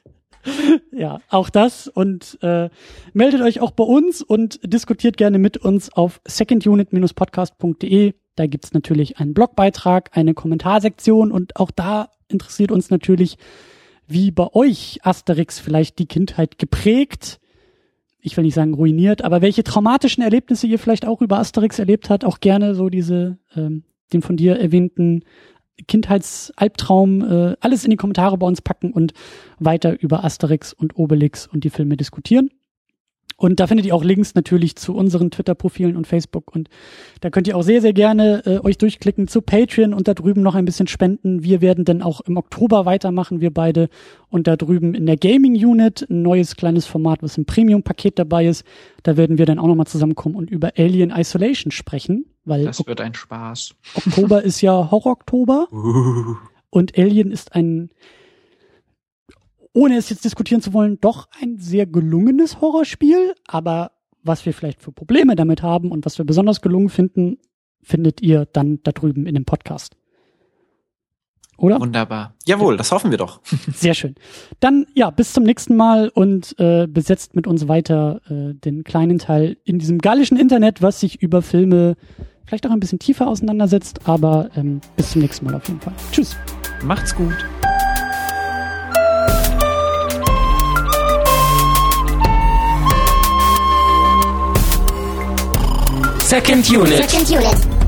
Ja, auch das und äh, meldet euch auch bei uns und diskutiert gerne mit uns auf second unit dash podcast punkt de. Da gibt's natürlich einen Blogbeitrag, eine Kommentarsektion und auch da interessiert uns natürlich, wie bei euch Asterix vielleicht die Kindheit geprägt, ich will nicht sagen ruiniert, aber welche traumatischen Erlebnisse ihr vielleicht auch über Asterix erlebt habt, auch gerne so diese, ähm, den von dir erwähnten Kindheitsalbtraum, äh, alles in die Kommentare bei uns packen und weiter über Asterix und Obelix und die Filme diskutieren. Und da findet ihr auch Links natürlich zu unseren Twitter-Profilen und Facebook. Und da könnt ihr auch sehr, sehr gerne äh, euch durchklicken zu Patreon und da drüben noch ein bisschen spenden. Wir werden dann auch im Oktober weitermachen, wir beide. Und da drüben in der Gaming-Unit ein neues kleines Format, was im Premium-Paket dabei ist. Da werden wir dann auch nochmal zusammenkommen und über Alien Isolation sprechen. Weil das wird ein Spaß. Oktober ist ja Horror-Oktober. Uh. Und Alien ist ein, ohne es jetzt diskutieren zu wollen, doch ein sehr gelungenes Horrorspiel. Aber was wir vielleicht für Probleme damit haben und was wir besonders gelungen finden, findet ihr dann da drüben in dem Podcast. Oder? Wunderbar. Jawohl, das hoffen wir doch. Sehr schön. Dann, ja, bis zum nächsten Mal und äh, besetzt mit uns weiter äh, den kleinen Teil in diesem gallischen Internet, was sich über Filme vielleicht auch ein bisschen tiefer auseinandersetzt, aber ähm, bis zum nächsten Mal auf jeden Fall. Tschüss. Macht's gut. Second Unit. Second Unit.